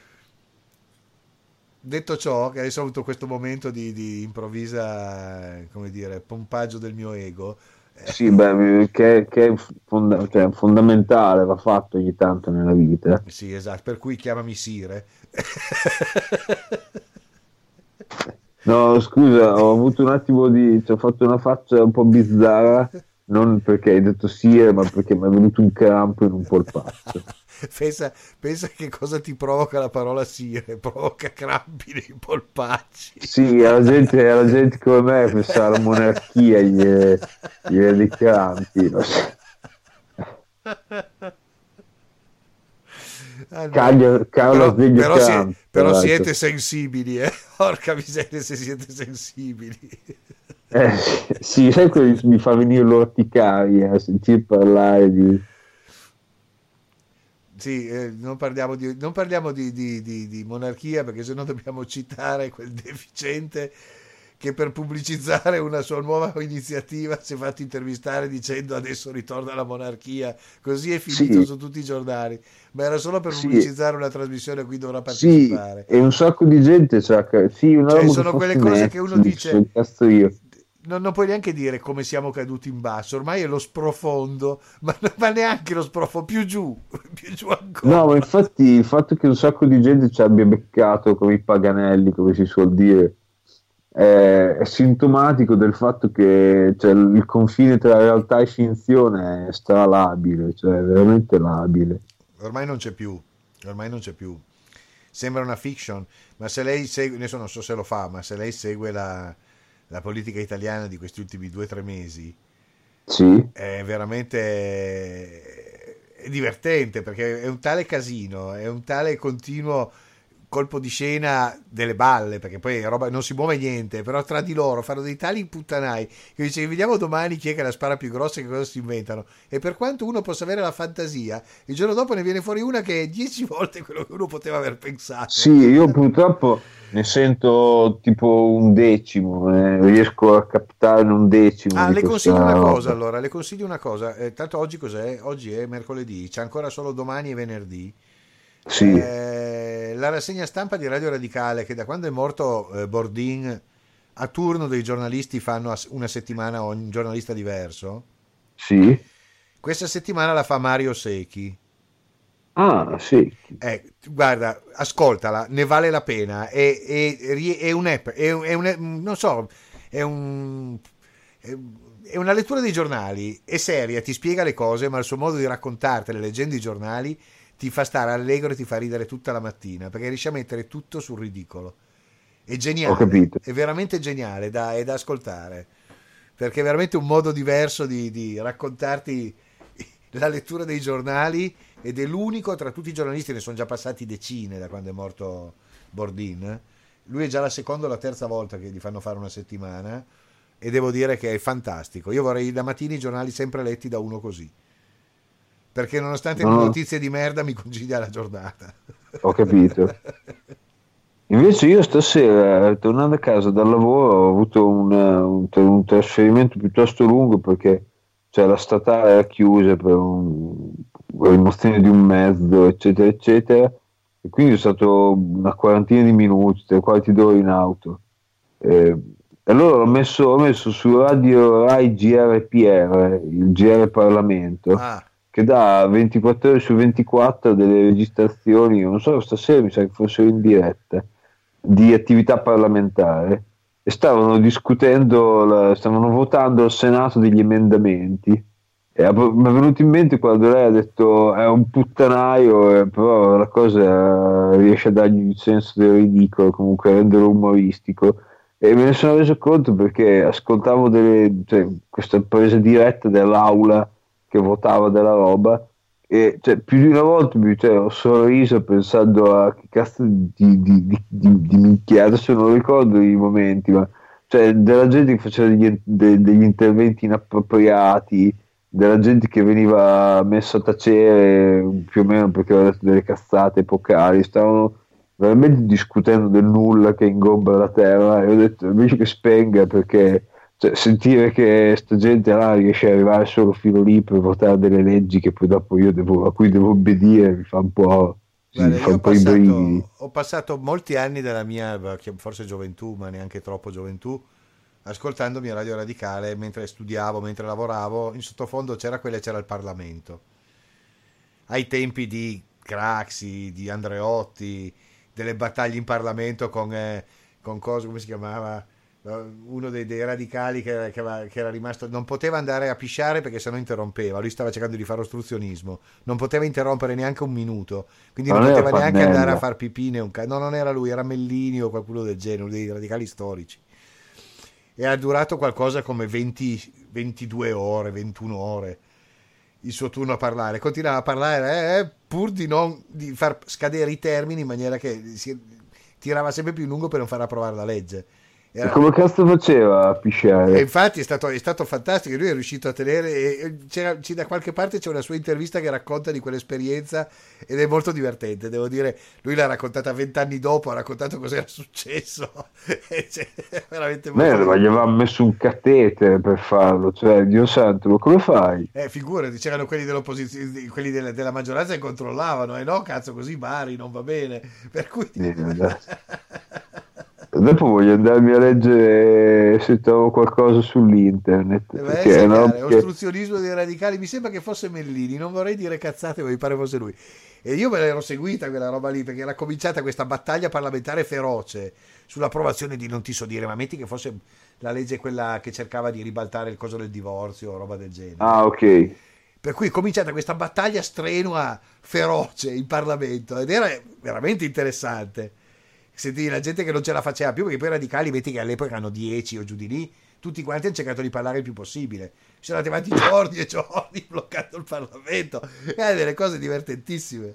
Detto ciò, che adesso ho avuto questo momento di, di improvvisa, come dire, pompaggio del mio ego. Sì, beh, che, che è fonda- cioè, fondamentale, va fatto ogni tanto nella vita. Sì, esatto, per cui chiamami Sire. No, scusa, ho avuto un attimo di... Ci ho fatto una faccia un po' bizzarra, non perché hai detto Sire, ma perché mi è venuto un crampo in un polpaccio. Pensa, pensa che cosa ti provoca la parola Sire, provoca crampi nei polpacci. Sì, alla gente, alla gente come me pensare alla monarchia gli è, gli è dei crampi. Ah, no. Caglio, però sveglia però, si- crampi, però tra siete l'altro. sensibili, eh? Porca miseria se siete sensibili. Eh, sì, sai quello che mi fa venire l'orticaria a sentire parlare di... Sì, eh, non parliamo, di, non parliamo di, di, di, di monarchia, perché sennò dobbiamo citare quel deficiente che per pubblicizzare una sua nuova iniziativa si è fatto intervistare dicendo adesso ritorna la monarchia, così è finito Sì. su tutti i giornali, ma era solo per Sì. pubblicizzare una trasmissione a cui dovrà Sì, partecipare. e un sacco di gente c'ha... Sì, una Cioè, roba sono che quelle fosse cose che uno Netflix, dice- che cazzo io. Non, non puoi neanche dire come siamo caduti in basso, ormai è lo sprofondo, ma, ma neanche lo sprofondo, più giù, più giù ancora. No, ma infatti il fatto che un sacco di gente ci abbia beccato come i paganelli, come si suol dire, è, è sintomatico del fatto che, cioè, il confine tra realtà e finzione è stralabile, cioè è veramente labile. Ormai non c'è più, ormai non c'è più. Sembra una fiction, ma se lei segue, adesso non so se lo fa, ma se lei segue la, la politica italiana di questi ultimi due o tre mesi, Sì, è veramente è divertente, perché è un tale casino, è un tale continuo colpo di scena delle balle, perché poi roba, non si muove niente, però tra di loro fanno dei tali imputtanai che dice vediamo domani chi è che la spara più grossa e che cosa si inventano, e per quanto uno possa avere la fantasia, il giorno dopo ne viene fuori una che è dieci volte quello che uno poteva aver pensato. sì, io purtroppo ne sento tipo un decimo, eh, riesco a captare un decimo. Ah, di le questa consiglio una roba. cosa allora, le consiglio una cosa, eh, tanto oggi cos'è? Oggi è mercoledì, c'è ancora solo domani e venerdì. Sì, Eh, la rassegna stampa di Radio Radicale, che da quando è morto eh, Bordin a turno dei giornalisti fanno a- una settimana ogni giornalista diverso. Sì. Questa settimana la fa Mario Secchi. Ah, sì. Eh, guarda, ascoltala, ne vale la pena. È, è, è un app, è, un- è un, non so, è un, è, è una lettura dei giornali, è seria, ti spiega le cose, ma il suo modo di raccontartele leggendo i giornali ti fa stare allegro e ti fa ridere tutta la mattina, perché riesce a mettere tutto sul ridicolo. È Ho geniale, capito. è veramente geniale, da, è da ascoltare, perché è veramente un modo diverso di, di raccontarti la lettura dei giornali, ed è l'unico tra tutti i giornalisti, ne sono già passati decine da quando è morto Bordin. Lui è già la seconda o la terza volta che gli fanno fare una settimana, e devo dire che è fantastico. Io vorrei da mattina i giornali sempre letti da uno così, perché nonostante No, le no. notizie di merda mi consiglia la giornata. Ho capito. Invece io stasera, tornando a casa dal lavoro, ho avuto un, un, un trasferimento piuttosto lungo, perché cioè, la statale era chiusa per un, per rimozione di un mezzo, eccetera, eccetera, e quindi è stato una quarantina di minuti, tre quarti d'ora in auto. Eh, e allora ho messo, ho messo su Radio Rai G R P R, il G R Parlamento, Ah, che dà ventiquattro ore su ventiquattro delle registrazioni, non so, stasera mi sa che fossero in diretta, di attività parlamentare, e stavano discutendo, la- stavano votando al Senato degli emendamenti, e a- mi è venuto in mente quando lei ha detto è un puttanaio, eh, però la cosa eh, riesce a dargli il senso del ridicolo, comunque a renderlo umoristico, e me ne sono reso conto perché ascoltavo delle, cioè, questa presa diretta dell'aula che votava della roba, e cioè, più di una volta mi, cioè, ho sorriso pensando a che cazzo di, di, di, di, di minchia, adesso non ricordo i momenti, ma cioè, della gente che faceva degli, de- degli interventi inappropriati, della gente che veniva messa a tacere più o meno perché aveva detto delle cazzate epocali, stavano veramente discutendo del nulla che ingomba la terra, e ho detto invece che spenga, perché cioè, sentire che sta gente là riesce ad arrivare solo fino lì per votare delle leggi che poi dopo io devo, a cui devo obbedire, mi fa un po', sì, guarda, mi fa io ho un po' i brividi. passato, ho passato molti anni della mia, forse gioventù, ma neanche troppo gioventù, ascoltandomi Radio Radicale mentre studiavo, mentre lavoravo. In sottofondo c'era quella, c'era il Parlamento. Ai tempi di Craxi, di Andreotti, delle battaglie in Parlamento con, eh, con cosa, come si chiamava? Eh, Uno dei, dei radicali che, era- che aveva- che era rimasto, non poteva andare a pisciare perché sennò interrompeva. Lui stava cercando di fare ostruzionismo, non poteva interrompere neanche un minuto, quindi non Non era poteva neanche andare a Pannella. far pipì né un ca- no, non era lui, era Mellini o qualcuno del genere, uno dei radicali storici. E ha durato qualcosa come venti, ventidue ore, ventuno ore il suo turno a parlare. Continuava a parlare, eh, pur di non di far scadere i termini in maniera che si tirava sempre più in lungo per non far approvare la legge. E Era- come cazzo faceva a e pisciare? infatti è stato, è stato fantastico, lui è riuscito a tenere, e- e c'era, ci- da qualche parte c'è una sua intervista che racconta di quell'esperienza, ed è molto divertente, devo dire. Lui l'ha raccontata vent'anni dopo, ha raccontato cosa era successo. E c'è- è veramente molto Beh, ma gli divertente. avevamo messo un catetere per farlo, cioè, Dio santo, ma come fai? Eh, figurati, c'erano quelli dell'opposizione, quelli della, della maggioranza che controllavano, e no, cazzo, così Bari non va bene. Per cui... Eh, adesso. Dopo voglio andarmi a leggere se trovo qualcosa sull'internet, Eh, beh, perché è una segnale, roba che- ostruzionismo dei radicali, mi sembra che fosse Mellini, non vorrei dire cazzate, ma mi pare fosse lui. E io me l'ero seguita quella roba lì, perché era cominciata questa battaglia parlamentare feroce sull'approvazione di, non ti so dire, ma metti che fosse la legge quella che cercava di ribaltare il coso del divorzio o roba del genere. Ah, ok. Per cui è cominciata questa battaglia strenua, feroce in Parlamento, ed era veramente interessante. Sentivi la gente che non ce la faceva più, perché poi i radicali, vedi che all'epoca erano dieci o giù di lì, tutti quanti hanno cercato di parlare il più possibile. Ci sono andati avanti giorni e giorni bloccando il Parlamento. E delle cose divertentissime.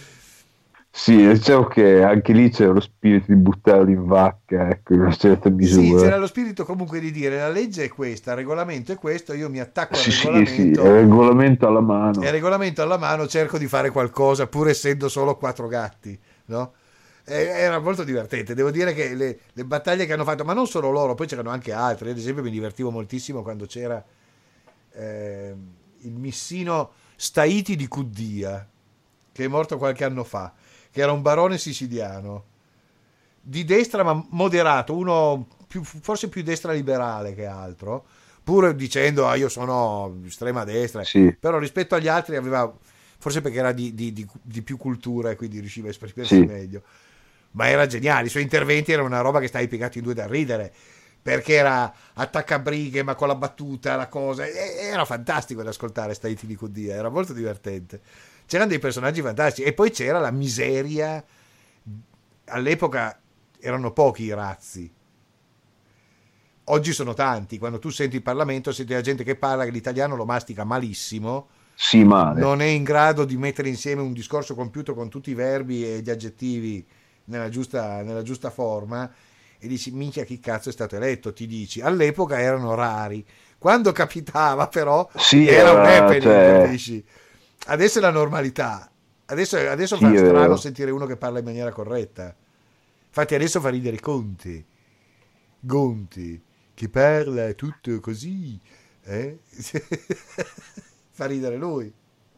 Sì, diciamo che anche lì c'era lo spirito di buttarlo in vacca, ecco, in una certa Sì, misura. c'era lo spirito comunque di dire la legge è questa, il regolamento è questo, io mi attacco al Sì, sì, sì, regolamento. il regolamento alla mano. E il regolamento alla mano cerco di fare qualcosa, pur essendo solo quattro gatti, no? E- Era molto divertente, devo dire che le, le battaglie che hanno fatto, ma non solo loro, poi c'erano anche altri. Ad esempio mi divertivo moltissimo quando c'era eh, il missino Staiti di Cuddia, che è morto qualche anno fa, che era un barone siciliano, di destra ma moderato, uno più, forse più destra liberale che altro, pur dicendo ah, io sono estrema destra, sì. Però rispetto agli altri aveva, forse perché era di, di, di, di più cultura e quindi riusciva a esprimersi sì. meglio, ma era geniale, i suoi interventi erano una roba che stavi piegato in due da ridere, perché era attaccabrighe ma con la battuta, la cosa, era fantastico da ascoltare Staiti di Cudia, era molto divertente, c'erano dei personaggi fantastici e poi c'era la miseria, all'epoca erano pochi i razzi, oggi sono tanti, quando tu senti il Parlamento senti la gente che parla che l'italiano lo mastica malissimo, sì, male. Non è in grado di mettere insieme un discorso compiuto con tutti i verbi e gli aggettivi nella giusta, nella giusta forma, e dici minchia chi cazzo è stato eletto, ti dici, all'epoca erano rari, quando capitava però sì, era un happening, cioè... capisci? Adesso è la normalità, adesso, adesso sì, fa strano sentire uno che parla in maniera corretta, infatti adesso fa ridere Conte Gonti che parla tutto così, eh? Fa ridere lui,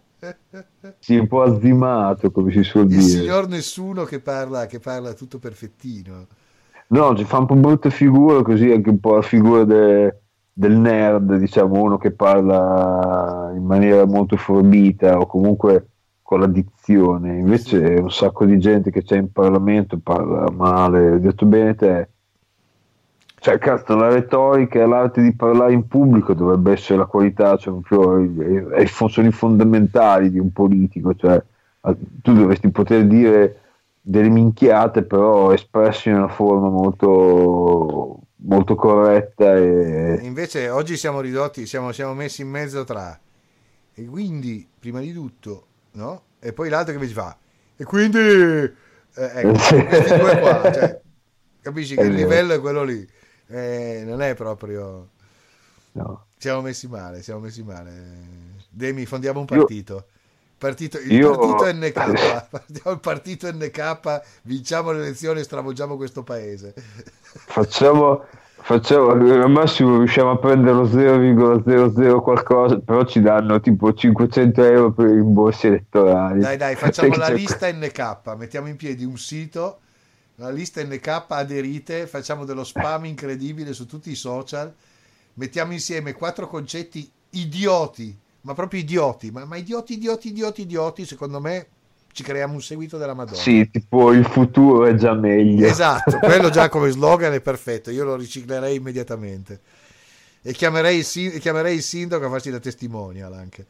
sì, un po' azzimato come si suol il dire, il signor nessuno che parla, che parla tutto perfettino. No, ci fa un po' brutta figura, così anche un po' la figura de, del nerd, diciamo, uno che parla in maniera molto forbita o comunque con la dizione. Invece sì. Un sacco di gente che c'è in Parlamento parla male, hai detto bene te. Cioè, cazzo, la retorica e l'arte di parlare in pubblico dovrebbe essere la qualità, cioè proprio, è, è, sono i fondamentali di un politico, cioè tu dovresti poter dire delle minchiate però espresse in una forma molto molto corretta e invece oggi siamo ridotti, siamo, siamo messi in mezzo tra e quindi prima di tutto, no? E poi l'altro che mi fa e quindi eh, ecco, questi due qua, cioè, capisci che il livello è quello lì, eh, non è proprio no. Siamo messi male, siamo messi male. Demi, fondiamo un partito. Io... Partito, il Io... partito N K, partiamo il partito N K, vinciamo le elezioni e stravolgiamo questo paese. Facciamo, facciamo al massimo riusciamo a prendere lo zero virgola zero zero qualcosa, però ci danno tipo cinquecento euro per i rimborsi elettorali. Dai, dai, facciamo la lista N K, mettiamo in piedi un sito, la lista N K, aderite, facciamo dello spam incredibile su tutti i social, mettiamo insieme quattro concetti idioti. Ma proprio idioti, ma, ma idioti, idioti, idioti, idioti, secondo me ci creiamo un seguito della Madonna. Sì, tipo il futuro è già meglio. Esatto, quello già come slogan è perfetto, io lo riciclerei immediatamente. E chiamerei il, chiamerei il sindaco a farsi da testimonial anche.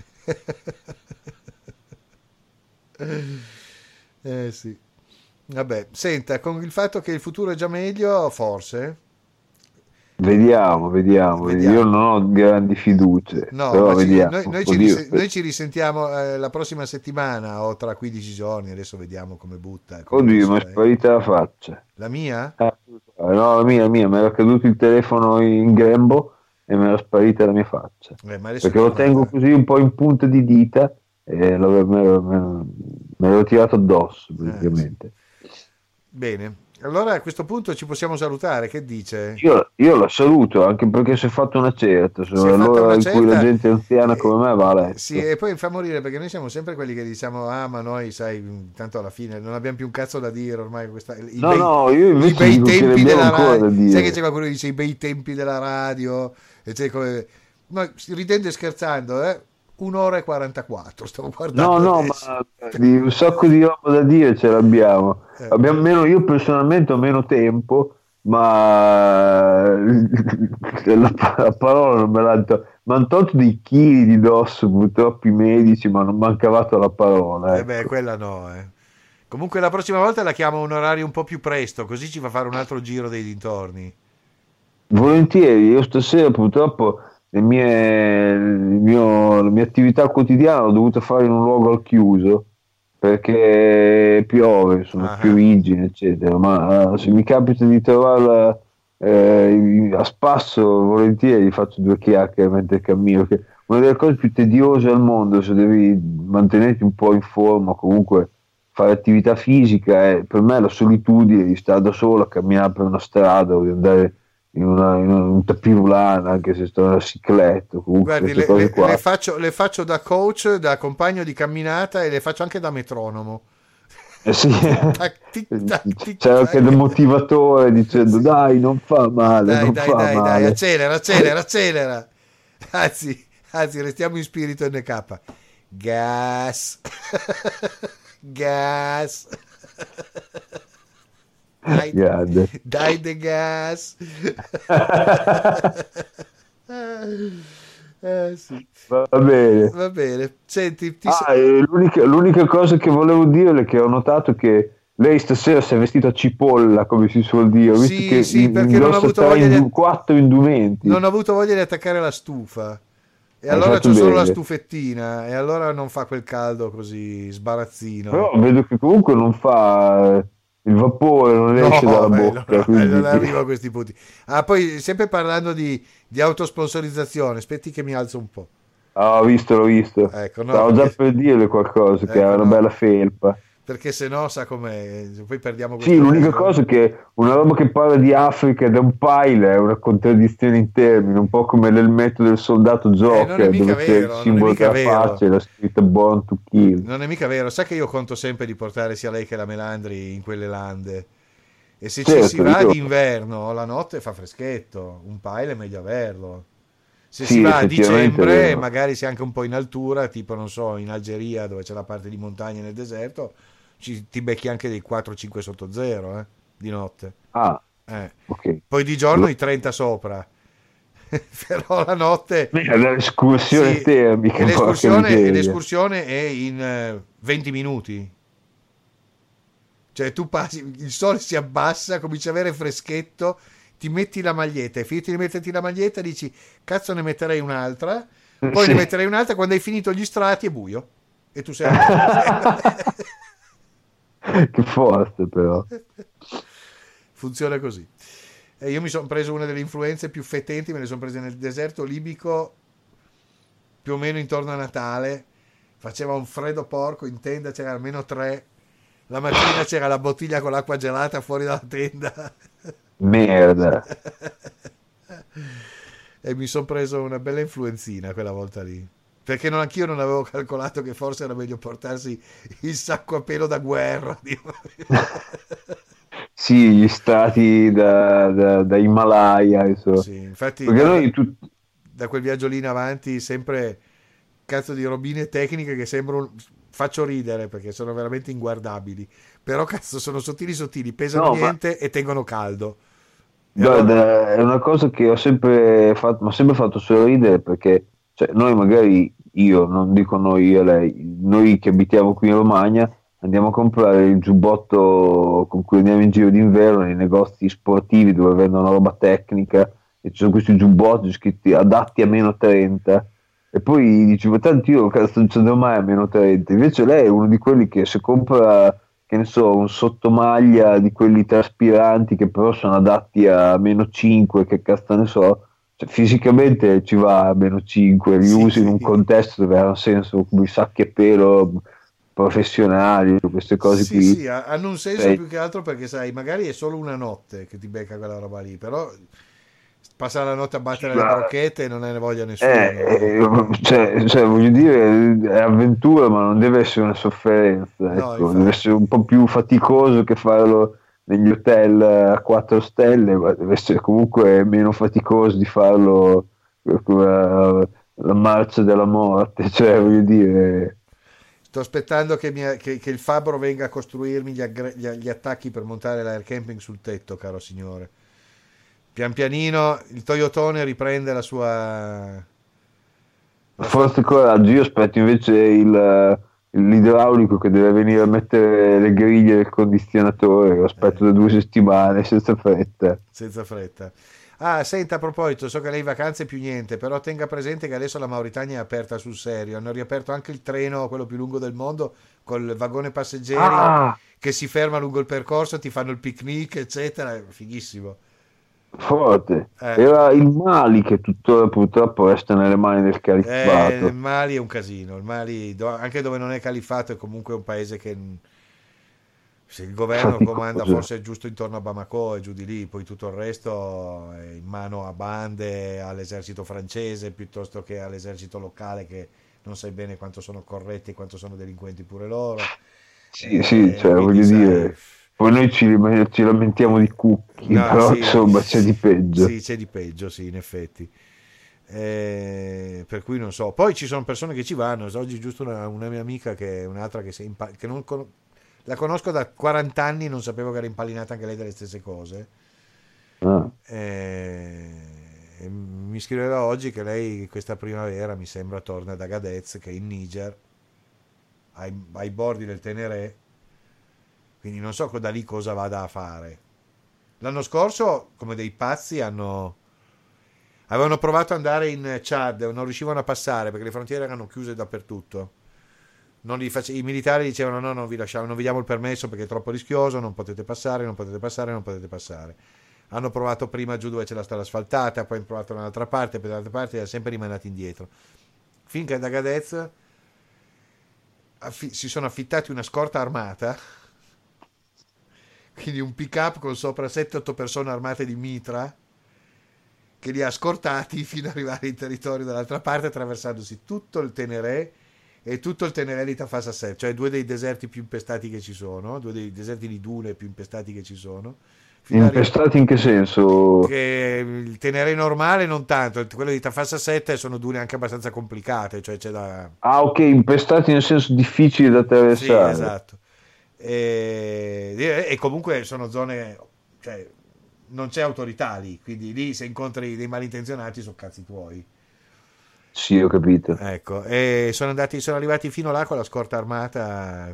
Eh sì. Vabbè, senta, con il fatto che il futuro è già meglio, forse... Vediamo, vediamo, vediamo. Io non ho grandi fiducie. No, però ma vediamo. Noi, noi, ci ris- noi ci risentiamo eh, la prossima settimana o tra quindici giorni. Adesso vediamo come butta. Come Oddio, mi è sparita la faccia. La mia? Ah, no, la mia, la mia. Mi era caduto il telefono in grembo e mi era sparita la mia faccia. Eh, ma perché lo tengo così un po' in punta di dita e lo, me, me, me l'ho tirato addosso praticamente. Eh, sì. Bene. Allora a questo punto ci possiamo salutare, che dice? Io, io la saluto anche perché si è fatto una certa, sono all'ora in cui la gente anziana eh, come me va a letto. Sì, e poi fa morire perché noi siamo sempre quelli che diciamo ah ma noi sai tanto alla fine non abbiamo più un cazzo da dire ormai questa, i no bei, no io invece i bei tempi della radio, sai che c'è qualcuno che dice i bei tempi della radio e c'è come ma ridendo e scherzando eh un'ora e quarantaquattro stavo guardando no adesso. no ma di un sacco di roba da dire ce l'abbiamo eh. Abbiamo meno, io personalmente ho meno tempo ma la, la parola non me l'ha mi hanno tolto dei chili di dosso purtroppo i medici ma non mi hanno cavato la parola ecco. Eh beh quella no eh. Comunque la prossima volta la chiamo a un orario un po' più presto così ci fa fare un altro giro dei dintorni. Volentieri, io stasera purtroppo le mie, il mio, la mia attività quotidiana l'ho dovuta fare in un luogo al chiuso perché piove, sono uh-huh. piovigine eccetera, ma uh, se mi capita di trovarla eh, a spasso volentieri faccio due chiacchiere mentre cammino, che una delle cose più tediose al mondo se devi mantenerti un po' in forma comunque fare attività fisica è per me la solitudine di stare da solo a camminare per una strada o di andare in, una, in un tapirulano anche se sto nella cicletta comunque. Guardi, le, le, le, faccio, le faccio da coach, da compagno di camminata e le faccio anche da metronomo. Eh sì. Tac, tic, tac, tic, C'era tac. anche il motivatore dicendo dai, non fa male, Dai, non dai, fa dai, male. dai, accelera, accelera, accelera. Anzi, anzi, restiamo in spirito N K. Gas. Gas. Dai, Grande. dai the gas. Eh, sì. Va bene. Va bene. Senti, ti Ah, sa- e l'unica, l'unica cosa che volevo dire è che ho notato che lei stasera si è vestita a cipolla, come si suol dire. Ho visto Sì, che sì, in- perché non ho indossa avuto tre voglia di- indu- quattro indumenti. non ho avuto voglia di attaccare la stufa. E Hai allora fatto c'ho solo la bene. stufettina e allora non fa quel caldo così sbarazzino. Però vedo che comunque non fa eh, il vapore, non No, esce dalla beh, bocca. no, quindi- non arrivo a questi punti. Ah, poi sempre parlando di, di autosponsorizzazione, aspetti che mi alzo un po'. Ah, ho visto, l'ho visto. Ecco, no, Stavo già perché- per dirle qualcosa, che Ecco, ha una no. bella felpa. Perché se no sa com'è, poi perdiamo questo. Sì, l'unica cosa è che una roba che parla di Africa ed è un pile è una contraddizione in termini, un po' come l'elmetto del soldato non è Joker, mica dove c'è vero, il non è simbolo mica della vero. faccia e la scritta Born to Kill. Non è mica vero, sa che io conto sempre di portare sia lei che la Melandri in quelle lande. E se ci Certo, si va io- d'inverno, la notte fa freschetto, un pile è meglio averlo. Se Sì, si va a effettivamente è dicembre, vero. magari si è anche un po' in altura, tipo non so, in Algeria dove c'è la parte di montagna nel deserto, ci, ti becchi anche dei quattro cinque sotto zero, eh, di notte. Ah, Eh. ok. Poi di giorno i trenta sopra. Però la notte Beh, l'escursione sì, termica, e l'escursione, porca e miseria. l'escursione è in eh, venti minuti. Cioè tu passi, il sole si abbassa, cominci a avere freschetto, ti metti la maglietta, e finito di metterti la maglietta dici cazzo ne metterei un'altra, poi Sì. ne metterei un'altra, quando hai finito gli strati è buio e tu sei a Che forte però. funziona così. E io mi sono preso una delle influenze più fetenti, me le sono prese nel deserto libico più o meno intorno a Natale, faceva un freddo porco, in tenda c'era almeno tre, la mattina c'era la bottiglia con l'acqua gelata fuori dalla tenda Merda. e mi sono preso una bella influenzina quella volta lì, perché non, anch'io non avevo calcolato che forse era meglio portarsi il sacco a pelo da guerra. Sì, gli strati da, da, da Himalaya, insomma. Sì, infatti Perché da, noi tutti... da quel viaggio lì in avanti sempre cazzo di robine tecniche che sembrano, faccio ridere perché sono veramente inguardabili, però cazzo sono sottili sottili, pesano No, ma- niente e tengono caldo. E No, allora- ed è una cosa che ho sempre fatto, mi ha sempre fatto sorridere perché cioè, noi magari, io non dico noi e lei, noi che abitiamo qui in Romagna andiamo a comprare il giubbotto con cui andiamo in giro d'inverno nei negozi sportivi dove vendono roba tecnica e ci sono questi giubbotti scritti adatti a meno trenta e poi dici ma tanto io cazzo non ci andrò mai a meno trenta, invece lei è uno di quelli che se compra che ne so, un sottomaglia di quelli traspiranti che però sono adatti a meno cinque, che cazzo ne so, cioè, fisicamente ci va a meno cinque, li Sì, usi in sì. un contesto dove ha un senso come i sacchi a pelo professionali, queste cose sì, qui. sì, ha- hanno un senso Eh. più che altro perché sai, magari è solo una notte che ti becca quella roba lì, però passare la notte a battere Sì, le ma- brocchette non ne voglia nessuno. Eh, eh, cioè, cioè, voglio dire, è avventura, ma non deve essere una sofferenza, No, ecco. infatti. Deve essere un po' più faticoso che farlo negli hotel a quattro stelle, ma deve essere comunque meno faticoso di farlo con la, la marcia della morte, cioè, voglio dire, Sto aspettando che, mi- che- che il fabbro venga a costruirmi gli, aggre- gli- gli attacchi per montare l'air camping sul tetto, caro signore. Pian pianino il Toyotone riprende la sua... la sua- forza e coraggio. Io aspetto invece il, l'idraulico che deve venire a mettere le griglie del condizionatore, lo aspetto Eh. da due settimane senza fretta. senza fretta. Ah, senta, a proposito, so che lei vacanze più niente, però tenga presente che adesso la Mauritania è aperta sul serio. Hanno riaperto anche il treno, quello più lungo del mondo, col vagone passeggeri Ah, che si ferma lungo il percorso, ti fanno il picnic, eccetera. È fighissimo. forte. Eh. Era il Mali che tuttora purtroppo resta nelle mani del Eh, califfato. il Mali è un casino. Il Mali, do- anche dove non è califfato, è comunque un paese che se il governo Faticoso. comanda forse è giusto intorno a Bamako e giù di lì, poi tutto il resto è in mano a bande, all'esercito francese piuttosto che all'esercito locale che non sai bene quanto sono corretti e quanto sono delinquenti pure loro. Sì, sì, Eh, cioè, quindi, voglio sai, dire, poi noi ci, rim- ci lamentiamo di cucchi, no, però sì, insomma c'è di peggio. sì, c'è di peggio, sì, in effetti. Eh, per cui non so. Poi ci sono persone che ci vanno. Oggi giusto una, una mia amica che è un'altra che, si è impa- che non con- la conosco da quaranta anni, non sapevo che era impalinata anche lei dalle stesse cose. Ah, Eh, e mi scriveva oggi che lei questa primavera mi sembra torna da Gadez, che è in Niger, ai, ai bordi del Teneré. Quindi non so co- da lì cosa vada a fare. L'anno scorso, come dei pazzi, hanno avevano provato ad andare in Chad, non riuscivano a passare perché le frontiere erano chiuse dappertutto. Non li face- I militari dicevano no, non vi lasciamo, non vi diamo il permesso perché è troppo rischioso, non potete passare, non potete passare, non potete passare. Hanno provato prima giù dove c'è la strada asfaltata, poi hanno provato dall'altra parte, poi dall'altra parte, e sono sempre rimanati indietro. Finché da Gadez affi- si sono affittati una scorta armata, quindi un pick up con sopra sette otto persone armate di mitra, che li ha scortati fino ad arrivare in territorio dall'altra parte, attraversandosi tutto il Teneré e tutto il Teneré di Tafas Asset, cioè due dei deserti più impestati che ci sono, due dei deserti di dune più impestati che ci sono. Fino ad arri- impestati in che senso? che il Teneré normale non tanto, quello di Tafas Asset sono dune anche abbastanza complicate, cioè c'è da... Ah, ok, impestati nel senso difficili da Sì, attraversare. esatto. E, e comunque sono zone, cioè, non c'è autorità lì, quindi lì se incontri dei malintenzionati sono cazzi tuoi. Sì, ho capito. Ecco, e sono andati, sono arrivati fino là con la scorta armata.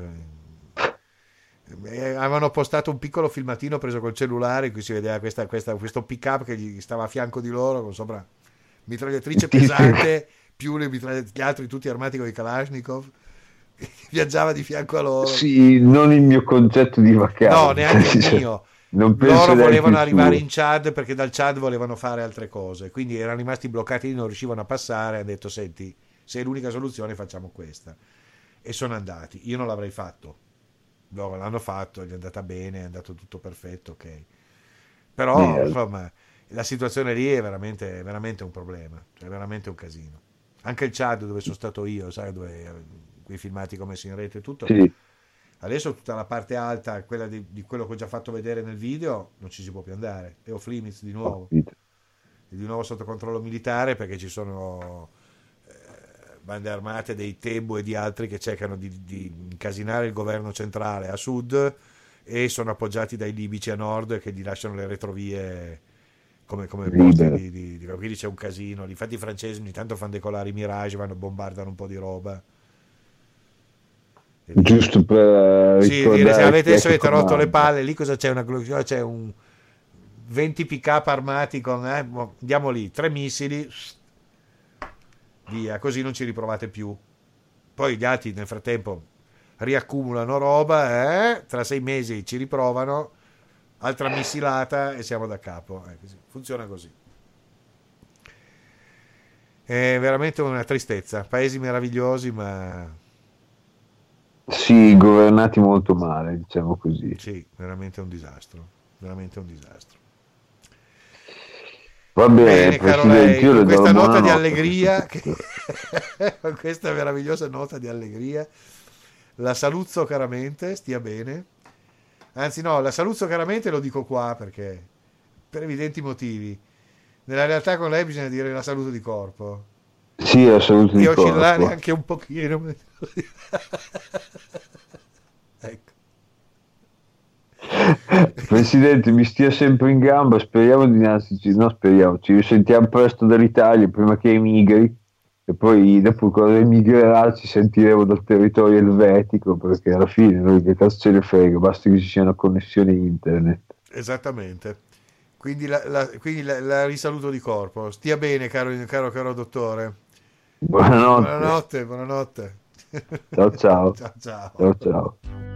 E avevano postato un piccolo filmatino preso col cellulare in cui si vedeva questa, questa- questo pick up che gli stava a fianco di loro con sopra mitragliatrice pesante più le mitraglia- gli altri tutti armati con i Kalashnikov, che viaggiava di fianco a loro. Sì, non il mio concetto di vacanza. No, neanche il Cioè, mio. non penso Loro neanche volevano il arrivare suo. in Chad perché dal Chad volevano fare altre cose, quindi erano rimasti bloccati lì, non riuscivano a passare. Ha detto: senti, se è l'unica soluzione, facciamo questa. E sono andati. Io non l'avrei fatto. Loro l'hanno fatto, gli è andata bene, è andato tutto perfetto, ok. Però, Merda. insomma, la situazione lì è veramente, è veramente un problema, cioè è veramente un casino. Anche il Chad, dove sono stato io, sai, dove quei filmati che ho messo in rete e tutto. Sì, Adesso tutta la parte alta, quella di, di quello che ho già fatto vedere nel video, non ci si può più andare. E ho Limits di ho nuovo, capito. è di nuovo sotto controllo militare perché ci sono eh, bande armate dei Tebu e di altri che cercano di, di incasinare il governo centrale a sud e sono appoggiati dai libici a nord che gli lasciano le retrovie come, come posti Libere. di, di, di- quindi c'è un casino. Infatti i francesi ogni tanto fanno decolare i Mirage, vanno, bombardano un po' di roba. E lì- Giusto per Sì, dire, se ricordare avete chi è adesso che avete rotto le comanda. palle, lì cosa c'è? Una, c'è un venti pick up armati con eh, boh, andiamo lì, tre missili, via, così non ci riprovate più. Poi gli altri nel frattempo riaccumulano roba, eh, tra sei mesi ci riprovano, altra missilata e siamo da capo. Eh, così. Funziona così. È veramente una tristezza. Paesi meravigliosi, ma Sì, governati molto male, diciamo così. sì, veramente un disastro. Veramente un disastro. Va bene, Bene, caro Presidente, lei, io con le do questa la nota di buonanotte a allegria, questo che- con questa meravigliosa nota di allegria, la saluzzo caramente, stia bene. Anzi, no, la saluzzo caramente lo dico qua perché, per evidenti motivi, nella realtà con lei bisogna dire la saluto di corpo. Sì, la salute di E oscillare corpo. anche un pochino. Ecco. Presidente, mi stia sempre in gamba, speriamo di nascerci, no, speriamo, ci risentiamo presto dall'Italia prima che emigri e poi dopo quando emigrerà ci sentiremo dal territorio elvetico perché alla fine noi che cazzo ce ne frega, basta che ci sia una connessione internet. Esattamente. Quindi la, la- quindi la- la risaluto di corpo. Stia bene, caro, caro, caro dottore. Buonanotte, Buonanotte, buonanotte. ciao ciao, Ciao, ciao. ciao ciao.